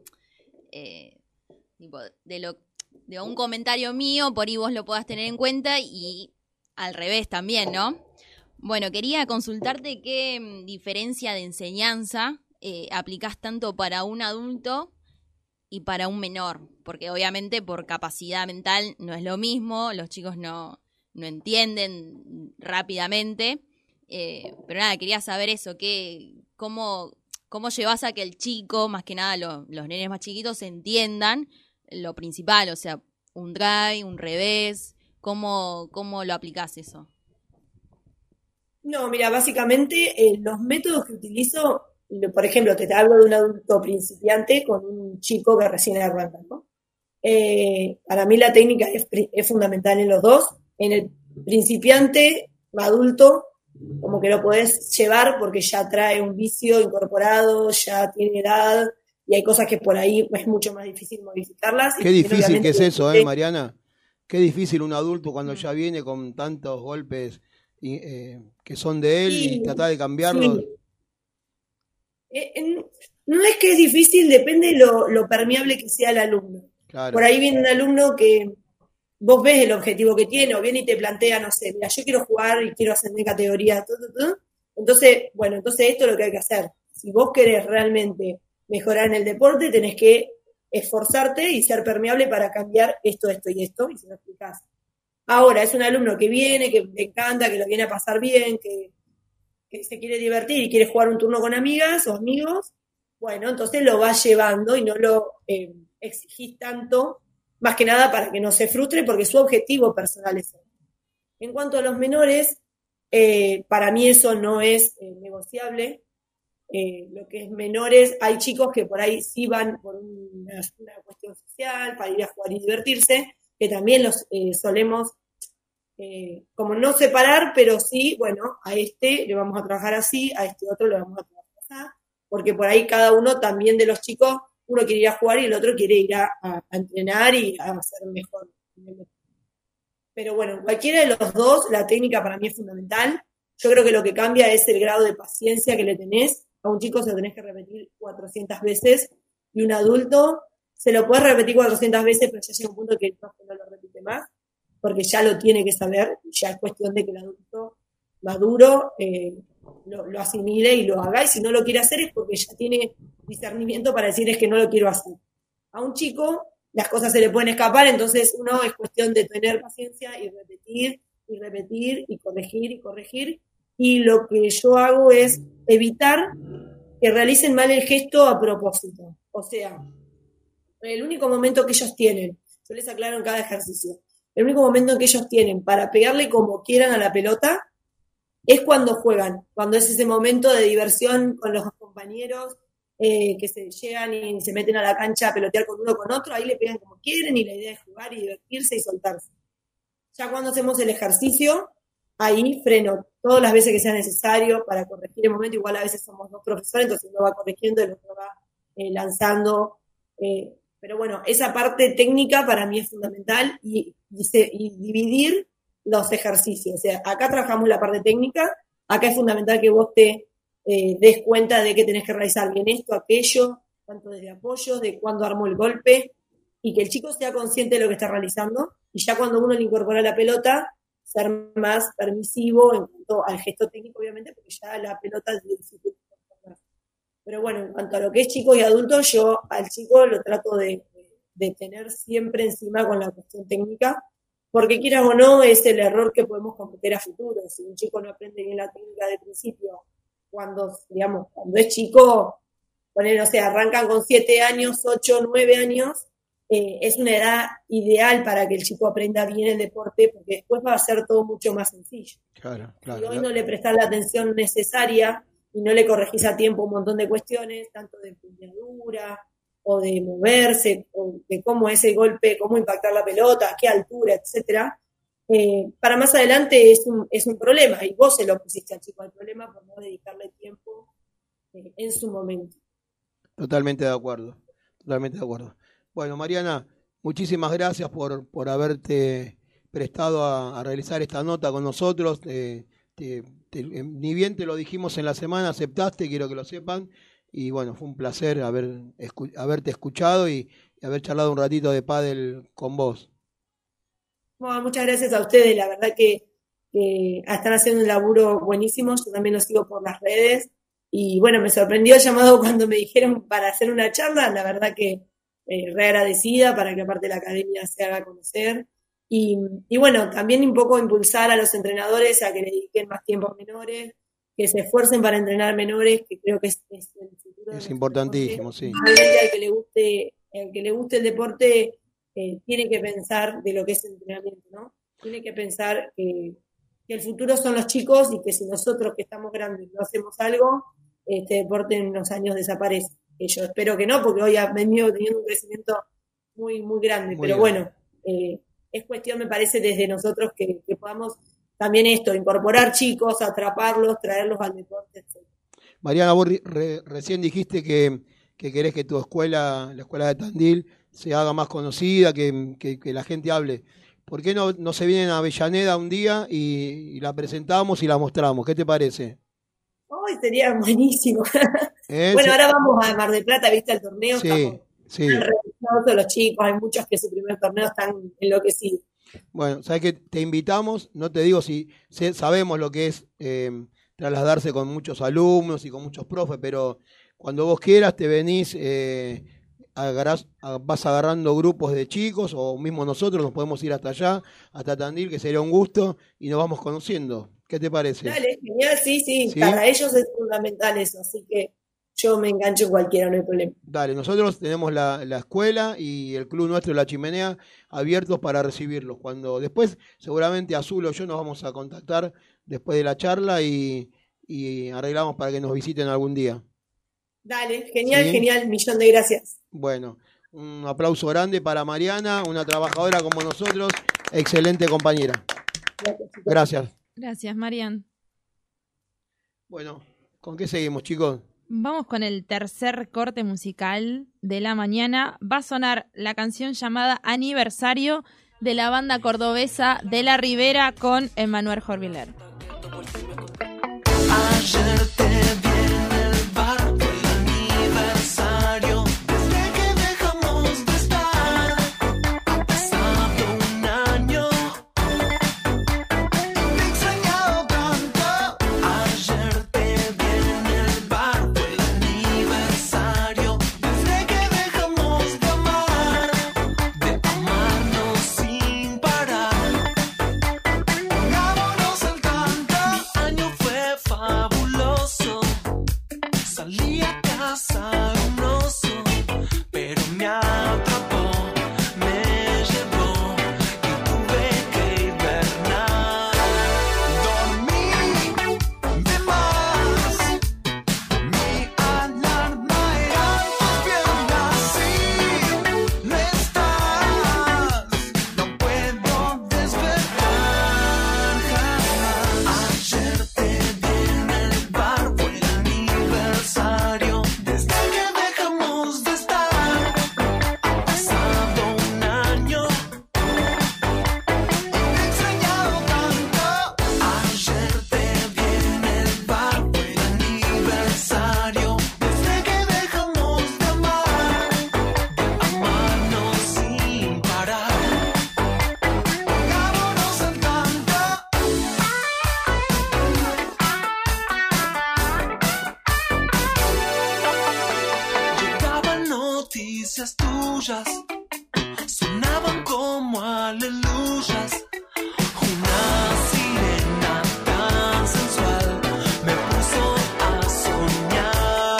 eh, tipo, de, lo, de un comentario mío, por ahí vos lo puedas tener en cuenta y al revés también, ¿no? Bueno, quería consultarte qué diferencia de enseñanza eh, aplicás tanto para un adulto y para un menor, porque obviamente por capacidad mental no es lo mismo, los chicos no, no entienden rápidamente, eh, pero nada, quería saber eso, que, cómo, cómo llevas a que el chico, más que nada lo, los nenes más chiquitos, entiendan lo principal, o sea, un drive, un revés, cómo, cómo lo aplicás eso. No, mira, básicamente eh, los métodos que utilizo, por ejemplo, te hablo de un adulto principiante con un chico que recién arranca, ¿no? Eh, para mí la técnica es, es fundamental en los dos. En el principiante, adulto, como que lo podés llevar porque ya trae un vicio incorporado, ya tiene edad y hay cosas que por ahí es mucho más difícil modificarlas. Qué difícil que es eso, ¿eh, Mariana? Qué difícil un adulto cuando ya viene con tantos golpes y, eh, que son de él sí, y tratar de cambiarlos. Sí. Eh, eh, no es que es difícil, depende de lo, lo permeable que sea el alumno. Claro. Por ahí viene un alumno que vos ves el objetivo que tiene, o viene y te plantea, no sé, mira, yo quiero jugar y quiero ascender categoría, todo, todo, todo. Entonces, bueno, entonces esto es lo que hay que hacer. Si vos querés realmente mejorar en el deporte, tenés que esforzarte y ser permeable para cambiar esto, esto y esto, y se lo explicás. Ahora, es un alumno que viene, que le encanta, que lo viene a pasar bien, que, que se quiere divertir y quiere jugar un turno con amigas o amigos, bueno, entonces lo vas llevando y no lo eh, exigís tanto, más que nada para que no se frustre, porque su objetivo personal es eso. En cuanto a los menores, eh, para mí eso no es eh, negociable. Eh, lo que es menores, hay chicos que por ahí sí van por una, una cuestión social, para ir a jugar y divertirse, que también los eh, solemos, eh, como no separar, pero sí, bueno, a este le vamos a trabajar así, a este otro le vamos a trabajar así, porque por ahí cada uno también de los chicos, uno quiere ir a jugar y el otro quiere ir a, a, a entrenar y a hacer mejor. Pero bueno, cualquiera de los dos, la técnica para mí es fundamental. Yo creo que lo que cambia es el grado de paciencia que le tenés. A un chico se lo tenés que repetir cuatrocientas veces y un adulto se lo puede repetir cuatrocientas veces, pero ya llega un punto que no lo repite más, porque ya lo tiene que saber, ya es cuestión de que el adulto maduro eh, lo, lo asimile y lo haga, y si no lo quiere hacer es porque ya tiene discernimiento para decir es que no lo quiero hacer. A un chico las cosas se le pueden escapar, entonces uno es cuestión de tener paciencia y repetir, y repetir, y corregir, y corregir, y lo que yo hago es evitar que realicen mal el gesto a propósito. O sea, el único momento que ellos tienen, yo les aclaro en cada ejercicio, el único momento que ellos tienen para pegarle como quieran a la pelota es cuando juegan, cuando es ese momento de diversión con los compañeros, eh, que se llegan y se meten a la cancha a pelotear con uno con otro, ahí le pegan como quieren y la idea es jugar y divertirse y soltarse. Ya cuando hacemos el ejercicio, ahí freno todas las veces que sea necesario para corregir el momento, igual a veces somos dos profesores, entonces uno va corrigiendo y el otro va eh, lanzando, eh, pero bueno, esa parte técnica para mí es fundamental y, y, se, y dividir los ejercicios, o sea, acá trabajamos la parte técnica, acá es fundamental que vos te eh, des cuenta de que tenés que realizar bien esto, aquello, tanto desde apoyo, de cuándo armo el golpe, y que el chico sea consciente de lo que está realizando, y ya cuando uno le incorpora la pelota, ser más permisivo en cuanto al gesto técnico, obviamente, porque ya la pelota es difícil. Pero bueno, en cuanto a lo que es chicos y adultos, yo al chico lo trato de, de tener siempre encima con la cuestión técnica, porque quieras o no, es el error que podemos cometer a futuro. Si un chico no aprende bien la técnica de principio, cuando, digamos, cuando es chico, poner, o sea, arrancan con siete años, ocho, nueve años, eh, es una edad ideal para que el chico aprenda bien el deporte, porque después va a ser todo mucho más sencillo. Claro, claro. Si hoy no le prestás la atención necesaria y no le corregís a tiempo un montón de cuestiones, tanto de empuñadura, o de moverse, o de cómo ese golpe, cómo impactar la pelota, a qué altura, etcétera, eh, para más adelante es un, es un problema, y vos se lo pusiste al chico al problema por no dedicarle tiempo eh, en su momento. Totalmente de acuerdo, totalmente de acuerdo. Bueno, Mariana, muchísimas gracias por, por haberte prestado a, a realizar esta nota con nosotros. Eh, te, te, eh, ni bien te lo dijimos en la semana, aceptaste, quiero que lo sepan. Y bueno, fue un placer haber escu haberte escuchado y, y haber charlado un ratito de pádel con vos. Bueno, muchas gracias a ustedes, la verdad que, que están haciendo un laburo buenísimo, yo también lo sigo por las redes y bueno, me sorprendió el llamado cuando me dijeron para hacer una charla, la verdad que eh, re agradecida para que aparte la academia se haga conocer y, y bueno, también un poco impulsar a los entrenadores a que le dediquen más tiempo a menores, que se esfuercen para entrenar menores, que creo que es, es el futuro. Es importantísimo, sí. Realmente al que le guste, al que le guste el deporte, eh, tiene que pensar de lo que es el entrenamiento, ¿no? Tiene que pensar que, que el futuro son los chicos y que si nosotros que estamos grandes no hacemos algo, este deporte en unos años desaparece. Que yo espero que no, porque hoy ha venido teniendo un crecimiento muy, muy grande. Muy pero grande. Bueno, eh, es cuestión, me parece, desde nosotros que, que podamos también esto, incorporar chicos, atraparlos, traerlos al deporte, etcétera. Mariana, vos re, recién dijiste que, que querés que tu escuela, la escuela de Tandil, se haga más conocida, que, que, que la gente hable. ¿Por qué no, no se vienen a Avellaneda un día y, y la presentamos y la mostramos? ¿Qué te parece? Hoy oh, sería buenísimo. ¿Eh? Bueno, sí. Ahora vamos a Mar del Plata, ¿viste el torneo? Sí, Estamos sí. todos los chicos, hay muchos que su primer torneo están enloquecidos. Bueno, sabes que te invitamos, no te digo si sabemos lo que es eh, trasladarse con muchos alumnos y con muchos profes, pero cuando vos quieras te venís, eh, agarrás, vas agarrando grupos de chicos o mismo nosotros nos podemos ir hasta allá, hasta Tandil, que sería un gusto, y nos vamos conociendo. ¿Qué te parece? Dale, genial, sí, sí, ¿Sí? Para ellos es fundamental eso, así que yo me engancho en cualquiera, no hay problema. Dale, nosotros tenemos la, la escuela y el club nuestro, La Chimenea, abiertos para recibirlos. Cuando después, seguramente Azul o yo nos vamos a contactar después de la charla y, y arreglamos para que nos visiten algún día. Dale, genial, ¿Sí? Genial, millón de gracias. Bueno, un aplauso grande para Mariana, una trabajadora como nosotros, excelente compañera. Gracias. Gracias. Gracias, Marian. Bueno, ¿con qué seguimos, chicos? Vamos con el tercer corte musical de la mañana. Va a sonar la canción llamada Aniversario de la banda cordobesa De la Ribera con Emmanuel Jorviler. Ayer te vi en el bar, fue el aniversario. Desde que dejamos de estar, ha pasado un año. Me he extrañado tanto. Ayer te vi en el bar, fue el aniversario. Desde que dejamos de amar, de amarnos sin parar. Pongámonos al tanto. Mi año fue fabuloso. Salí a cazar un oso, pero me atrapó. caricias tuyas sonaban como aleluyas. Una sirena tan sensual me puso a soñar.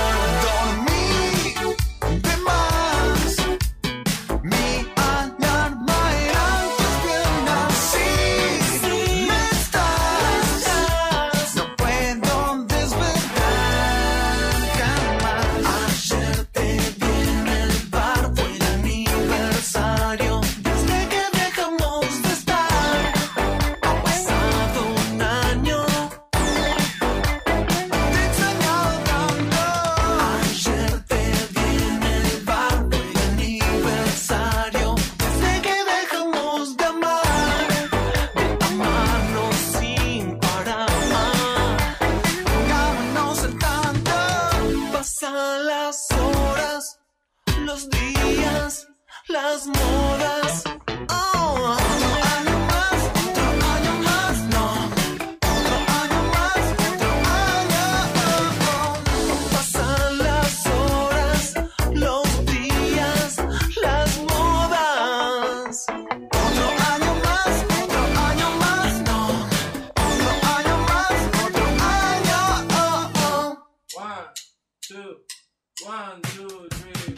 Dormí de más, mi alarma eran tus piernas. Sí, sí, me estás, no puedo despertar jamás. Ayer te vi en el bar, fue el aniversario. Desde que dejamos de estar, ha pasado un año. Te he extrañado tanto. Ayer te vi en el bar, fue el aniversario. Desde que dejamos de amar, de amarnos sin parar. Pongámonos al tanto. Pasan las horas, los días, las modas. Oh, otro año más, otro año más, no. Otro año más, otro año. Oh, oh. Pasan las horas, los días, las modas. Otro año más, otro año más, no. Otro año más, otro año. Oh, oh. One, two, one, two, three.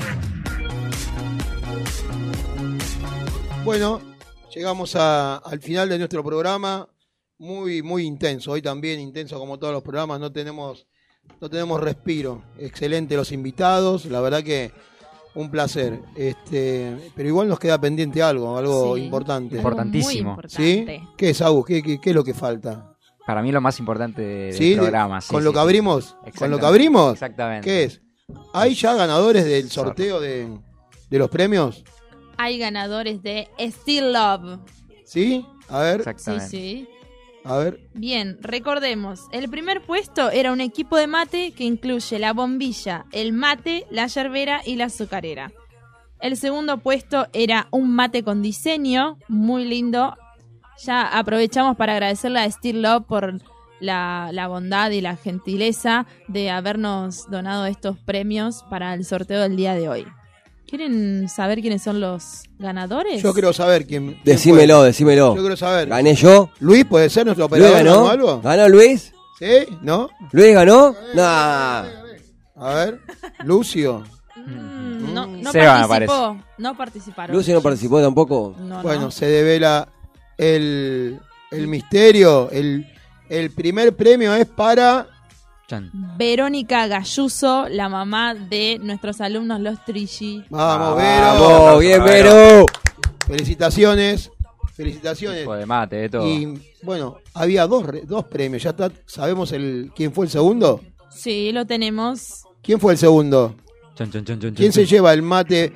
Bueno, llegamos a- al final de nuestro programa, muy muy intenso, hoy también intenso como todos los programas, no tenemos no tenemos respiro, excelente los invitados, la verdad que un placer, este, pero igual nos queda pendiente algo, algo Sí, importante. importantísimo. Muy ¿Sí? importante. ¿Qué es, Agus? ¿Qué, qué, qué es lo que falta? Para mí lo más importante de- del ¿Sí? De- programa. sí, ¿Con sí, lo que sí. abrimos? ¿Con lo que Exactamente. abrimos? Exactamente. ¿Qué es? ¿Hay ya ganadores del sorteo de, de los premios? Hay ganadores de Still Love. ¿Sí? A ver. Sí, sí. A ver. Bien, recordemos, el primer puesto era un equipo de mate que incluye la bombilla, el mate, la yerbera y la azucarera. El segundo puesto era un mate con diseño, muy lindo. Ya aprovechamos para agradecerle a Still Love por la, la bondad y la gentileza de habernos donado estos premios para el sorteo del día de hoy. ¿Quieren saber quiénes son los ganadores? Yo quiero saber quién. quién Decímelo, fue. decímelo. Yo quiero saber. ¿Gané yo? ¿Luis puede ser nuestro ¿Luis operador ganó? o algo? ¿Ganó Luis? ¿Sí? ¿No? ¿Luis ganó? Nah. A ver. Lucio. Mm, no, no Seba, me participó, no participaron. ¿Lucio no participó tampoco? No, Bueno, no. se devela el, el misterio. El, el primer premio es para. Verónica Galluso, la mamá de nuestros alumnos los Trilli. Vamos, Vamos, Vero. bien, Vero. Felicitaciones. Felicitaciones. Tipo de mate, de todo. Y bueno, había dos, re- dos premios. ¿Ya está? ¿Sabemos el quién fue el segundo? Sí, lo tenemos. ¿Quién fue el segundo? Chon, chon, chon, chon, ¿Quién chon, se chon. lleva el mate?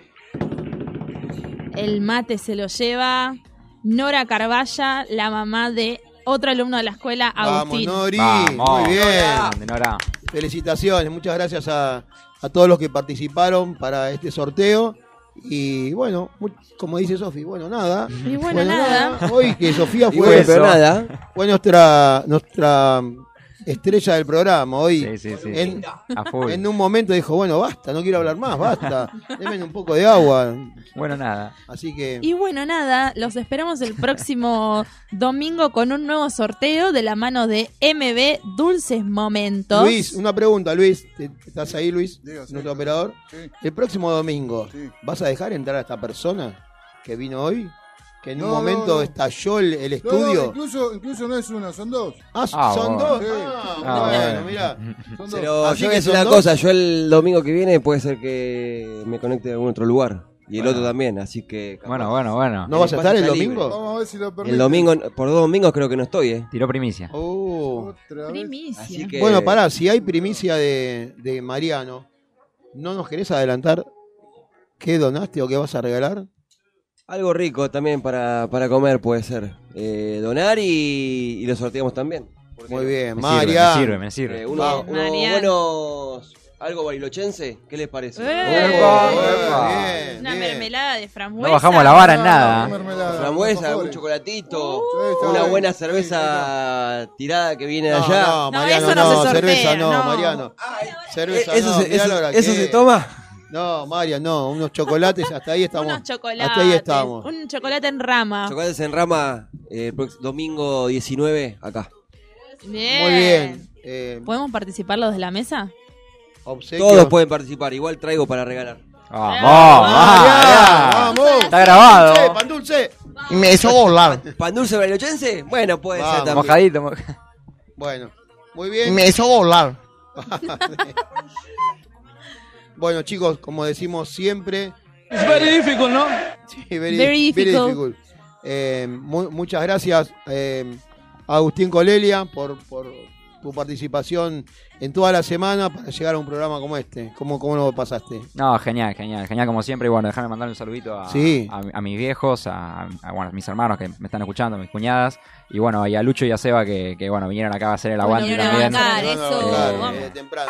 El mate se lo lleva Nora Carvalla, la mamá de otro alumno de la escuela, Agustín. Vamos, Nori. Vamos. Muy bien. Grande, Nora. Felicitaciones. Muchas gracias a, a todos los que participaron para este sorteo. Y bueno, mu- como dice Sofi, bueno, nada. Y bueno, nada. Hoy que Sofía Y fue, bueno, pero nada. fue nuestra, nuestra estrella del programa. Hoy Sí, sí, sí. En, A full. en un momento dijo, bueno, basta, no quiero hablar más, basta. Denme un poco de agua. Bueno, nada. Así que... Y bueno, nada, los esperamos el próximo domingo con un nuevo sorteo de la mano de M B Dulces Momentos. Luis, una pregunta, Luis. ¿Te- ¿Estás ahí, Luis? Diga, sí. Nuestro operador. Sí. El próximo domingo, Sí. ¿vas a dejar entrar a esta persona que vino hoy? Que en un No, momento no, no. estalló el, el No, estudio. incluso, incluso no es una, son dos. Ah, Ah, son bueno. dos. Sí. Ah, Ah, bueno, bueno. mirá. Son dos. Pero Así yo voy que a decir son una dos. cosa, yo el domingo que viene puede ser que me conecte a algún otro lugar. Y el Bueno. otro también, así que... capaz. Bueno, bueno, bueno. ¿No vas a estar el Está libre. domingo? Vamos a ver si lo permiten. El domingo, por dos domingos creo que no estoy, ¿eh? Tiró primicia. Oh. Otra vez. Primicia. Así que... Bueno, pará, si hay primicia de, de Mariano, ¿no nos querés adelantar qué donaste o qué vas a regalar? Algo rico también para, para comer puede ser. Eh, donar y, y lo sorteamos también. ¿Por qué Muy no? bien, Me sirve, Mariano. me sirve, me sirve. Eh, uno- Bien, unos Mariano. buenos... ¿Algo barilochense? ¿Qué les parece? ¡Eh! Epa, epa. Una Bien, bien. mermelada de frambuesa. No bajamos la vara en No, nada. no, mermelada, Frambuesa, por favor. un chocolatito, Sí, está una bien. buena Sí, cerveza tirada que viene de No, allá. no, No, Mariano, eso no no, se sortea, cerveza no, no. Mariano. Eh, Cerveza ¿Eso, no, se, mirá eso- la hora eso que se es. toma? No, María, no, unos chocolates, hasta ahí estamos. Unos chocolates. Hasta ahí estamos. Un chocolate en rama. Chocolates en rama, eh, el próximo domingo diecinueve, acá. Bien. Muy bien. Eh, ¿Podemos participar los de la mesa? obsequio. Todos pueden participar, igual traigo para regalar. Vamos, María, vamos. Está grabado. Pan dulce, pan dulce. Y me hizo volar. ¿Pan dulce bariloche? Bueno, puede Vamos. ser también. Mojadito. moj- Bueno, muy Y bien. me hizo volar. Bueno, chicos, como decimos siempre. It's very difficult, ¿no? Sí, very, Very very difficult. difficult. Eh, mu- muchas gracias, eh, Agustín Colelia, por, por tu participación en toda la semana para llegar a un programa como este. ¿Cómo, cómo lo pasaste? No, genial, genial, genial como siempre. Y bueno, déjame mandarle un saludito a, Sí. a, a mis viejos, a, a, bueno, a mis hermanos que me están escuchando, a mis cuñadas. Y bueno, y a Lucho y a Seba que, que bueno, vinieron acá a hacer el aguante Vinieron a también. bancar, Te van a eso, bancar, vamos. eh, temprano.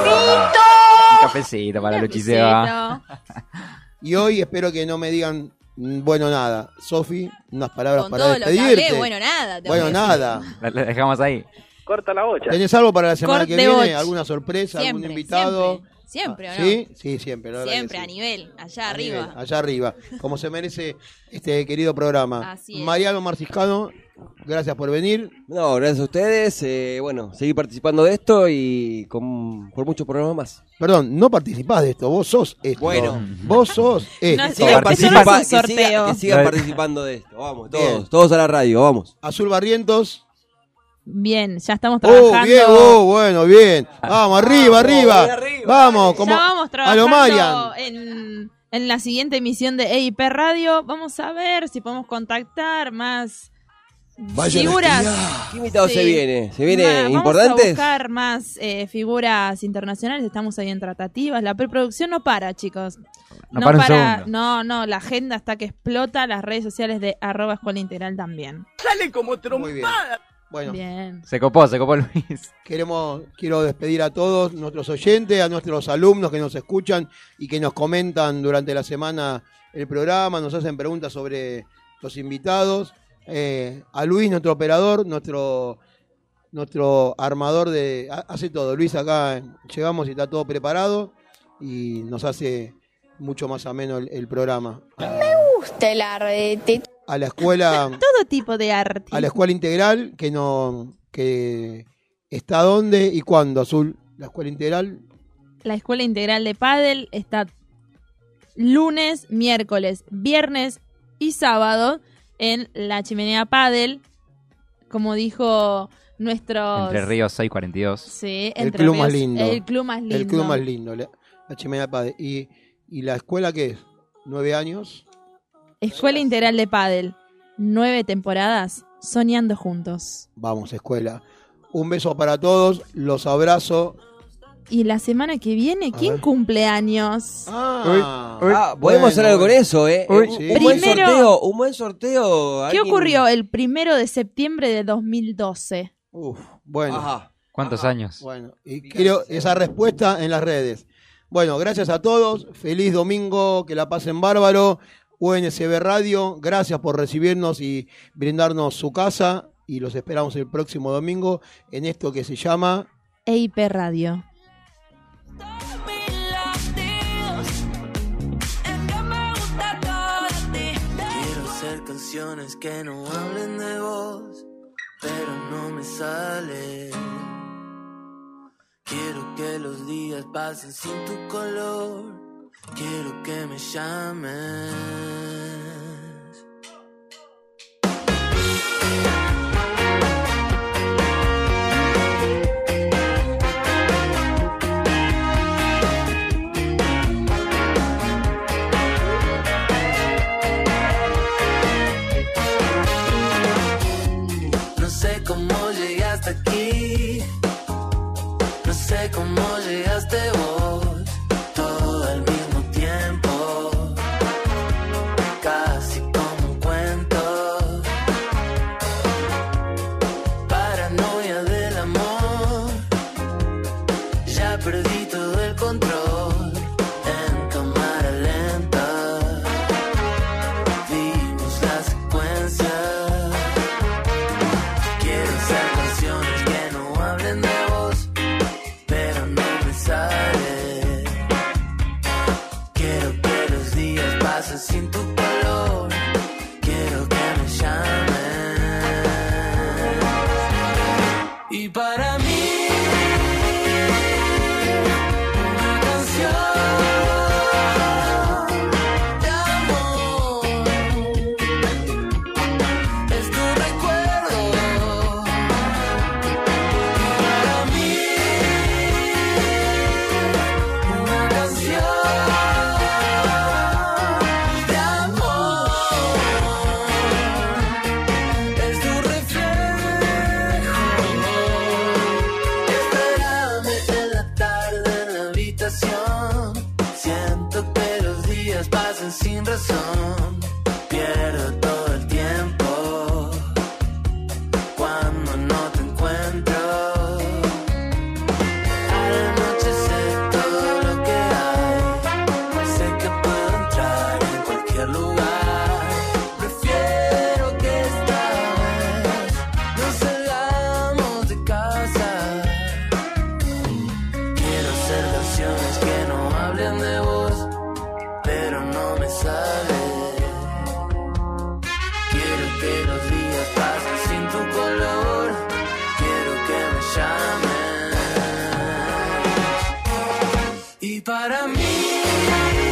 Un cafecito para Lucho y Seba. Y hoy espero que no me digan mm, bueno nada. Sofi, unas palabras Con para todo lo que despedirte. hablé, bueno, nada. te Bueno, voy a decir. nada. La- la dejamos ahí. Corta la bocha. ¿Tenés algo para la semana Corte que viene? boch. ¿Alguna sorpresa? ¿Algún Siempre, invitado? Siempre, ¿o no? ¿Sí? Sí, siempre. la verdad que Siempre, sí. a nivel, allá A arriba. nivel, allá arriba, como se merece este querido programa. Así es. Mariano Marciscano, gracias por venir. No, gracias a ustedes. eh, bueno, seguir participando de esto y con, por muchos programas más. Perdón, no participás de esto, vos sos esto. Bueno. Vos sos esto. No, Que sigan, Eso no participa- es un que sigan- sorteo. que sigan participando de esto. Vamos, Bien. todos, todos a la radio, vamos. Azul Barrientos. Bien, ya estamos Oh, trabajando. bien, oh, bueno, bien. Vamos, arriba, arriba. bien arriba, Vamos, dale. como Ya vamos a lo Marian. trabajando en, en la siguiente emisión de E I P Radio. Vamos a ver si podemos contactar más figuras. ¿Qué invitado Sí. se viene? ¿Se viene Ma- Vamos a importantes? buscar más eh, figuras internacionales. Estamos ahí en tratativas. La preproducción no para, chicos. No para un segundo. No, no, la agenda está que explota. Las redes sociales de arroba escuela integral también. Muy bien. Bueno, Bien. Se copó, se copó Luis. queremos, quiero despedir a todos nuestros oyentes, a nuestros alumnos que nos escuchan y que nos comentan durante la semana el programa, nos hacen preguntas sobre los invitados. Eh, a Luis, nuestro operador, nuestro, nuestro armador de... ha- Hace todo. Luis, acá llegamos y está todo preparado y nos hace mucho más ameno el, el programa. Gusta el arte. A la escuela... Todo tipo de arte. A la escuela integral que no que está dónde y cuándo, Azul. La escuela integral. La escuela integral de pádel está lunes, miércoles, viernes y sábado en la Chimenea Pádel, como dijo nuestro Entre Ríos seiscientos cuarenta y dos. Sí, El Entre club más Ríos, lindo. El club más lindo. El club más lindo. La, la Chimenea Padre. Y, y la escuela qué es? ¿Nueve años? Escuela Integral de Pádel. Nueve temporadas soñando juntos. Vamos, escuela. Un beso para todos. Los abrazo. Y la semana que viene, ¿quién ver. cumple años? Ah, Ah, podemos hacer algo con eso, ¿eh? Uy, un, sí. un buen Primero- sorteo, un buen sorteo. ¿Qué alguien- ocurrió el primero de septiembre de dos mil doce? Uf, bueno. Ajá. ¿Cuántos años? Bueno, y quiero esa respuesta en las redes. Bueno, gracias a todos. Feliz domingo, que la pasen bárbaro. U N S B Radio, gracias por recibirnos y brindarnos su casa. Y los esperamos el próximo domingo en esto que se llama E I P Radio. Quiero hacer canciones que no hablen de vos, pero no me sale. Quiero que los días pasen sin tu color. Quiero que me llames. No sé cómo llegaste aquí, no sé cómo llegaste vos, todo al mismo tiempo. Cada de amor. Es tu recuerdo. Para mí una canción de amor. Es tu reflejo. Espérame en la tarde en la habitación. Siento que los días pasan sin razón. Pierdo todo el tiempo cuando no te encuentro. Al anochecer todo lo que hay. Sé que puedo entrar en cualquier lugar. Prefiero que esta vez no salgamos de casa. Quiero hacer canciones que no hablen de vos, pero no me sale. Quiero que los días pasen sin tu color. Quiero que me llames. Y para mí